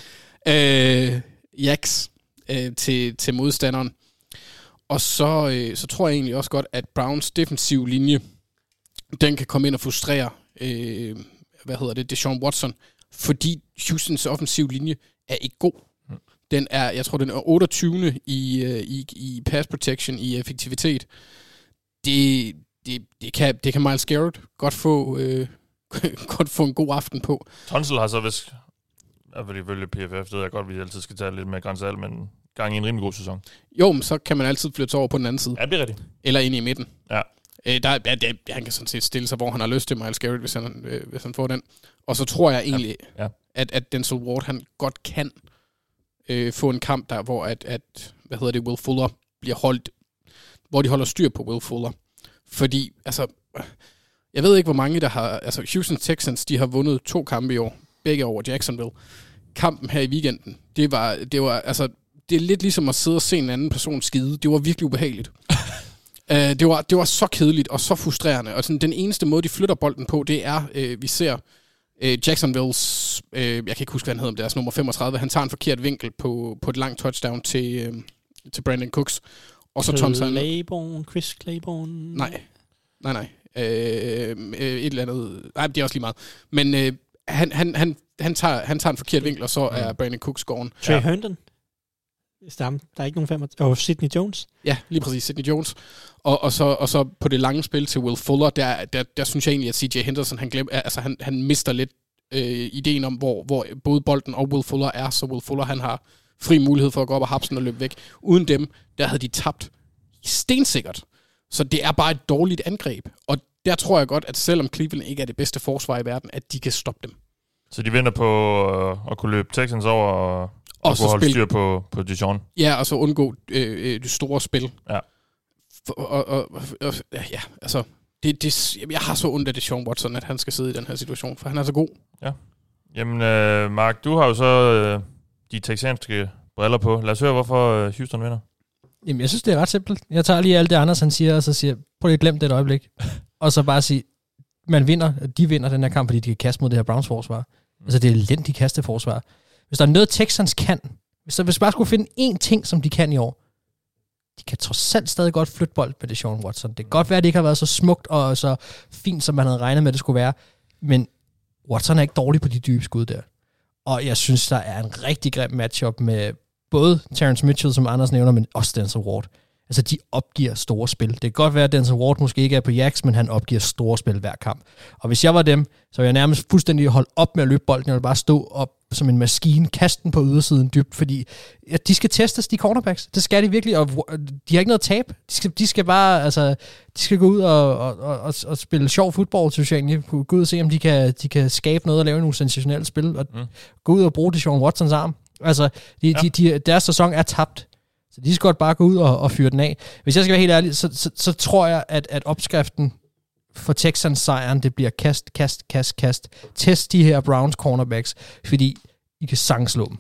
Øh, Jacks øh, til, til modstanderen. Og så, øh, så tror jeg egentlig også godt, at Browns defensiv linje, den kan komme ind og frustrere, øh, hvad hedder det, Deshaun Watson, fordi Houstons offensiv linje er ikke god. Den er, jeg tror, den er otteogtyvende i, i, i pass protection, i effektivitet. Det, det, det, kan, det kan Myles Garrett godt få, øh, godt få en god aften på. Tunsil har så vist, i hvert fald ifølge P F F, det ved jeg godt, at vi altid skal tage lidt med grænsal, men gang i en rimelig god sæson. Jo, men så kan man altid flytte over på den anden side. Ja, det er rigtigt. Eller ind i midten. Ja. Øh, der, ja, det, han kan sådan set stille sig, hvor han har lyst til Myles Garrett, hvis han, øh, hvis han får den. Og så tror jeg egentlig, ja. Ja. At, at Denzel Ward, han godt kan øh, få en kamp der, hvor at, at, hvad hedder det, Will Fuller bliver holdt, hvor de holder styr på Will Fuller. Fordi, altså, jeg ved ikke, hvor mange der har, altså Houston Texans, de har vundet to kampe i år, begge over Jacksonville. Kampen her i weekenden, det var, det var, altså, det er lidt ligesom at sidde og se en anden person skide. Det var virkelig ubehageligt. uh, det, var, det var så kedeligt og så frustrerende. Og sådan, den eneste måde, de flytter bolden på, det er, uh, vi ser uh, Jacksonvilles, uh, jeg kan ikke huske, hvad han hedder, deres nummer femogtredive, han tager en forkert vinkel på, på et langt touchdown til, uh, til Brandon Cooks. Og så tonser Claiborne, Chris Claiborne? Nej, nej, nej. Uh, et eller andet, nej, det er også lige meget. Men uh, han, han, han, han, tager, han tager en forkert vinkel, og så er Brandon Cooks gone. Trey ja. Herndon? Der er ikke nogen femogtredive. Og Sidney Jones? Ja, lige præcis, Sidney Jones. Og, og, så, og så på det lange spil til Will Fuller, der, der, der synes jeg egentlig, at C J Henderson, han, glem, altså, han, han mister lidt øh, ideen om, hvor, hvor både bolden og Will Fuller er, så Will Fuller, han har fri mulighed for at gå op og hapsen og løbe væk. Uden dem, der havde de tabt stensikkert. Så det er bare et dårligt angreb. Og der tror jeg godt, at selvom Cleveland ikke er det bedste forsvar i verden, at de kan stoppe dem. Så de venter på øh, at kunne løbe Texans over og, og, og kunne holde spil. styr på, på Dijon. Ja, og så undgå øh, det store spil. Ja. For, og, og, og, ja, altså, det, det, jeg har så ondt af Deshaun Watson, at han skal sidde i den her situation, for han er så god. Ja. Jamen, øh, Mark, du har jo så øh, de texanske briller på. Lad os høre, hvorfor øh, Houston vinder. Jamen, jeg synes, det er ret simpelt. Jeg tager lige alt det Anders, han siger, og så siger, prøv lige at glemme det et øjeblik. Og så bare sige, man vinder, de vinder den her kamp, fordi de kan kaste mod det her Browns forsvar. Mm. Altså, det er elendigt kasteforsvar. Hvis der er noget, Texans kan, hvis der hvis bare skulle finde én ting, som de kan i år, de kan trods alt stadig godt flytte bold med Deshaun Watson. Det kan godt være, at det ikke har været så smukt og så fint, som man havde regnet med, at det skulle være, men Watson er ikke dårlig på de dybe skud der. Og jeg synes, der er en rigtig grim matchup med både Terrence Mitchell, som Anders nævner, men også Denzel Ward. Altså, de opgiver store spil. Det kan godt være, at Denzel Ward måske ikke er på jaks, men han opgiver store spil hver kamp. Og hvis jeg var dem, så ville jeg nærmest fuldstændig holde op med at løbe bolden. Jeg ville bare stå op som en maskine, kaste den på ydersiden dybt, fordi ja, de skal testes, de cornerbacks. Det skal de virkelig, og de har ikke noget tab. De skal, de skal bare, altså, de skal gå ud og, og, og, og spille sjov fodbold, synes jeg egentlig. Gå ud og se, om de kan, de kan skabe noget og lave nogle sensationelle spil, og mm. gå ud og bruge Deshaun Watsons arm. Altså, de, ja. de, de, deres sæson er tabt. Så de skal godt bare gå ud og, og fyre den af. Hvis jeg skal være helt ærlig, så, så, så tror jeg, at, at opskriften for Texans sejren, det bliver kast, kast, kast, kast. Test de her Browns cornerbacks, fordi I kan sangsslå dem.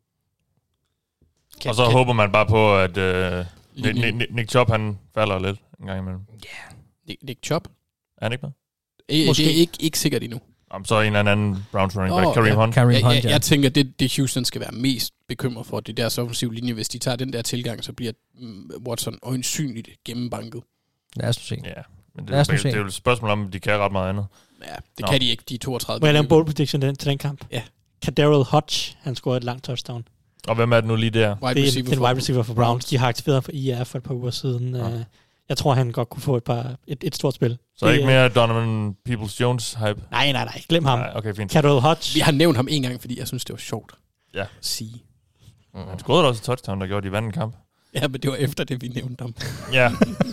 Og så kan. håber man bare på, at uh, Nick, Nick, Nick Chubb, han falder lidt en gang imellem. Ja, yeah. Nick, Nick Chubb? Er han ikke med? E, det er ikke, ikke sikkert endnu. Om så en eller anden Browns running back, oh, Kareem ja. Hunt. Kareem Hunt, ja. Jeg, jeg tænker, det, det Houston skal være mest bekymret for, det er deres offensiv linje. Hvis de tager den der tilgang, så bliver mm, Watson øjensynligt gennembanket. Lad os se. Ja, men det, det, det er jo et spørgsmål om, de kan ret meget andet. Ja, det Nå. kan de ikke, de toogtredive. Må jeg lave en bold prediction den, til den kamp? Ja. Kadarrell Hodge, han scorede et langt touchdown. Og hvem er det nu lige der? Wide det er den wide receiver for Browns. De har aktiveret for I R for et par uger siden. Ja. Jeg tror, han godt kunne få et, par, et, et stort spil. Så det, ikke mere Donovan Peoples-Jones-hype? Nej, nej, nej. Glem ham. Nej, okay, fint. Kadarrell Hodge. Vi har nævnt ham en gang, fordi jeg synes, det var sjovt ja. at sige. Mm. Han scorede også et touchdown, der gjorde de vandt en kamp. Ja, men det var efter det, vi nævnte ham. Ja.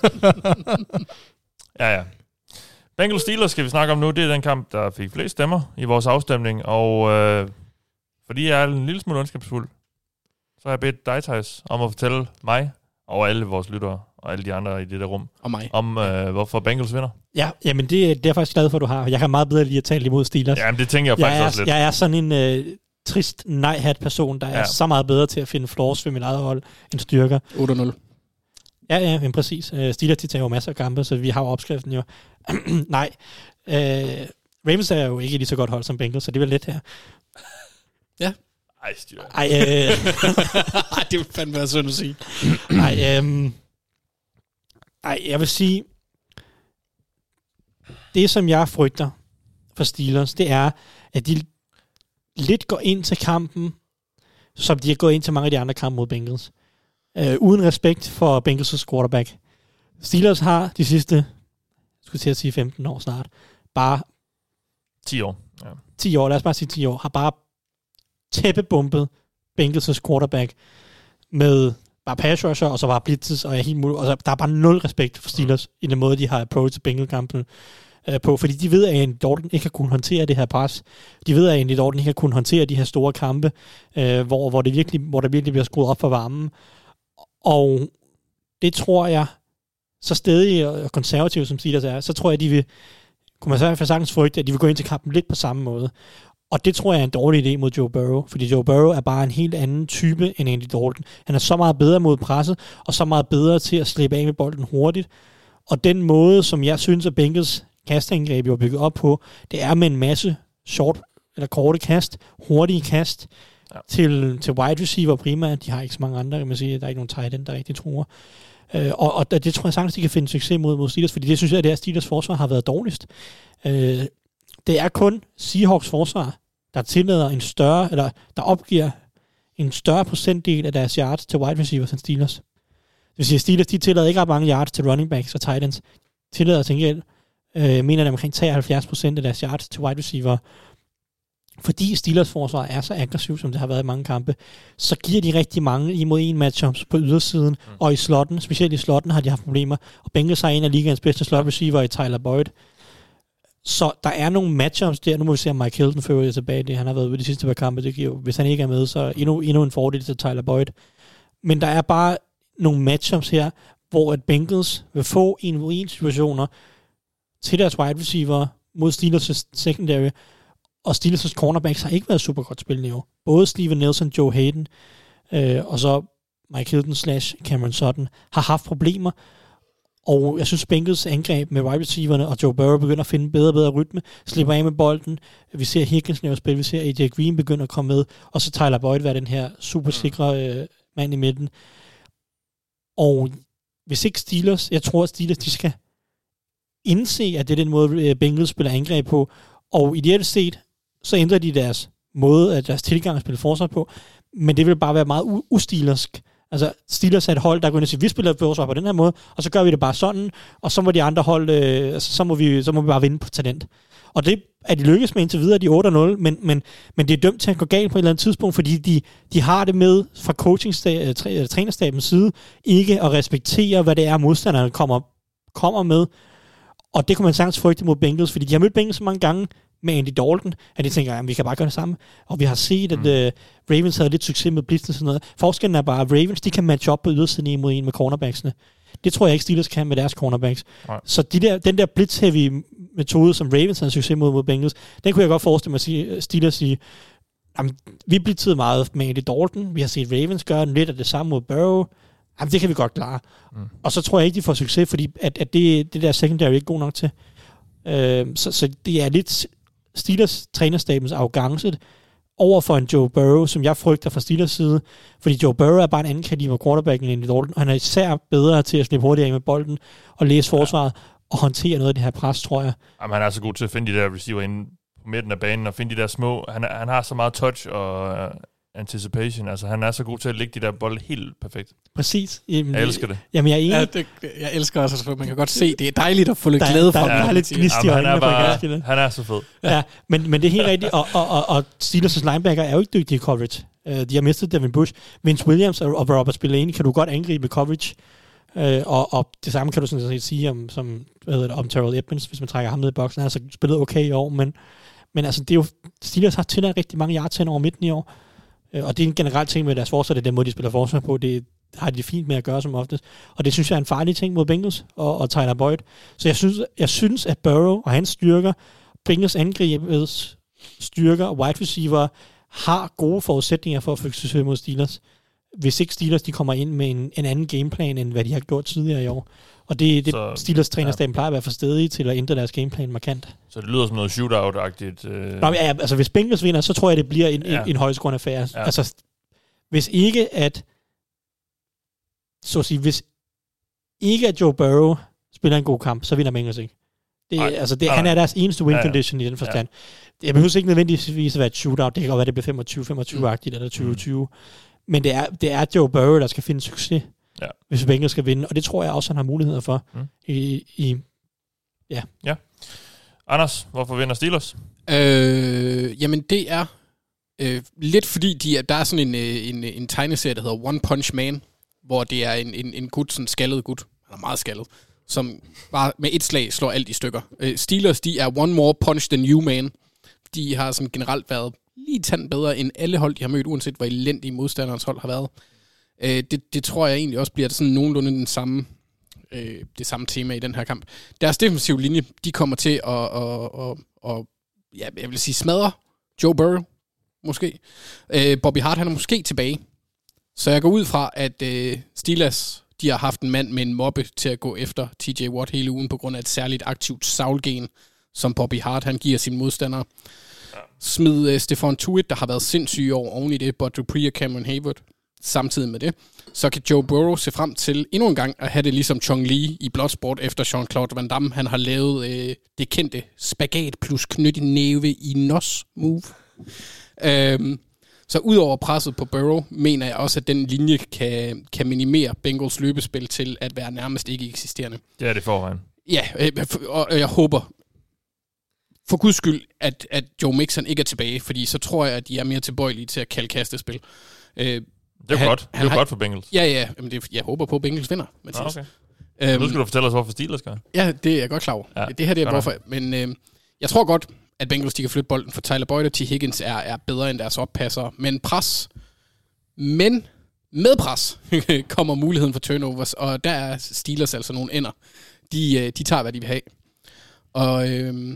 ja, ja. Bengals Steelers skal vi snakke om nu. Det er den kamp, der fik flest stemmer i vores afstemning. Og øh, fordi jeg er en lille smule ondskabsfuld, så har jeg bedt dig, Thijs, om at fortælle mig og alle vores lyttere og alle de andre i det der rum og mig. om øh, hvorfor Bengals vinder. Ja, jamen det, det er jeg faktisk glad for, at du har. Jeg kan meget bedre lide at tale imod Steelers. Jamen det tænker jeg faktisk jeg er, også lidt. Jeg er sådan en øh, trist nej-hat-person, der ja. er så meget bedre til at finde flaws ved mit eget hold end styrker. otte nul. Ja, ja, men præcis. Steelers, de tager jo masser af kampe, så vi har jo opskriften jo. Nej. Øh, Ravens er jo ikke lige så godt hold som Bengals, så det er vel lidt her. Ja. Ej, styr. Ej, øh... Ej, det vil fandme være synd at sige. Ej, øhm... Ej, jeg vil sige, det som jeg frygter for Steelers, det er, at de lidt går ind til kampen, som de har gået ind til mange af de andre kampe mod Bengals. Øh, uden respekt for Bengals' quarterback. Steelers har de sidste, jeg skulle til at sige femten år snart, bare ti år. Ja. ti år, lad os bare sige ti år, har bare tæppebumpet Bengals' quarterback med bare pass rusher, og så bare blitzes, og, er helt mul- og så, der er bare nul respekt for Steelers mm. i den måde, de har approached Bengals-kampen øh, på, fordi de ved, at Andy Dalton ikke har kunnet håndtere det her pres. De ved, at Andy Dalton ikke har kunnet håndtere de her store kampe, øh, hvor, hvor, det virkelig, hvor der virkelig bliver skruet op for varmen. Og det tror jeg, så stedig og konservativ som Steelers er, så tror jeg, de vil, kunne man så i hvert fald sagtens frygte, at de vil gå ind til kampen lidt på samme måde. Og det tror jeg er en dårlig idé mod Joe Burrow, fordi Joe Burrow er bare en helt anden type end Andy Dalton. Han er så meget bedre mod presset, og så meget bedre til at slippe af med bolden hurtigt. Og den måde, som jeg synes, at Bengals kastangreb er bygget op på, det er med en masse short eller korte kast, hurtige kast, ja. til, til wide receiver primært. De har ikke så mange andre, kan man sige. Der er ikke nogen tight end, der rigtig tror. Øh, og, og det tror jeg sagtens, de kan finde succes mod, mod Steelers, fordi det synes jeg, at det her Steelers forsvar har været dårligst. Øh, det er kun Seahawks forsvar, der tillader en større, eller der opgiver en større procentdel af deres yards til wide receivers end Steelers. Det vil sige, at Steelers, de tillader ikke ret mange yards til running backs og tight ends. Tillader til gengæld, øh, mener det omkring treoghalvfjerds procent af deres yards til wide receiver. Fordi Steelers forsvar er så aggressivt, som det har været i mange kampe, så giver de rigtig mange imod en matchups på ydersiden, mm. og i slotten, specielt i slotten har de haft problemer, og Bengals har en af ligaens bedste slot receiver i Tyler Boyd. Så der er nogle matchups der. Nu må vi se, om Mike Hilton fører tilbage. Det han har været ude de sidste par kampe. Det giver, hvis han ikke er med, så endnu, endnu en fordel til Tyler Boyd. Men der er bare nogle matchups her, hvor at Bengals vil få en mod en situationer til deres wide receiver mod Steelers' secondary, og Steelers' cornerbacks har ikke været super godt spillende i år. Både Steven Nelson, Joe Hayden, øh, og så Mike Hilton slash Cameron Sutton har haft problemer. Og jeg synes, Bengals angreb med wide receiverne og Joe Burrow begynder at finde bedre og bedre rytme, slipper af med bolden. Vi ser Higgins lave spil, vi ser A J Green begynde at komme med, og så Tyler Boyd være den her super sikre øh, mand i midten. Og hvis ikke Steelers, jeg tror, at Steelers, de skal indse, at det er den måde, Bengals spiller angreb på, og ideelt set, så ændrer de deres måde, at deres tilgang at spille forsvar på, men det vil bare være meget u- ustilersk. Altså, Steelers er et hold, der går ind og siger, vi spiller forsvar på den her måde, og så gør vi det bare sådan, og så må de andre hold, øh, altså, så, må vi, så må vi bare vinde på talent. Og det er de lykkes med indtil videre, de otte nul, men, men, men det er dømt til at gå galt på et eller andet tidspunkt, fordi de, de har det med fra coaching træ, trænerstabens side, ikke at respektere, hvad det er, modstanderne kommer, kommer med. Og det kunne man sagtens frygte mod Bengals, fordi de har mødt Bengals så mange gange med Andy Dalton, at de tænker, at vi kan bare gøre det samme. Og vi har set, at mm. uh, Ravens havde lidt succes med blitz og sådan noget. Forskellen er bare, at Ravens, de kan matche op på ydersiden en mod en med cornerbacksene. Det tror jeg ikke, Steelers kan med deres cornerbacks. Nej. Så de der, den der blitz-heavy metode, som Ravens havde succes mod mod Bengals, den kunne jeg godt forestille mig at sige, Steelers sige, jamen, vi blitzede meget med Andy Dalton, vi har set Ravens gøre lidt af det samme mod Burrow, jamen, det kan vi godt klare. Mm. Og så tror jeg ikke, de får succes, fordi at, at det, det der secondary er ikke god nok til. Øh, så, så det er lidt Steelers trænerstabens arrogance over for en Joe Burrow, som jeg frygter fra Steelers side, fordi Joe Burrow er bare en anden kaliber quarterback end Andy Dalton, og han er især bedre til at slippe hurtigt af med bolden og læse forsvaret ja. og håndtere noget af det her pres, tror jeg. Jamen, han er så god til at finde de der receiver inde på midten af banen og finde de der små. Han, han har så meget touch og uh, anticipation. Altså, han er så god til at lægge de der bolde helt perfekt. Præcis. Jamen, jeg elsker det. Jamen, jeg er enig. Ja, det, jeg elsker også, for man kan godt se, det er dejligt at få lidt der, glæde fra. Der, der, der er lidt gnist i øjnene. Han er, bare, han er så fed. Ja, men, men det er helt rigtigt. Og, og, og, og Steelers' linebacker er jo ikke dygtige i coverage. Uh, de har mistet Devin Bush. Vince Williams og, og Robert Spillane kan du godt angribe coverage. Uh, og, og det samme kan du sådan set sige om, som, hvad hedder det, om Terrell Edmonds, hvis man trækker ham ned i boksen. Han har så spillet okay i år, men, men altså, det er jo, Steelers har tilladt rigtig mange yards hen over midten i år. Uh, og det er en generelt ting med deres forsvar, det er den måde, de spiller forsvar på. Det har de fint med at gøre som oftest. Og det synes jeg er en farlig ting mod Bengals og, og Tyler Boyd. Så jeg synes, jeg synes, at Burrow og hans styrker, Bengals angribets styrker og wide receiver har gode forudsætninger for at få succes mod Steelers. Hvis ikke Steelers de kommer ind med en, en anden gameplan, end hvad de har gjort tidligere i år. Og det, det så, Steelers trænerstaben ja. plejer at være for stedige til at ændre deres gameplan markant. Så det lyder som noget shootout-agtigt. Øh... Nå, ja, altså hvis Bengals vinder, så tror jeg, det bliver en, ja. en, en højskårende affære. Ja. Altså, hvis ikke at så at sige, hvis ikke at Joe Burrow spiller en god kamp, så vinder Bengals ikke. Det, Ej, altså det, han er deres eneste win condition ja, ja. i den forstand. Ja. Jeg behøver ikke nødvendigvis at være et shootout. Det kan godt være, det bliver femogtyve femogtyve-agtigt eller tyve tyve. Mm. Men det er, det er Joe Burrow, der skal finde succes, ja. hvis Bengals skal vinde. Og det tror jeg også, han har muligheder for. Mm. I, i, ja. ja. Anders, hvorfor vinder Steelers? Øh, jamen, det er øh, lidt fordi, de er, der er sådan en, en, en tegneserie, der hedder One Punch Man, hvor det er en, en, en gut, sådan skaldet gut, han er meget skaldet, som bare med et slag slår alt i stykker. Øh, Steelers, de er one more punch than you, man. De har sådan generelt været lige tand bedre end alle hold, de har mødt, uanset hvor elendige modstanderens hold har været. Øh, det, det tror jeg egentlig også bliver sådan nogenlunde den samme, øh, det samme tema i den her kamp. Deres defensive linje, de kommer til at, at, at, at ja, jeg vil sige smadre Joe Burrow, måske. Øh, Bobby Hart, han er måske tilbage. Så jeg går ud fra, at øh, Steelers, de har haft en mand med en mobbe til at gå efter T J Watt hele ugen, på grund af et særligt aktivt Saul-gen, som Bobby Hart, han giver sine modstandere. Smid øh, Stephon Tuitt, der har været sindssyg i år oven i det, Bud Dupree og Cameron Hayward. Samtidig med det, så kan Joe Burrow se frem til endnu en gang at have det ligesom Chong Li i Bloodsport, efter Jean-Claude Van Damme, han har lavet øh, det kendte spagat plus knytte næve i nos move. øhm, så udover presset på Burrow, mener jeg også, at den linje kan, kan minimere Bengals løbespil til at være nærmest ikke eksisterende. Det er det forvejen. Ja, øh, og jeg håber for guds skyld, at, at Joe Mixon ikke er tilbage, fordi så tror jeg, at de er mere tilbøjelige til at kalde kastespil. Øh, det er jo han, godt. Det er jo godt for Bengals. Ja, ja. Jamen det, jeg håber på, at Bengals vinder, Mathias. Ah, okay. øhm, nu skal du fortælle os, hvorfor Steelers gør. Ja, det er jeg godt klar over. Ja, det her det er hvorfor. Men øh, jeg tror godt, at Bengals de kan flytte bolden, for Tyler Boyd og T. Higgins er, er bedre end deres oppasser. Men pres, men med pres, kommer muligheden for turnovers, og der er Steelers altså nogle ender. De, de tager, hvad de vil have. Og øh,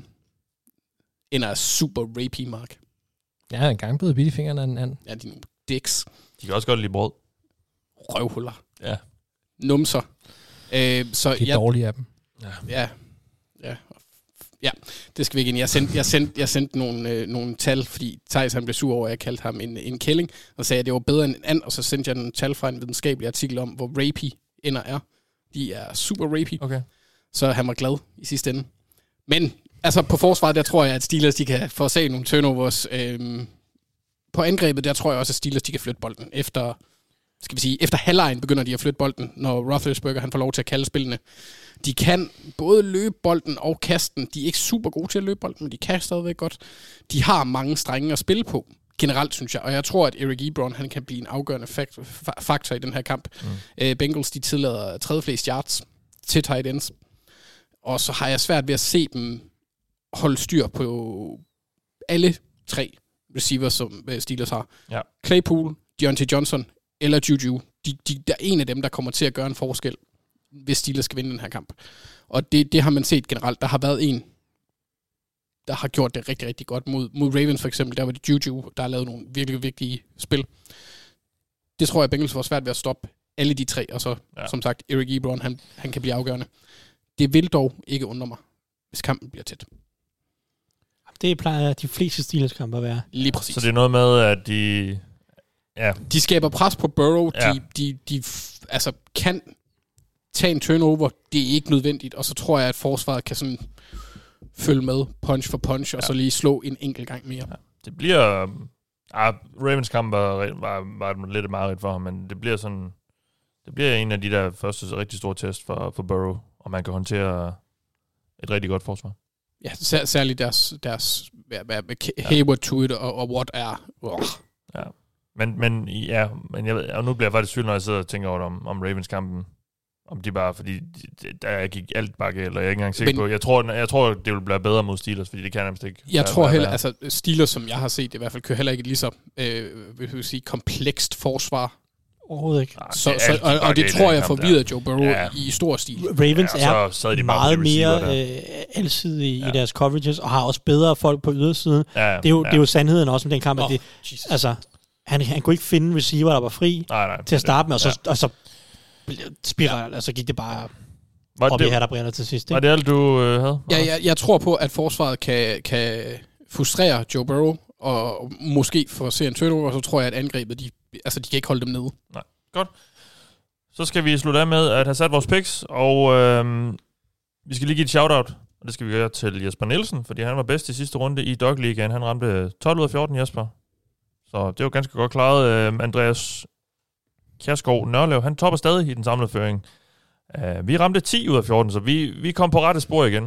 ender er super rapey, Mark. Ja, en gang blevet bidt i fingrene af en anden. Ja, de er nogle dicks. De kan også godt lide brød. Røvhuller. Ja. Numser. Øh, så de er jeg, dårlige af dem. Ja. Ja. Ja. Ja, det skal vi ikke ind. Jeg sendte, jeg sendte, jeg sendte nogle, øh, nogle tal, fordi Thijs han blev sur over, at jeg kaldte ham en, en kælling, og sagde, at det var bedre end en and, og så sendte jeg nogle tal fra en videnskabelig artikel om, hvor rapey ender er. De er super rapey. Okay. Så han var glad i sidste ende. Men altså på forsvaret, der tror jeg, at Steelers de kan få se nogle turnovers. Øhm, på angrebet, der tror jeg også, at Steelers de kan flytte bolden. Efter, skal vi sige, efter halvlejen begynder de at flytte bolden, når Roethlisberger han får lov til at kalde spillene. De kan både løbe bolden og kaste den. De er ikke super gode til at løbe bolden, men de kan stadigvæk godt. De har mange strenge at spille på, generelt synes jeg. Og jeg tror, at Eric Ebron han kan blive en afgørende faktor i den her kamp. Mm. Øh, Bengals de tillader tredje flest yards til tight ends. Og så har jeg svært ved at se dem holde styr på alle tre receivers, som Steelers har. Ja. Claypool, Deontay Johnson eller Juju. De, de, der er en af dem, der kommer til at gøre en forskel, hvis Steelers skal vinde den her kamp. Og det, det har man set generelt. Der har været en, der har gjort det rigtig, rigtig godt. Mod, mod Ravens for eksempel, der var det Juju, der har lavet nogle virkelig vigtige spil. Det tror jeg, Bengals får svært ved at stoppe alle de tre. Og så, ja. som sagt, Eric Ebron, han, han kan blive afgørende. Det vil dog ikke undre mig, hvis kampen bliver tæt. Det plejer de fleste Steelers-kampe at være. Lige præcis. Så det er noget med, at de... Ja. De skaber pres på Burrow. Ja. De, de, de altså, kan tage en turnover. Det er ikke nødvendigt. Og så tror jeg, at forsvaret kan sådan følge med punch for punch, ja. og så lige slå en enkelt gang mere. Ja. Det bliver... Ah, Ravens kamp var, var, var lidt meget for ham, men det bliver sådan... Det bliver en af de der første rigtig store test for, for Burrow, og man kan håndtere et rigtig godt forsvar. Ja, sær- særligt deres, deres hvad, hvad, Hayward, Tuitt og, og what er. Oh. Ja, men, men, ja, men jeg ved, og nu bliver jeg faktisk tvivl, når jeg sidder og tænker over det, om, om Ravens-kampen, om de bare, fordi de, der gik alt bare galt, og jeg er ikke engang sikker men, på. Jeg tror, jeg tror, det vil blive bedre mod Steelers, fordi det kan nærmest ikke. Jeg tror heller, altså Steelers, som jeg har set, i hvert fald kører heller ikke lige så øh, vil jeg sige, komplekst forsvar. Overhovedet ikke. Ah, så, så, og, og det tror jeg forvirrede Joe Burrow ja. i stor stil. Ravens ja, er meget mere øh, alsidige ja. i deres coverages, og har også bedre folk på ydersiden. Ja, ja. Det, er jo, ja. det er jo sandheden også om den kamp, at det, altså, han, han kunne ikke finde en receiver, der var fri nej, nej, til at starte med, og så, ja. og så spiral, ja. altså gik det bare var op det, i hatterbriller til sidst. Ikke? Var det alt, du øh, havde? Ja, jeg, jeg tror på, at forsvaret kan, kan frustrere Joe Burrow, og måske få se en turnover, og så tror jeg, at angrebet, de, altså, de kan ikke holde dem nede. Nej, godt. Så skal vi slutte af med at have sat vores picks, og øh, vi skal lige give et shout-out, og det skal vi gøre til Jesper Nielsen, fordi han var bedst i sidste runde i Dog Ligaen. Han ramte tolv ud af fjorten, Jesper. Så det var ganske godt klaret. Øh, Andreas Kjærskov Nørlev, han topper stadig i den samlede føring. Uh, vi ramte ti ud af fjorten, så vi, vi kom på rette spor igen.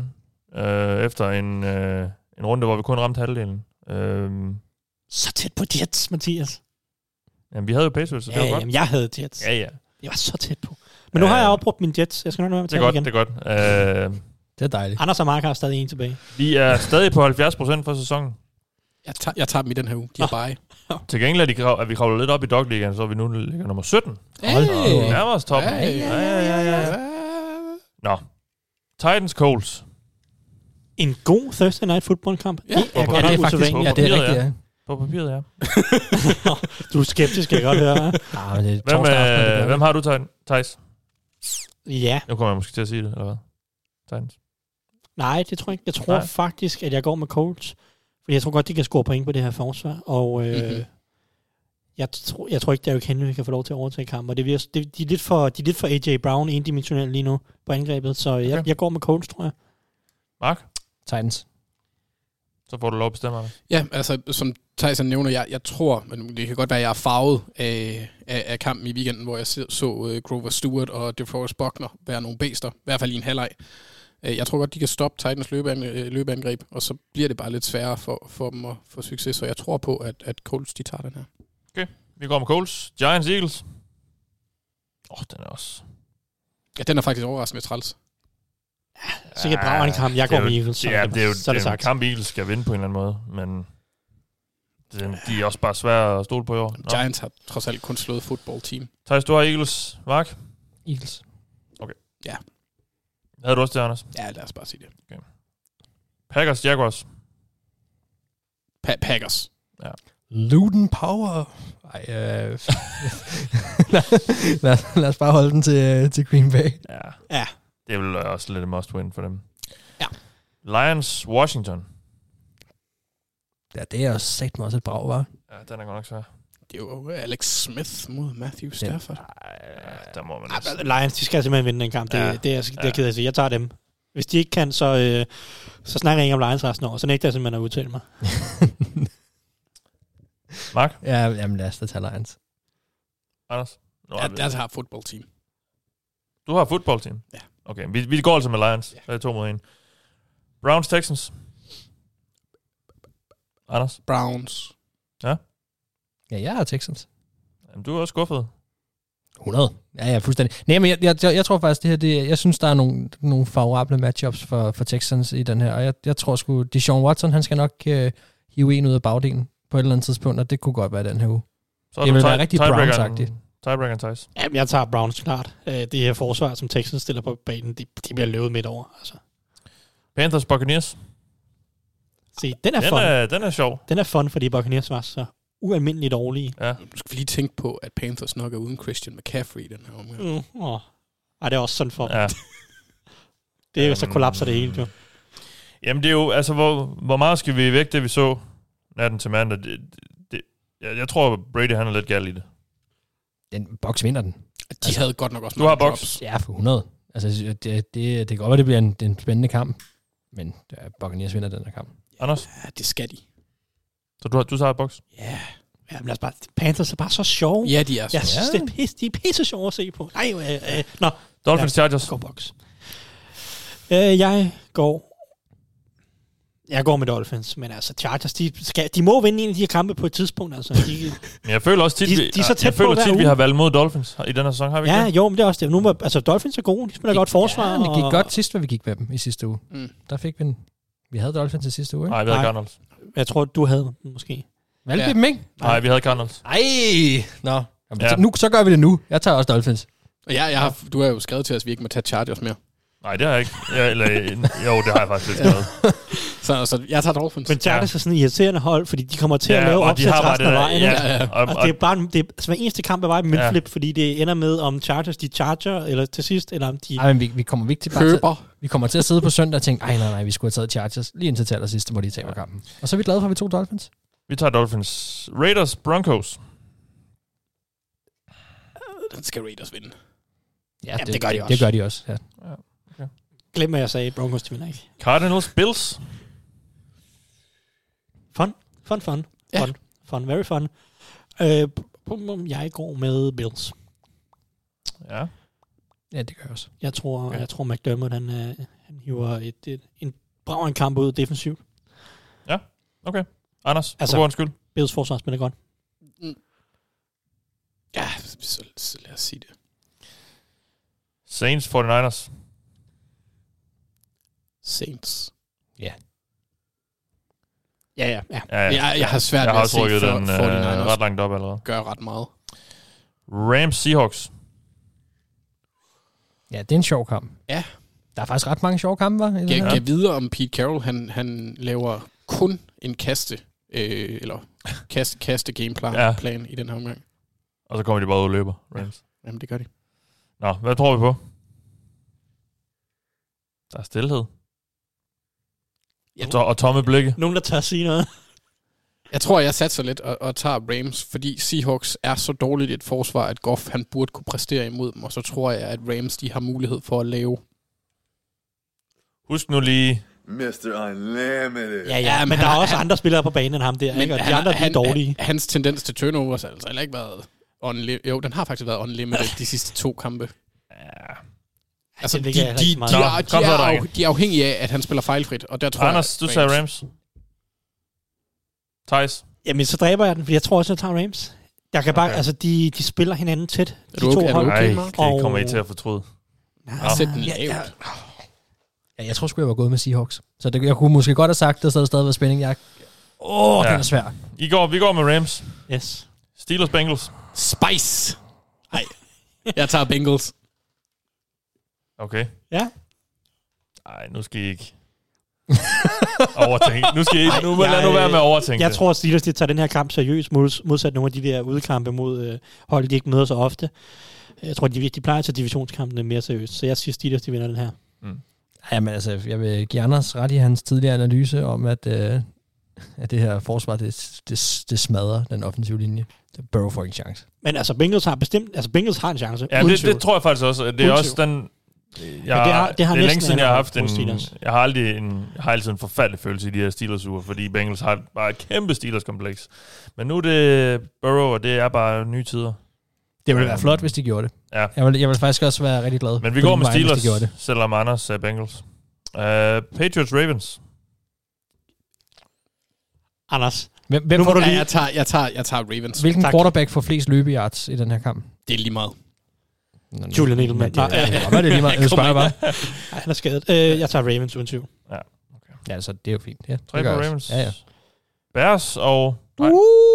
øh, efter en, øh, en runde, hvor vi kun ramte halvdelen. Øh, Så tæt på Jets, Mathias. jamen, vi havde jo Patriots, så det Ja, var godt. jamen, jeg havde Jets. Ja, ja. Jeg var så tæt på. Men nu har jeg opbrugt min Jets. Jeg skal nok nå at Det er tage godt, igen. det er godt. Øh, Det er dejligt. Anders og Mark har stadig en tilbage. vi er stadig på halvfjerds procent for sæsonen. Jeg tager, jeg tager dem i den her uge. De er bare. Til gengæld er, de, krav- er vi kravlet lidt op i Dog-ligaen, så er vi nu ligger nummer sytten. Hey. Og nærmer os toppen. Hey. Ja, ja, ja, ja. Nå. Titans Colts. En god Thursday Night Football-kamp. Ja. Det er Ja, godt det er nok faktisk, usædvanligt. ja, det er papiret, rigtigt, ja. ja. På papiret, ja. Du er skeptisk, kan jeg godt høre. hva'? Ah, men det er Hvem, torsdag aften, det øh, gør hvem vi. har du, Thijs? Ja. Nu kommer jeg måske til at sige det, eller hvad? Titans. Nej, det tror jeg ikke. Jeg tror Nej. faktisk, at jeg går med Colts. Fordi jeg tror godt, de kan score point på det her forsvar. Og øh, Mhm. jeg, tror, jeg tror ikke, Derrick Henry kan få lov til at overtage kampen. Og det er, det, de, er lidt for, de er lidt for A J Brown endimensionelle lige nu på angrebet. Så jeg, Okay. jeg går med Colts, tror jeg. Mark? Titans. Så får du lov at bestemme dig. Ja, altså som Tyson nævner, jeg, jeg tror, men det kan godt være, at jeg er farvet af, af, af kampen i weekenden, hvor jeg så, så uh, Grover Stewart og DeForest Buckner være nogle bæster, i hvert fald i en halvleg. Uh, jeg tror godt, de kan stoppe Titans løbean, uh, løbeangreb, og så bliver det bare lidt sværere for, for dem at få succes, så jeg tror på, at, at Colts de tager den her. Vi går med Colts. Giants Eagles. Åh, oh, den er også... Ja, den er faktisk overraskende træls. Så jeg brager en kamp. Jeg det er går med jo- Eagles. Ja, det er jo så er det det er en sagt. kamp, Eagles skal vinde på en eller anden måde, men den, de er også bare svære at stole på i år. Nå. Giants har trods alt kun slået fodboldteam. Thijs, du har Eagles. Mark? Eagles. Havde du også det, Anders? Ja, lad os bare sige det. Packers Jaguars. Pa- Packers. Luton Power. Ej, øh... lad, lad, lad os bare holde den til, til Green Bay. Ja. Ja. Det er vel også lidt et must-win for dem. Ja. Lions Washington. Ja, det er også sagt mig også et brag, var. Ja, den er godt nok svær. Det er jo Alex Smith mod Matthew Stafford. Ja, der må man Ah, næsten. Lions, de skal simpelthen vinde den kamp. Det, Ja. ja. det, er, det er Ja. jeg ked af at sige. Jeg tager dem. Hvis de ikke kan, så, øh, så snakker jeg ikke om Lions resten af år. Så nægter jeg simpelthen at udtale mig. Mark? Ja, jamen lad os da tage Lions. Anders? Nå, Ja, er vi- der har fodboldteam. Du har fodboldteam? Ja. Okay, vi, vi går altså med Lions. Ja. Så er det to mod en. Browns Texans. Anders? Browns. Ja, jeg har Texans. Jamen, du er også skuffet. hundrede. Ja, ja, fuldstændig. Nej, men jeg, jeg, jeg, jeg tror faktisk, det her, det, jeg synes, der er nogle, nogle favorable matchups for, for Texans i den her, og jeg, jeg tror sgu, Deshaun Watson, han skal nok uh, hive en ud af bagdelen på et eller andet tidspunkt, og det kunne godt være den her uge. Så er Det du vil tie- være rigtig tiebreakeren- Browns-agtigt. Tiebreakeren, Thijs. Jamen, jeg tager Browns klart. Øh, det her forsvar, som Texans stiller på banen, de, de bliver løbet midt over. Altså. Panthers Buccaneers. Se, den er Den fun. er, den er sjov. Den er fun, fordi Buccaneers var så ualmindeligt dårlige. Ja. Nu skal vi lige tænke på, at Panthers nok er uden Christian McCaffrey i den her omgang. Mm. Oh. Ej, det er også sådan for. ja. Det er jo så Øhm, kollapser det hele, jo. Jamen, det er jo, altså, hvor, hvor meget skal vi væk, det vi så natten til mandag? Det, det, jeg, jeg tror, Brady, han er lidt gal i det. Den Box vinder den. De havde godt nok også Du har mange Bucks. drops. Ja, for hundrede. Altså, det, det, det kan godt være, det bliver en, en spændende kamp, men ja, Buccaneers vinder den her kamp. Anders? Ja, det skal de. Så du, har- du tager et boks? Ja. Ja, men lad os bare, Panthers er bare så sjove. Ja, de er så. Jeg synes, det er pisse, de er pisse sjove at se på. Nej, øh, øh, nå, Dolphins Chargers. går box. Øh, jeg går... Jeg går med Dolphins, men altså Chargers, de, skal, de må vinde en af de her kampe på et tidspunkt. Altså. De, Men jeg føler også tit, De- vi, de er så tæt jeg på føler hver tit, vi uge. har valgt mod Dolphins i den her sæson, har vi ikke ja, det? jo, men det er også det. Nu må, altså, Dolphins er gode. De spiller godt forsvar. Ja, det gik og, godt sidst, hvad vi gik med dem i sidste uge. Mm. Der fik vi den. Vi havde Dolphins i sidste uge, ikke? Nej, vi havde Nej. Cardinals. Jeg tror, du havde den måske. Valgte Ja. vi dem, ikke? Nej, vi havde Cardinals. Ej! Nå. Jamen, Ja. så, nu, så gør vi det nu. Jeg tager også Dolphins. Og ja, jeg har, du har jo skrevet til os, at vi ikke må tage Chargers mere. Nej, det har jeg ikke. Ja, eller, jo, det har jeg faktisk lidt skrevet. Så, så jeg tager Dolphins. Men Chargers er sådan et irriterende hold, fordi de kommer til Ja, at lave og de opsæt har bare resten det af der- vejen. ja, ikke? ja, ja. Og, Og det er bare, det er, altså, hver eneste kamp er bare et møntflip, ja. fordi det ender med, om Chargers de charger, eller til sidst, eller om de... Ej, men vi, vi kommer ikke til bare til, Køber. vi kommer til at sidde på søndag og tænke, ej nej nej, vi skulle have taget Chargers lige indtil til allersidst, hvor de tager kampen. Og så er vi glade for, at vi tog Dolphins. vi tager Dolphins. Raiders Broncos. Den skal Raiders vinde. Ja, Jamen, det gør de det, også. det gør de også, ja. Glem, hvad jeg sagde. Broncos, de vinder ikke. Cardinals Bills. Fun, fun, fun. Ja. Fun, fun, very fun. Øh, bum, bum, jeg går med Bills. Ja. Ja, det gør jeg også. Jeg tror, Okay. jeg tror McDermott, han, øh, han hiver et, et, en brager en kamp ud defensivt. Ja, okay. Anders, Altså- for god skyld. Bills forsvar spiller godt. Ja, så, så lad os sige det. Saints forty-niners. Saints. Ja. Ja, ja, ja. Ja, ja. Jeg, jeg har svært Jeg ved har at også se rykket for den øh, forty-niners ret langt op allerede. gør ret meget. Rams Seahawks. Ja, det er en sjov kamp. Ja. Der er faktisk ret mange sjove kampe, var? Jeg kan videre om Pete Carroll, han, han laver kun en kaste, øh, eller kaste, kaste gameplan Ja. plan i den her omgang. Og så kommer de bare ud og løber. Rams. Jamen, det gør de. Nå, hvad tror vi på? Der er stillhed. Jeg Og, to- og tomme blikke. Nogen, der tør sige noget. Jeg tror, jeg satser lidt og, og tager Rams, fordi Seahawks er så dårligt et forsvar, at Goff han burde kunne præstere imod dem, og så tror jeg, at Rams de har mulighed for at lave. Husk nu lige... mister Unlimited. Ja, ja, Ja, men, men der han- er også han- andre spillere på banen end ham der, ikke? Og de han- andre, de er han- dårlige. han- Hans tendens til turnovers har altså heller ikke været unlimited. Jo, den har faktisk været unlimited de sidste to kampe. Ja. Altså, det de, ligger de, jeg de, rigtig de, meget. Nå, er, de, kom så, er, drenge. af, de er afhængige af, at han spiller fejlfrit, og der tror Anders, jeg... du sagde Rams. Thijs. Jamen, så dræber jeg den, for jeg tror også, jeg tager Rams. Jeg kan bare, Okay. altså, de, de spiller hinanden tæt, de du to okay? Er du hold. okay? Ej, Mark? det kommer I Og- til at fortryde. Jeg sætter den lavt. Ja, ja, jeg tror sgu, jeg var gået med Seahawks. Så det, jeg kunne måske godt have sagt det, så havde der stadig været spænding. Jeg... Åh, oh, Ja. den er svær. I går, vi går med Rams. Yes. Steelers Bengals. Spice! Nej, jeg tager Bengals. Okay. Ja. Ej, nu skal I ikke overtænke. Nu skal I ikke. Nu må jeg- lad nu være med at overtænke Jeg det. tror, at Steelers de tager den her kamp seriøst, mods- modsat nogle af de der udkampe mod øh, hold, de ikke møder så ofte. Jeg tror, de, de plejer at tage divisionskampene mere seriøst, så jeg siger, Steelers de vinder den her. Jamen altså, jeg vil give Anders ret i hans tidligere analyse om, at, øh, at det her forsvar, det, det, det smadrer den offensive linje. Burrow får ikke en chance. Men altså, Bengals har bestemt, altså Bengals har en chance. Ja, uden det, tvivl. det tror jeg faktisk også. Det er Uden også tvivl. den... Jeg, det har- det har det er næsten længe siden, jeg har alle haft mod en... Steelers. Jeg har aldrig en... Jeg har altid en forfærdelig følelse i de her Steelers-uger, fordi Bengals har bare et kæmpe Steelers-kompleks. Men nu er det Burrow, og det er bare nye tider. Det ville være flot, hvis de gjorde det. Ja. Jeg vil, jeg vil faktisk også være rigtig glad. Men vi på går din med vegne, hvis de gjorde Steelers, det. selvom Anders sagde Bengals. Uh, Patriots Ravens. Anders. Hvem, hvem Nu får må du Ja, lige... jeg tager, jeg tager, jeg tager Ravens. Hvilken Tak. quarterback får flest løbeyards i den her kamp? Det er lige meget. Julian Edelman. Nej, det, det, det er lige meget. Jeg spørger bare. Ej, han er skadet. Øh, jeg tager Ravens uden tvivl. Ja, altså, det er jo fint. Ja, Tre det gør på jeg Ravens. også. Ja, ja. Bears og... Nej.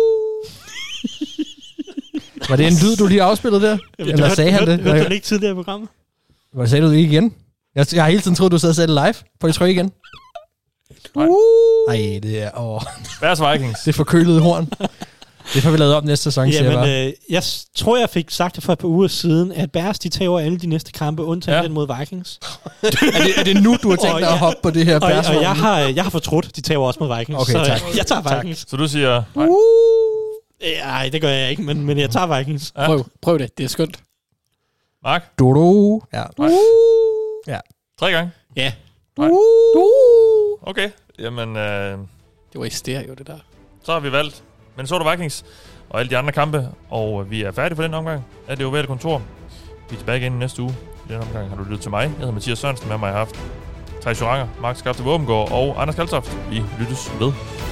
Var det en lyd, du lige afspillede der? Jamen, Eller hørte- sagde han hørte, det? Hørte du den ikke tidligere i programmet? Hvad sagde du ikke igen? Jeg, jeg har hele tiden troet, du sad og sagde det live. Prøv lige at trykke igen. Nej. Ej, det er... Åh, Bears Vikings. det er forkølede horn. Det får vi lavet op næste sæson, siger jeg Jamen, bare. øh, jeg s- tror, jeg fik sagt det for et par uger siden, at Bears, de tager over alle de næste kampe, undtagen Ja. den mod Vikings. Er det, er det nu, du har tænkt Og dig ja. at hoppe på det her Og, Bears? og jeg, har, jeg har fortrudt, de tager også mod Vikings. Okay, så tak. jeg tager Tak. Vikings. Så du siger... Nej. Nej, det gør jeg ikke, men, men jeg tager Vikings. Ja. Prøv, prøv det, det er skønt. Mark? Dodo. Ja. Ja. Tre gange? Ja, Okay. Jamen, øh, det var i stereo, det der. så har vi valgt Minnesota Vikings og alle de andre kampe, og vi er færdige for den omgang af det ovale kontor. Vi er tilbage igen næste uge. I den omgang har du lyttet til mig. Jeg hedder Mathias Sørensen, med mig har haft Thijs Joranger, Mark Skafte Våbengård og Anders Kaltoft. Vi lyttes ved.